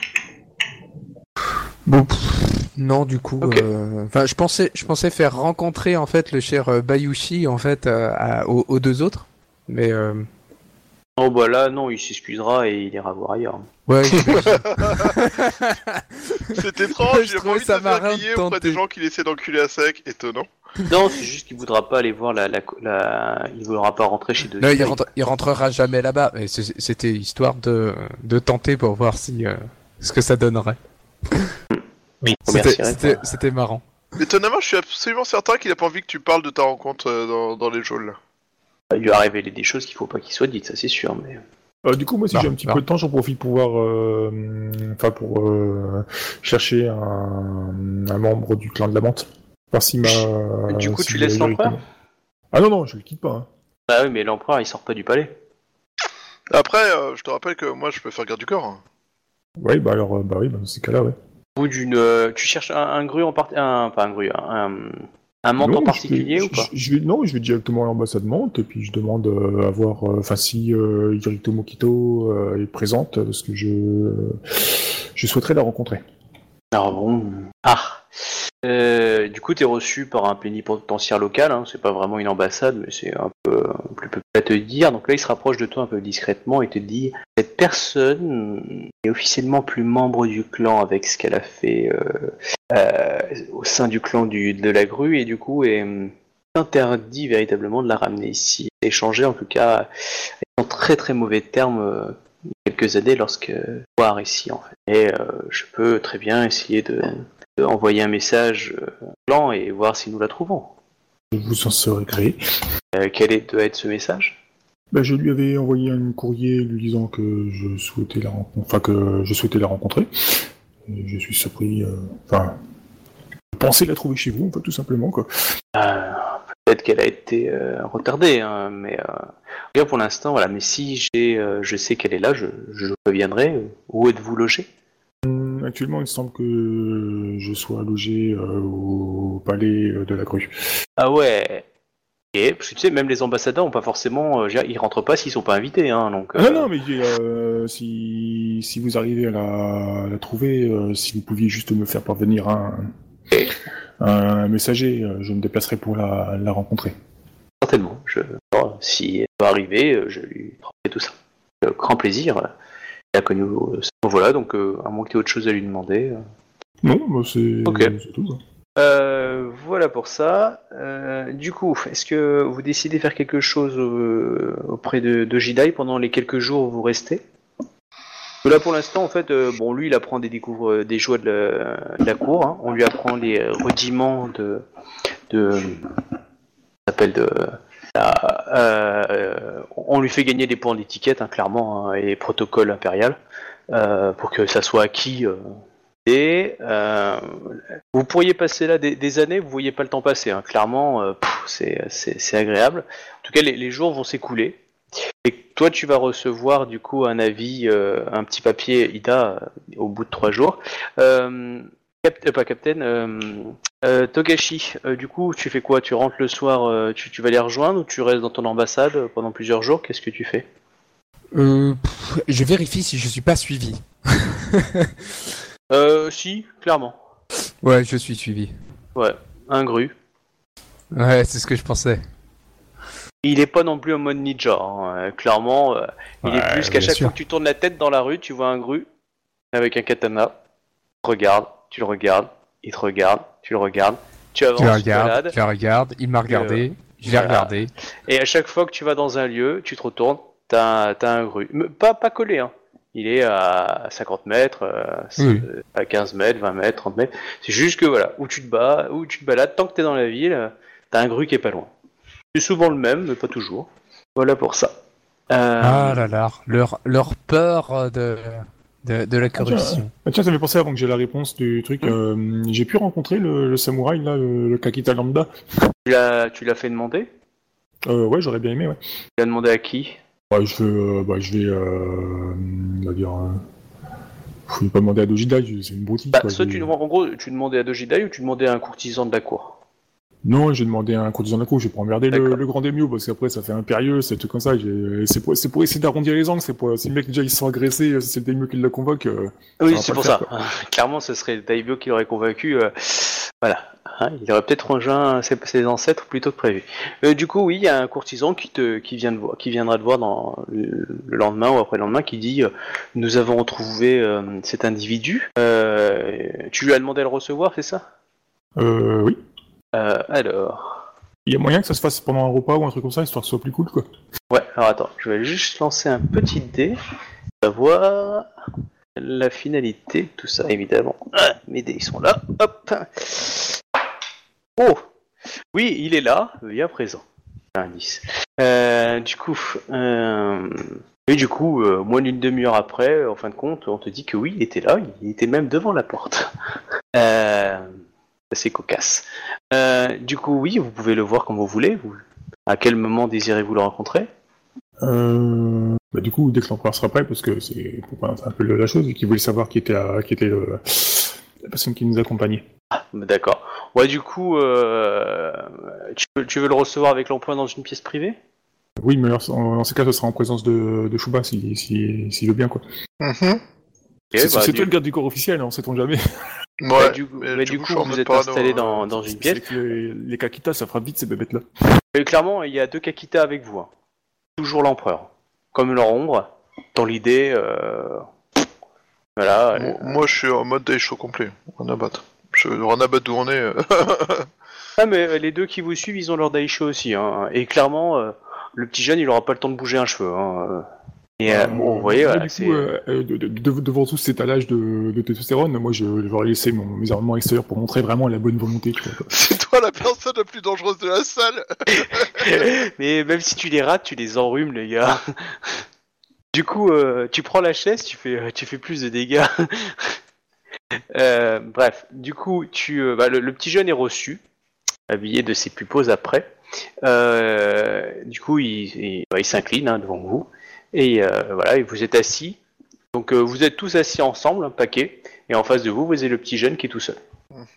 Bon, non, du coup, Ok. je pensais faire rencontrer en fait le cher Bayushi en fait aux deux autres, mais Oh, bah là, non, il s'excusera et il ira voir ailleurs. ouais, j'imagine. C'est étrange, Je il a pas trouvais envie de ça se marrant faire de griller auprès tenter. des gens qu'il essaie d'enculer à sec. Étonnant. Non, c'est juste qu'il voudra pas aller voir il voudra pas rentrer chez deux. Là, il rentrera jamais là-bas. Et c'était histoire de tenter pour voir si ce que ça donnerait. Oui, merci, C'était marrant. Étonnamment, je suis absolument certain qu'il a pas envie que tu parles de ta rencontre dans les geôles. Là. Il lui a révélé des choses qu'il faut pas qu'il soit dites, ça c'est sûr, mais... Du coup, moi, si Non, j'ai un petit non. peu de temps, j'en profite pour voir, pour chercher un membre du clan de la menthe. Voir s'il m'a. Du coup, si tu laisses il- l'empereur ? Ah non, je le quitte pas. Hein. Bah oui, mais l'empereur il sort pas du palais. Après, je te rappelle que moi, je peux faire garde du corps. Hein. Ouais, bah alors, dans ces cas-là, ouais. Au bout tu cherches un gru en particulier, pas un gru, un menthe Non, en particulier ou pas ? je vais directement à l'ambassade Menthe et puis je demande à voir, si Hirito Mokito est présente, parce que je souhaiterais la rencontrer. Alors bon... du coup, t'es reçu par un plénipotentiaire local, hein, c'est pas vraiment une ambassade, mais c'est un peu plus peu à te dire. Donc là, il se rapproche de toi un peu discrètement et te dit cette personne est officiellement plus membre du clan avec ce qu'elle a fait au sein du clan de la grue, et du coup est interdit véritablement de la ramener ici. Échanger en tout cas en très très mauvais termes il y a quelques années lorsque voir ici en fait. Et je peux très bien essayer de envoyer un message au clan et voir si nous la trouvons. Je vous en serai gré. Doit être ce message ? Bah, je lui avais envoyé un courrier lui disant que je souhaitais la rencontrer. Et je suis surpris. Je pensais la trouver chez vous, en fait, tout simplement, quoi. Peut-être qu'elle a été retardée, hein, mais pour l'instant, voilà. Mais si je sais qu'elle est là, je reviendrai. Où êtes-vous logé ? Actuellement, il semble que je sois logé au palais de la Grue. Ah ouais. Et parce que tu sais, même les ambassadeurs ont pas forcément, ils rentrent pas s'ils sont pas invités, hein. Donc. Non, mais si vous arrivez à la trouver, si vous pouviez juste me faire parvenir un messager, je me déplacerai pour la rencontrer. Certainement. Si elle doit arriver, je lui transmets tout ça. Grand plaisir. Il a connu. Voilà, donc à moins que tu aies autre chose à lui demander. Non, bah, c'est tout. Hein. Voilà pour ça. Du coup, est-ce que vous décidez de faire quelque chose auprès de Jidai pendant les quelques jours où vous restez ? Là, pour l'instant, en fait, lui, il apprend des joies de la cour. Hein. On lui apprend les rudiments on lui fait gagner des points d'étiquette, hein, clairement, hein, et protocole impérial, pour que ça soit acquis. Et vous pourriez passer là des années, vous voyez pas le temps passer. Hein. Clairement, c'est agréable. En tout cas, les jours vont s'écouler. Et toi, tu vas recevoir du coup un avis, un petit papier Ida au bout de 3 jours. Togashi, du coup, tu fais quoi ? Tu rentres le soir, tu vas les rejoindre ou tu restes dans ton ambassade pendant plusieurs jours ? Qu'est-ce que tu fais ? Je vérifie si je suis pas suivi. Si, clairement. Ouais, je suis suivi. Ouais, un gru. Ouais, c'est ce que je pensais. Il est pas non plus en mode ninja, hein. Clairement, il est plus qu'à chaque fois que tu tournes la tête dans la rue, tu vois un gru avec un katana. Tu le regardes, il te regarde, tu le regardes, tu avances, tu le regardes, il m'a regardé, je l'ai regardé. Et à chaque fois que tu vas dans un lieu, tu te retournes, t'as un gru. Pas collé, hein. Il est à 50 mètres, à 15 mètres, 20 mètres, 30 mètres. C'est juste que voilà, où tu te balades, tant que t'es dans la ville, t'as un gru qui est pas loin. C'est souvent le même, mais pas toujours. Voilà pour ça. Ah là là, leur peur de la corruption. Tiens, ça m'est pensé avant que j'ai la réponse du truc. J'ai pu rencontrer le samouraï, là, le Kakita Lambda. Tu l'as fait demander ? Ouais, j'aurais bien aimé, ouais. Tu l'as demandé à qui ? Je vais on va dire... Faut pas demander à Dojidai, c'est une broutille. En gros, tu demandais à Dojidai ou tu demandais à un courtisan de la cour ? Non, j'ai demandé un courtisan d'un coup, je vais pas emmerder D'accord. le grand Demio, parce qu'après ça fait impérieux, c'est tout comme ça. C'est pour essayer d'arrondir les angles, c'est pour si le mec déjà ils se sont agressés, si c'est le Demio qui le convoque. Oui, va c'est pas pour le faire, ça. quoi. Clairement, ce serait Daibyo qui l'aurait convaincu. Voilà. Hein, il aurait peut-être rejoint ses ancêtres plus tôt que prévu. Du coup, oui, il y a un courtisan qui viendra te voir dans le lendemain ou après le lendemain, qui dit nous avons retrouvé cet individu. Tu lui as demandé à le recevoir, c'est ça? Oui. Alors. Il y a moyen que ça se fasse pendant un repas ou un truc comme ça, histoire que ce soit plus cool, quoi. Ouais, alors attends, je vais juste lancer un petit dé. Savoir la finalité de tout ça, évidemment. Ah, mes dés, ils sont là. Hop. Oh, oui, il est là, bien présent. Un 10. Moins d'une demi-heure après, en fin de compte, on te dit que oui, il était là, il était même devant la porte. C'est cocasse. Oui, vous pouvez le voir comme vous voulez. À quel moment désirez-vous le rencontrer? Du coup, dès que l'empereur sera prêt, parce que c'est pour présenter un peu la chose, et qu'il voulait savoir qui était la personne qui nous accompagnait. D'accord. Ouais, tu veux le recevoir avec l'emploi dans une pièce privée? Oui, mais alors, dans ces cas, ce sera en présence de Chouba, s'il veut bien, quoi. Mhm. Okay, C'est toi le garde du corps officiel, on sait-on jamais. Ouais, du coup, je suis en vous mode êtes parano, installé dans une pièce. C'est que les Kakita, ça fera vite ces bébêtes-là. Et clairement, il y a deux Kakita avec vous. Hein. Toujours l'empereur. Comme leur ombre, dans l'idée... Voilà. Moi, je suis en mode Daisho complet. On abattre. On abattre d'où on est. Ah, mais les deux qui vous suivent, ils ont leur Daisho aussi. Hein. Et clairement, le petit jeune, il aura pas le temps de bouger un cheveu. Hein. Et bon, vous voyez, moi, voilà, du coup, devant tout cet étalage de testostérone, moi, j'aurais laissé mes armements extérieurs pour montrer vraiment la bonne volonté. Tu vois. C'est toi la personne la plus dangereuse de la salle. Mais même si tu les rates, tu les enrhumes, les gars. Du coup, tu prends la chaise, tu fais plus de dégâts. Bref, du coup, le petit jeune est reçu, habillé de ses pupilles après. Du coup, il s'incline devant vous. Et voilà, et vous êtes assis. Donc vous êtes tous assis ensemble, un paquet. Et en face de vous, vous avez le petit jeune qui est tout seul.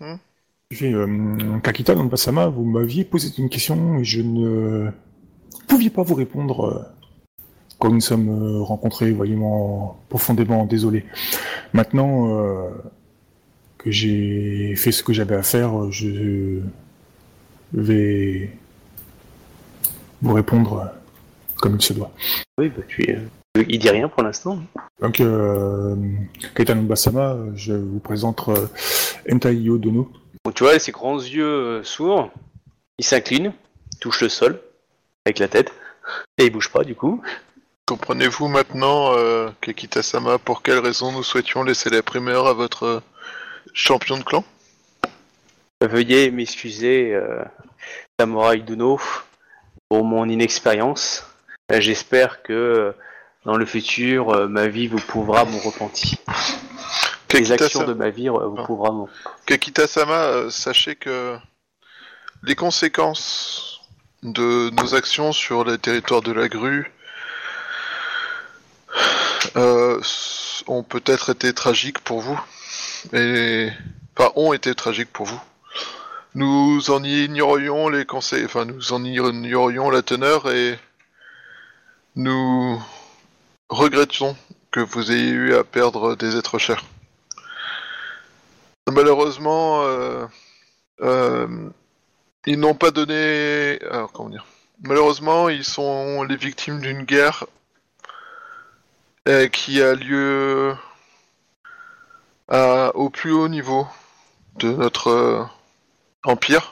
Kakita, dans le Basama, vous m'aviez posé une question et je ne pouviez pas vous répondre quand nous sommes rencontrés, voyez-moi profondément désolé. Maintenant que j'ai fait ce que j'avais à faire, je vais vous répondre comme il se doit. Oui, il dit rien pour l'instant. Donc, Kaitano Basama, je vous présente Entaiyo Dono. Donc tu vois, ses grands yeux sourds, il s'incline, touche le sol avec la tête, et il bouge pas du coup. Comprenez-vous maintenant, Kakita-sama, pour quelle raison nous souhaitions laisser la primeur à votre champion de clan? Veuillez m'excuser, Samurai Duno, pour mon inexpérience. J'espère que dans le futur, ma vie vous prouvera mon repenti. Les actions de ma vie vous prouvera mon... Kakita-sama, sachez que les conséquences de nos actions sur les territoires de la grue ont peut-être été tragiques pour vous. Ont été tragiques pour vous. Nous en ignorions nous en ignorions la teneur et nous regrettons que vous ayez eu à perdre des êtres chers. Malheureusement, ils n'ont pas donné... Alors, comment dire ? Malheureusement, ils sont les victimes d'une guerre qui a lieu au plus haut niveau de notre empire.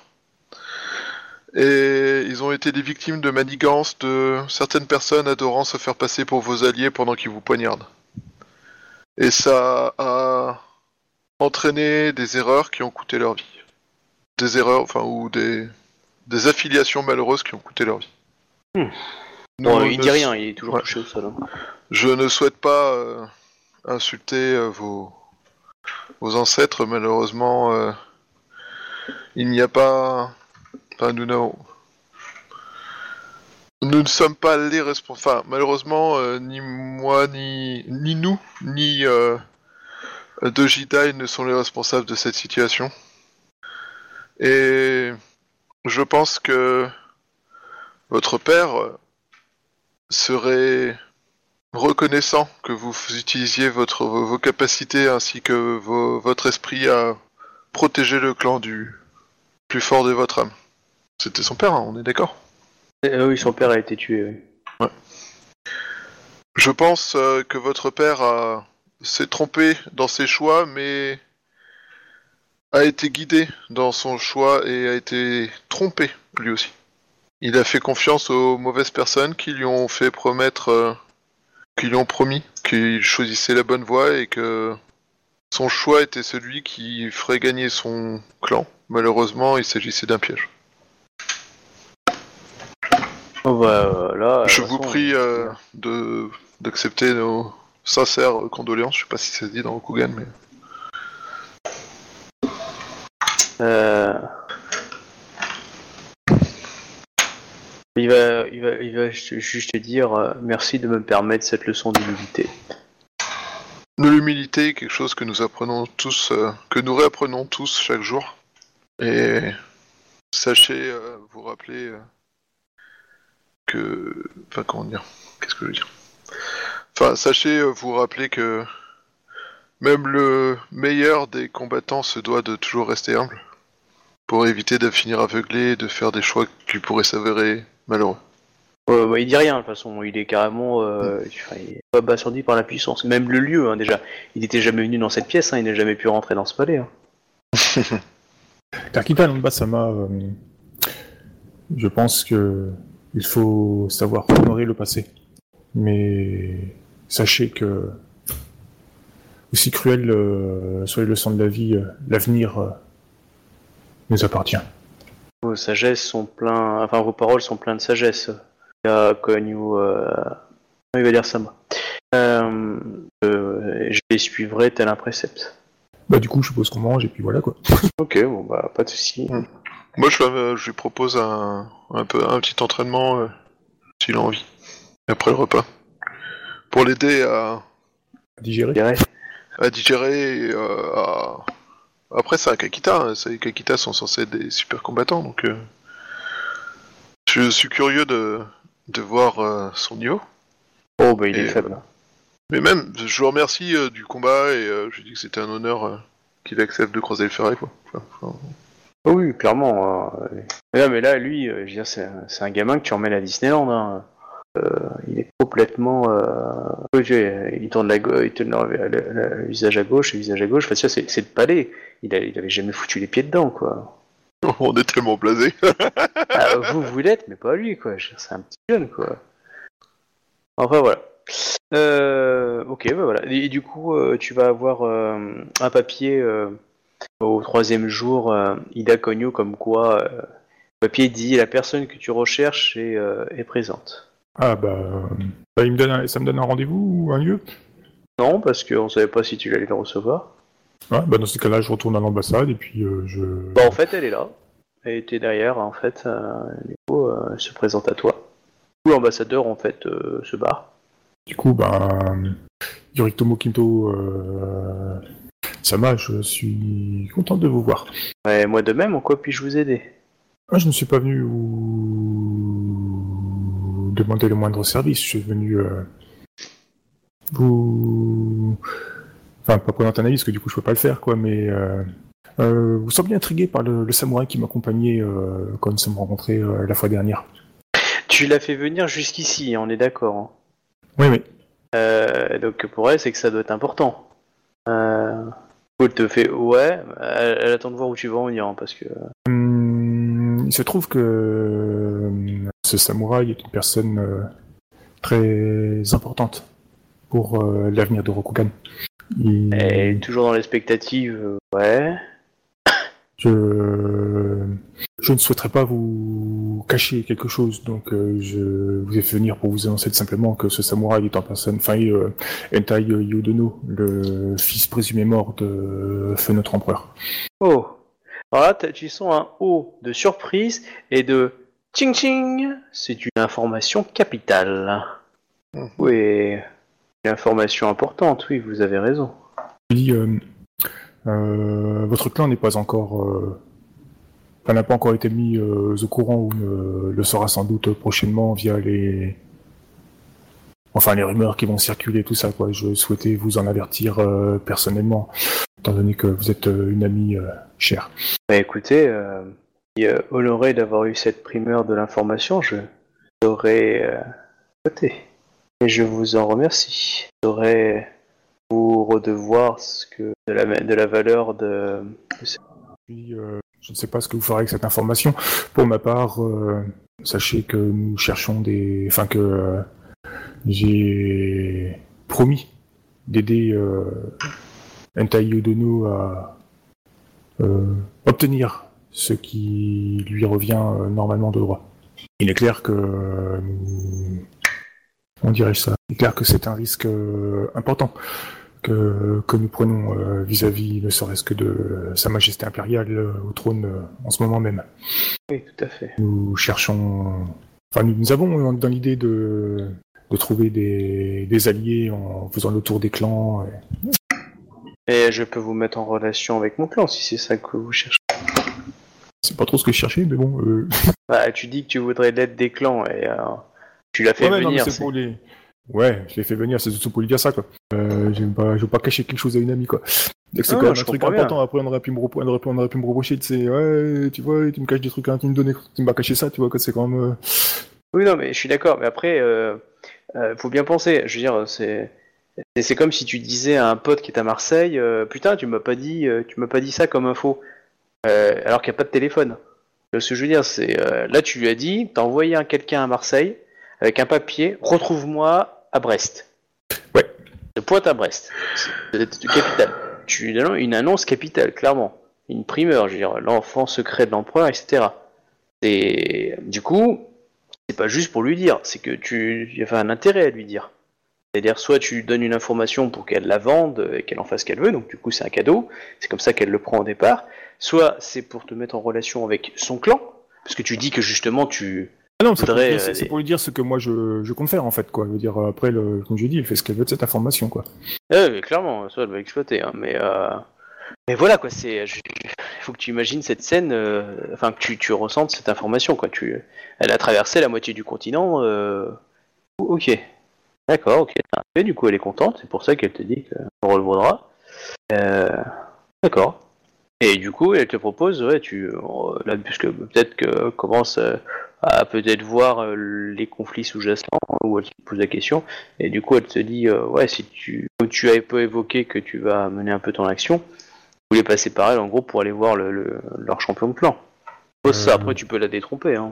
Et ils ont été des victimes de manigances de certaines personnes adorant se faire passer pour vos alliés pendant qu'ils vous poignardent. Et ça a entraîné des erreurs qui ont coûté leur vie. Des erreurs, ou des affiliations malheureuses qui ont coûté leur vie. Bon, il dit rien, il est toujours touché au sol. Hein. Je ne souhaite pas insulter vos ancêtres, malheureusement, il n'y a pas... Enfin, nous ne sommes pas les responsables. Enfin, malheureusement, ni moi, ni nous, ni Dojidai ne sont les responsables de cette situation. Et je pense que votre père serait reconnaissant que vous utilisiez vos capacités ainsi que votre esprit à protéger le clan du plus fort de votre âme. C'était son père, hein, on est d'accord ? Oui, son père a été tué, oui. Ouais. Je pense que votre père s'est trompé dans ses choix, mais a été guidé dans son choix et a été trompé, lui aussi. Il a fait confiance aux mauvaises personnes qui lui ont fait promettre, qui lui ont promis qu'il choisissait la bonne voie et que son choix était celui qui ferait gagner son clan. Malheureusement, il s'agissait d'un piège. Oh bah là. Je vous prie d'accepter nos sincères condoléances. Je sais pas si ça se dit dans Rokugan, mais... Il va juste te dire merci de me permettre cette leçon d'humilité. L'humilité est quelque chose que nous apprenons tous, que nous réapprenons tous chaque jour. Et sachez vous rappeler que... Enfin, comment dire ? Qu'est-ce que je veux dire ? Enfin, sachez vous rappeler que même le meilleur des combattants se doit de toujours rester humble pour éviter de finir aveuglé et de faire des choix qui pourraient s'avérer malheureux. Bah, il dit rien de toute façon, il est carrément il est pas abasourdi par la puissance. Même le lieu, hein, déjà, il n'était jamais venu dans cette pièce, hein, il n'a jamais pu rentrer dans ce palais. Hein. Karkita Nambasama, je pense que il faut savoir honorer le passé. Mais sachez que, aussi cruel soit les leçons de la vie, l'avenir nous appartient. Vos sagesses sont pleins, enfin vos paroles sont pleines de sagesse. Il y a Konyu, il va dire ça moi. Je les suivrai tel un précepte. Bah du coup je suppose qu'on mange et puis voilà quoi. Ok, bon bah pas de soucis. Moi je lui propose un petit entraînement s'il a envie. Après le repas. Pour l'aider à digérer. À digérer et Après c'est un Kakita, hein. Les Kakita sont censés être des super combattants, donc je suis curieux de voir son niveau. Oh bah il est faible. Mais même, je vous remercie du combat et je dis que c'était un honneur qu'il accepte de croiser le ferret, quoi. Oh oui, clairement. Mais là, lui, je veux dire, c'est un gamin que tu emmènes à Disneyland. Hein. Il est complètement... il tourne le visage à gauche, le visage à gauche. Enfin, ça, c'est le palais. Il avait jamais foutu les pieds dedans, quoi. On est tellement blasés. Vous l'êtes, mais pas lui, quoi. C'est un petit jeune, quoi. Enfin, voilà. Ok, bah voilà. Et du coup, tu vas avoir un papier au 3e jour, Ida Konyu, comme quoi le papier dit la personne que tu recherches est présente. Ah bah, ça me donne un rendez-vous ou un lieu ? Non, parce qu'on savait pas si tu allais le recevoir. Ouais, bah dans ce cas-là, je retourne à l'ambassade et puis je... Bah en fait, elle est là. Elle était derrière, en fait. Du coup, elle se présente à toi. Du coup, l'ambassadeur, en fait, se barre. Du coup, Yoritomo Kinto, Sama, je suis content de vous voir. Ouais, moi de même, en quoi puis-je vous aider ? Je ne suis pas venu vous demander le moindre service, je suis venu vous... Enfin, pas prendre un analyse, parce que du coup je peux pas le faire, quoi, mais vous semblez intrigué par le samouraï qui m'accompagnait quand nous sommes rencontrés la fois dernière. Tu l'as fait venir jusqu'ici, on est d'accord. Hein. Oui. Donc pour elle, c'est que ça doit être important. Elle te fait ouais, elle attend de voir où tu vas en venir, hein, parce que... Il se trouve que ce samouraï est une personne très importante pour l'avenir de Rokugan. Elle est toujours dans l'expectative, ouais. Je ne souhaiterais pas vous cacher quelque chose, donc je vous ai fait venir pour vous annoncer simplement que ce samouraï est en personne, Entai Yodono, le fils présumé mort de feu notre empereur. Oh, alors là tu sens un haut de surprise et de ching ching, c'est une information capitale. Oui, une information importante, oui, vous avez raison. Je dis, votre clan n'est pas encore n'a pas encore été mis au courant ou ne le sera sans doute prochainement via les rumeurs qui vont circuler, tout ça, quoi. Je souhaitais vous en avertir personnellement, étant donné que vous êtes une amie chère. Bah écoutez, honoré d'avoir eu cette primeur de l'information, je l'aurais noté. Et je vous en remercie. Je saurais vous redevoir de la valeur de Puis, je ne sais pas ce que vous ferez avec cette information. Pour ma part, sachez que nous cherchons que j'ai promis d'aider Entai Odono à obtenir ce qui lui revient normalement de droit. Il est clair que on dirait ça. Il est clair que c'est un risque important que nous prenons vis-à-vis, ne serait-ce que de Sa Majesté impériale au trône en ce moment même. Oui, tout à fait. Nous cherchons... nous avons dans l'idée de trouver des alliés en faisant le tour des clans. Et je peux vous mettre en relation avec mon clan, si c'est ça que vous cherchez. C'est pas trop ce que je cherchais, mais bon... Bah, tu dis que tu voudrais l'aide des clans, et tu l'as fait venir. Non, pour les... Ouais, je l'ai fait venir, c'est surtout pour lui dire ça, quoi. Je veux pas cacher quelque chose à une amie, quoi. Donc c'est quand même un truc important. Après, on aurait pu me reprocher, tu sais, ouais, tu vois, tu me caches des trucs intimes, tu m'as caché ça, tu vois, que c'est quand même... Oui, non, mais je suis d'accord, mais après, faut bien penser, je veux dire, c'est comme si tu disais à un pote qui est à Marseille, putain, tu m'as pas dit ça comme info, alors qu'il n'y a pas de téléphone. Ce que je veux dire, c'est, là, tu lui as dit, t'as envoyé quelqu'un à Marseille, avec un papier, retrouve-moi à Brest. Ouais. De Pointe à Brest. C'est capital. Tu donnes une annonce capitale, clairement. Une primeur, je veux dire, l'enfant secret de l'empereur, etc. Et du coup, c'est pas juste pour lui dire, c'est que il y a un intérêt à lui dire. C'est-à-dire, soit tu donnes une information pour qu'elle la vende et qu'elle en fasse ce qu'elle veut, donc du coup c'est un cadeau, c'est comme ça qu'elle le prend au départ, soit c'est pour te mettre en relation avec son clan, parce que tu dis que justement tu... Ah non, c'est pour lui dire ce que moi je compte faire en fait, quoi. Je veux dire, après, comme je dis, elle fait ce qu'elle veut de cette information, quoi. Mais clairement, ça elle va exploiter, hein, mais voilà, quoi, il faut que tu imagines cette scène, que tu ressentes cette information, quoi. Elle a traversé la moitié du continent, ok. D'accord, ok. Et du coup elle est contente, c'est pour ça qu'elle te dit qu'on revaudra. D'accord. Et du coup elle te propose, ouais, là, puisque peut-être que commence à peut-être voir les conflits sous-jacents, où elle se pose la question, et du coup elle te dit, ouais, comme tu as un peu évoqué que tu vas mener un peu ton action, vous voulez passer par elle en gros pour aller voir leur champion de clan. Ça, après tu peux la détromper, hein.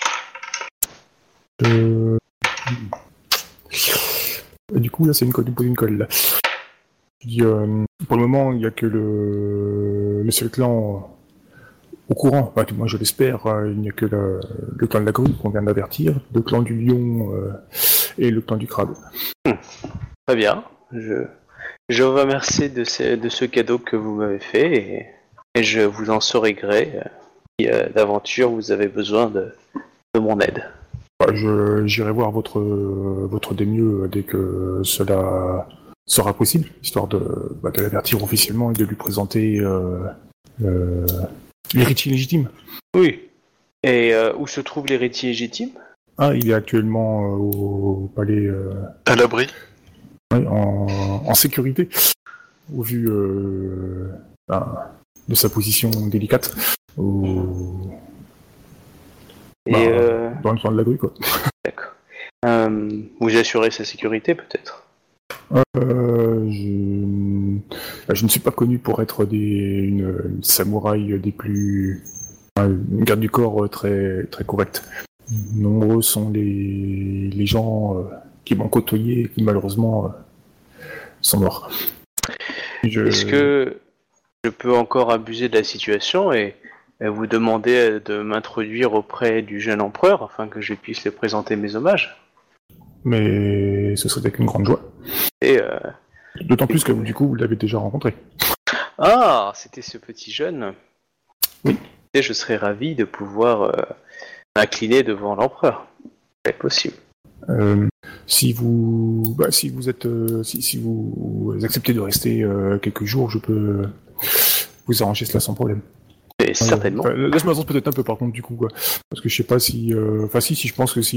Du coup là c'est une colle là. Je dis, pour le moment il n'y a que le seul clan au courant, moi je l'espère, il n'y a que le clan de la grue qu'on vient d'avertir, le clan du lion et le clan du crabe. Très bien, je vous remercie de ce cadeau que vous m'avez fait et je vous en saurai gré si d'aventure vous avez besoin de mon aide. J'irai voir votre démieux dès que cela sera possible, histoire de l'avertir officiellement et de lui présenter l'héritier légitime. Oui. Et où se trouve l'héritier légitime ? Il est actuellement au palais... À l'abri. Oui, en sécurité, au vu de sa position délicate. Dans le coin de la grue, quoi. D'accord. Vous assurez sa sécurité, peut-être ? Je ne suis pas connu pour être une samouraï des plus... une garde du corps très, très correcte. Nombreux sont les gens qui m'ont côtoyé et qui malheureusement sont morts. Est-ce que je peux encore abuser de la situation et vous demander de m'introduire auprès du jeune empereur afin que je puisse lui présenter mes hommages ? Mais ce serait avec une grande joie. Et d'autant plus que du coup vous l'avez déjà rencontré. Ah, c'était ce petit jeune. Oui. Et je serais ravi de pouvoir m'incliner devant l'empereur. C'est possible. Si vous acceptez de rester quelques jours, je peux vous arranger cela sans problème. Et certainement. Là, je m'avance peut-être un peu par contre du coup, quoi. Parce que je sais pas si... Enfin si, je pense que si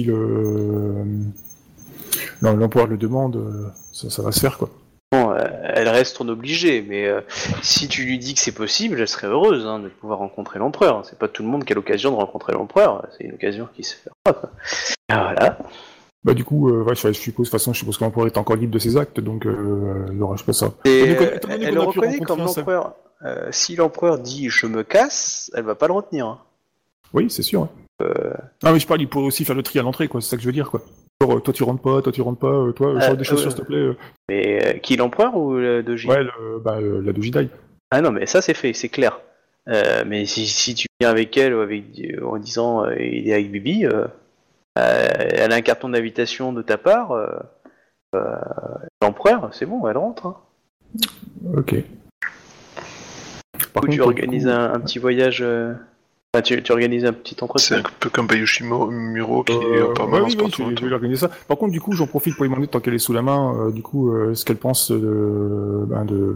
l'employeur le demande, ça va se faire, quoi. Bon, elle reste ton obligée, mais si tu lui dis que c'est possible, elle serait heureuse de pouvoir rencontrer l'empereur. C'est pas tout le monde qui a l'occasion de rencontrer l'empereur, c'est une occasion qui se fait pas, quoi. Ah, voilà. Bah du coup, je suppose que l'empereur est encore libre de ses actes, donc il n'aura pas ça. Et elle le reconnaît comme l'empereur. Si l'empereur dit « je me casse », elle va pas le retenir. Oui, c'est sûr. Ah mais je parle, il pourrait aussi faire le tri à l'entrée, quoi. C'est ça que je veux dire, quoi. Genre, toi tu rentres pas, change des chaussures s'il te plaît. Mais qui, l'empereur ou le doji? Ouais, la Dojidai. Ah non, mais ça c'est fait, c'est clair. Mais si tu viens avec elle ou en disant il est avec Bibi, elle a un carton d'invitation de ta part, l'empereur, c'est bon, elle rentre. Ok. Par contre, tu organises un petit voyage. Tu organises un petit entretien. C'est un peu comme Bayushi Muro qui est en permanence partout. Je vais organiser ça. Par contre, du coup, j'en profite pour lui demander, tant qu'elle est sous la main, ce qu'elle pense de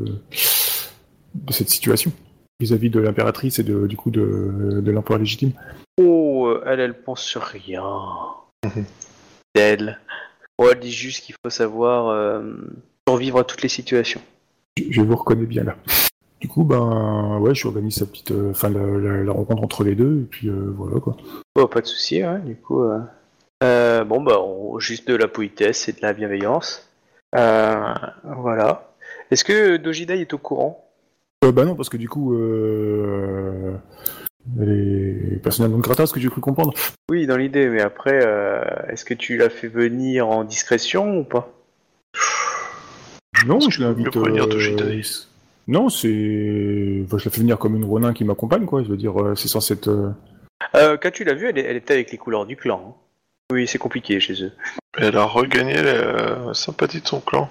cette situation vis-à-vis de l'impératrice et de l'empereur légitime. Oh, elle pense sur rien. D'elle. Oh, elle dit juste qu'il faut savoir survivre à toutes les situations. Je vous reconnais bien là. Du coup, je organise sa petite, la rencontre entre les deux, et puis voilà, quoi. Oh, pas de souci, ouais, du coup. Juste de la politesse et de la bienveillance. Voilà. Est-ce que Dojidai est au courant? Non, parce que du coup, elle est personnelle non grata, ce que j'ai cru comprendre. Oui, dans l'idée, mais après, est-ce que tu l'as fait venir en discrétion ou pas? Non, je l'invite. Dojidai. Non, je la fais venir comme une Ronin qui m'accompagne, quoi. Je veux dire, c'est censé être... Quand tu l'as vue, elle était avec les couleurs du clan. Oui, c'est compliqué chez eux. Elle a regagné la sympathie de son clan.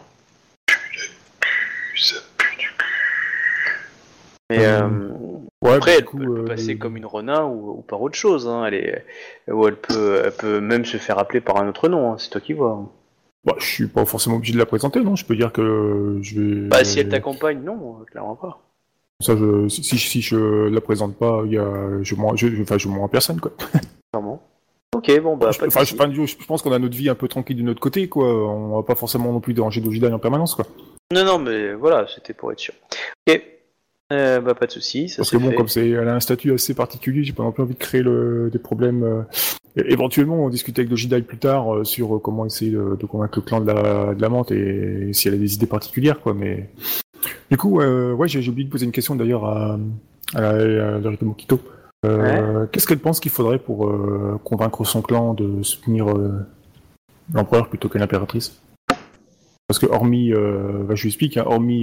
Ça pue du cul. Mais après, elle peut elle passer comme une Ronin ou par autre chose. Elle peut même se faire appeler par un autre nom. C'est toi qui vois. Je suis pas forcément obligé de la présenter, non. Je peux dire que je vais... si elle t'accompagne, non, clairement pas. Ça, si je la présente pas, je mens à personne, quoi. Clairement. Ok, bon, je pense qu'on a notre vie un peu tranquille de notre côté, quoi. On va pas forcément non plus déranger Dojidai en permanence, quoi. Non, mais voilà, c'était pour être sûr. Ok. Pas de soucis, ça Parce que fait. comme elle a un statut assez particulier, j'ai pas non plus envie de créer des problèmes. Éventuellement, on discuter avec Dojidai plus tard sur comment essayer de convaincre le clan de la menthe et si elle a des idées particulières, quoi. Mais du coup, j'ai oublié de poser une question d'ailleurs à Yorito Mokito. Qu'est-ce qu'elle pense qu'il faudrait pour convaincre son clan de soutenir l'empereur plutôt que l'impératrice? Parce que hormis, je lui explique, hormis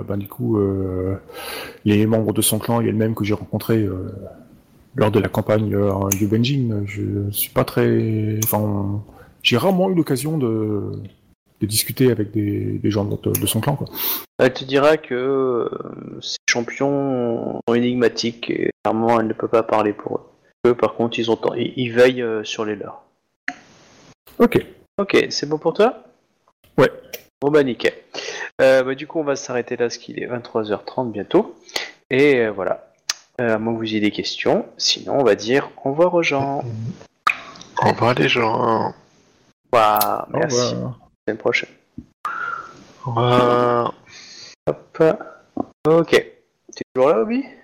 les membres de son clan et elle-même que j'ai rencontrés lors de la campagne du Benjin, je suis pas très... Enfin, j'ai rarement eu l'occasion de discuter avec des gens de son clan, quoi. Elle te dira que ces champions sont énigmatiques et clairement elle ne peut pas parler pour eux. Eux, par contre, ils veillent sur les leurs. Ok, c'est bon pour toi? Ouais. Bon nickel. Du coup on va s'arrêter là parce qu'il est 23h30 bientôt. Et voilà. À moins que vous ayez des questions. Sinon on va dire au revoir aux gens. Au revoir les gens. Waouh, merci. À la semaine prochaine. Au revoir. Hop. Ok. T'es toujours là, Obi?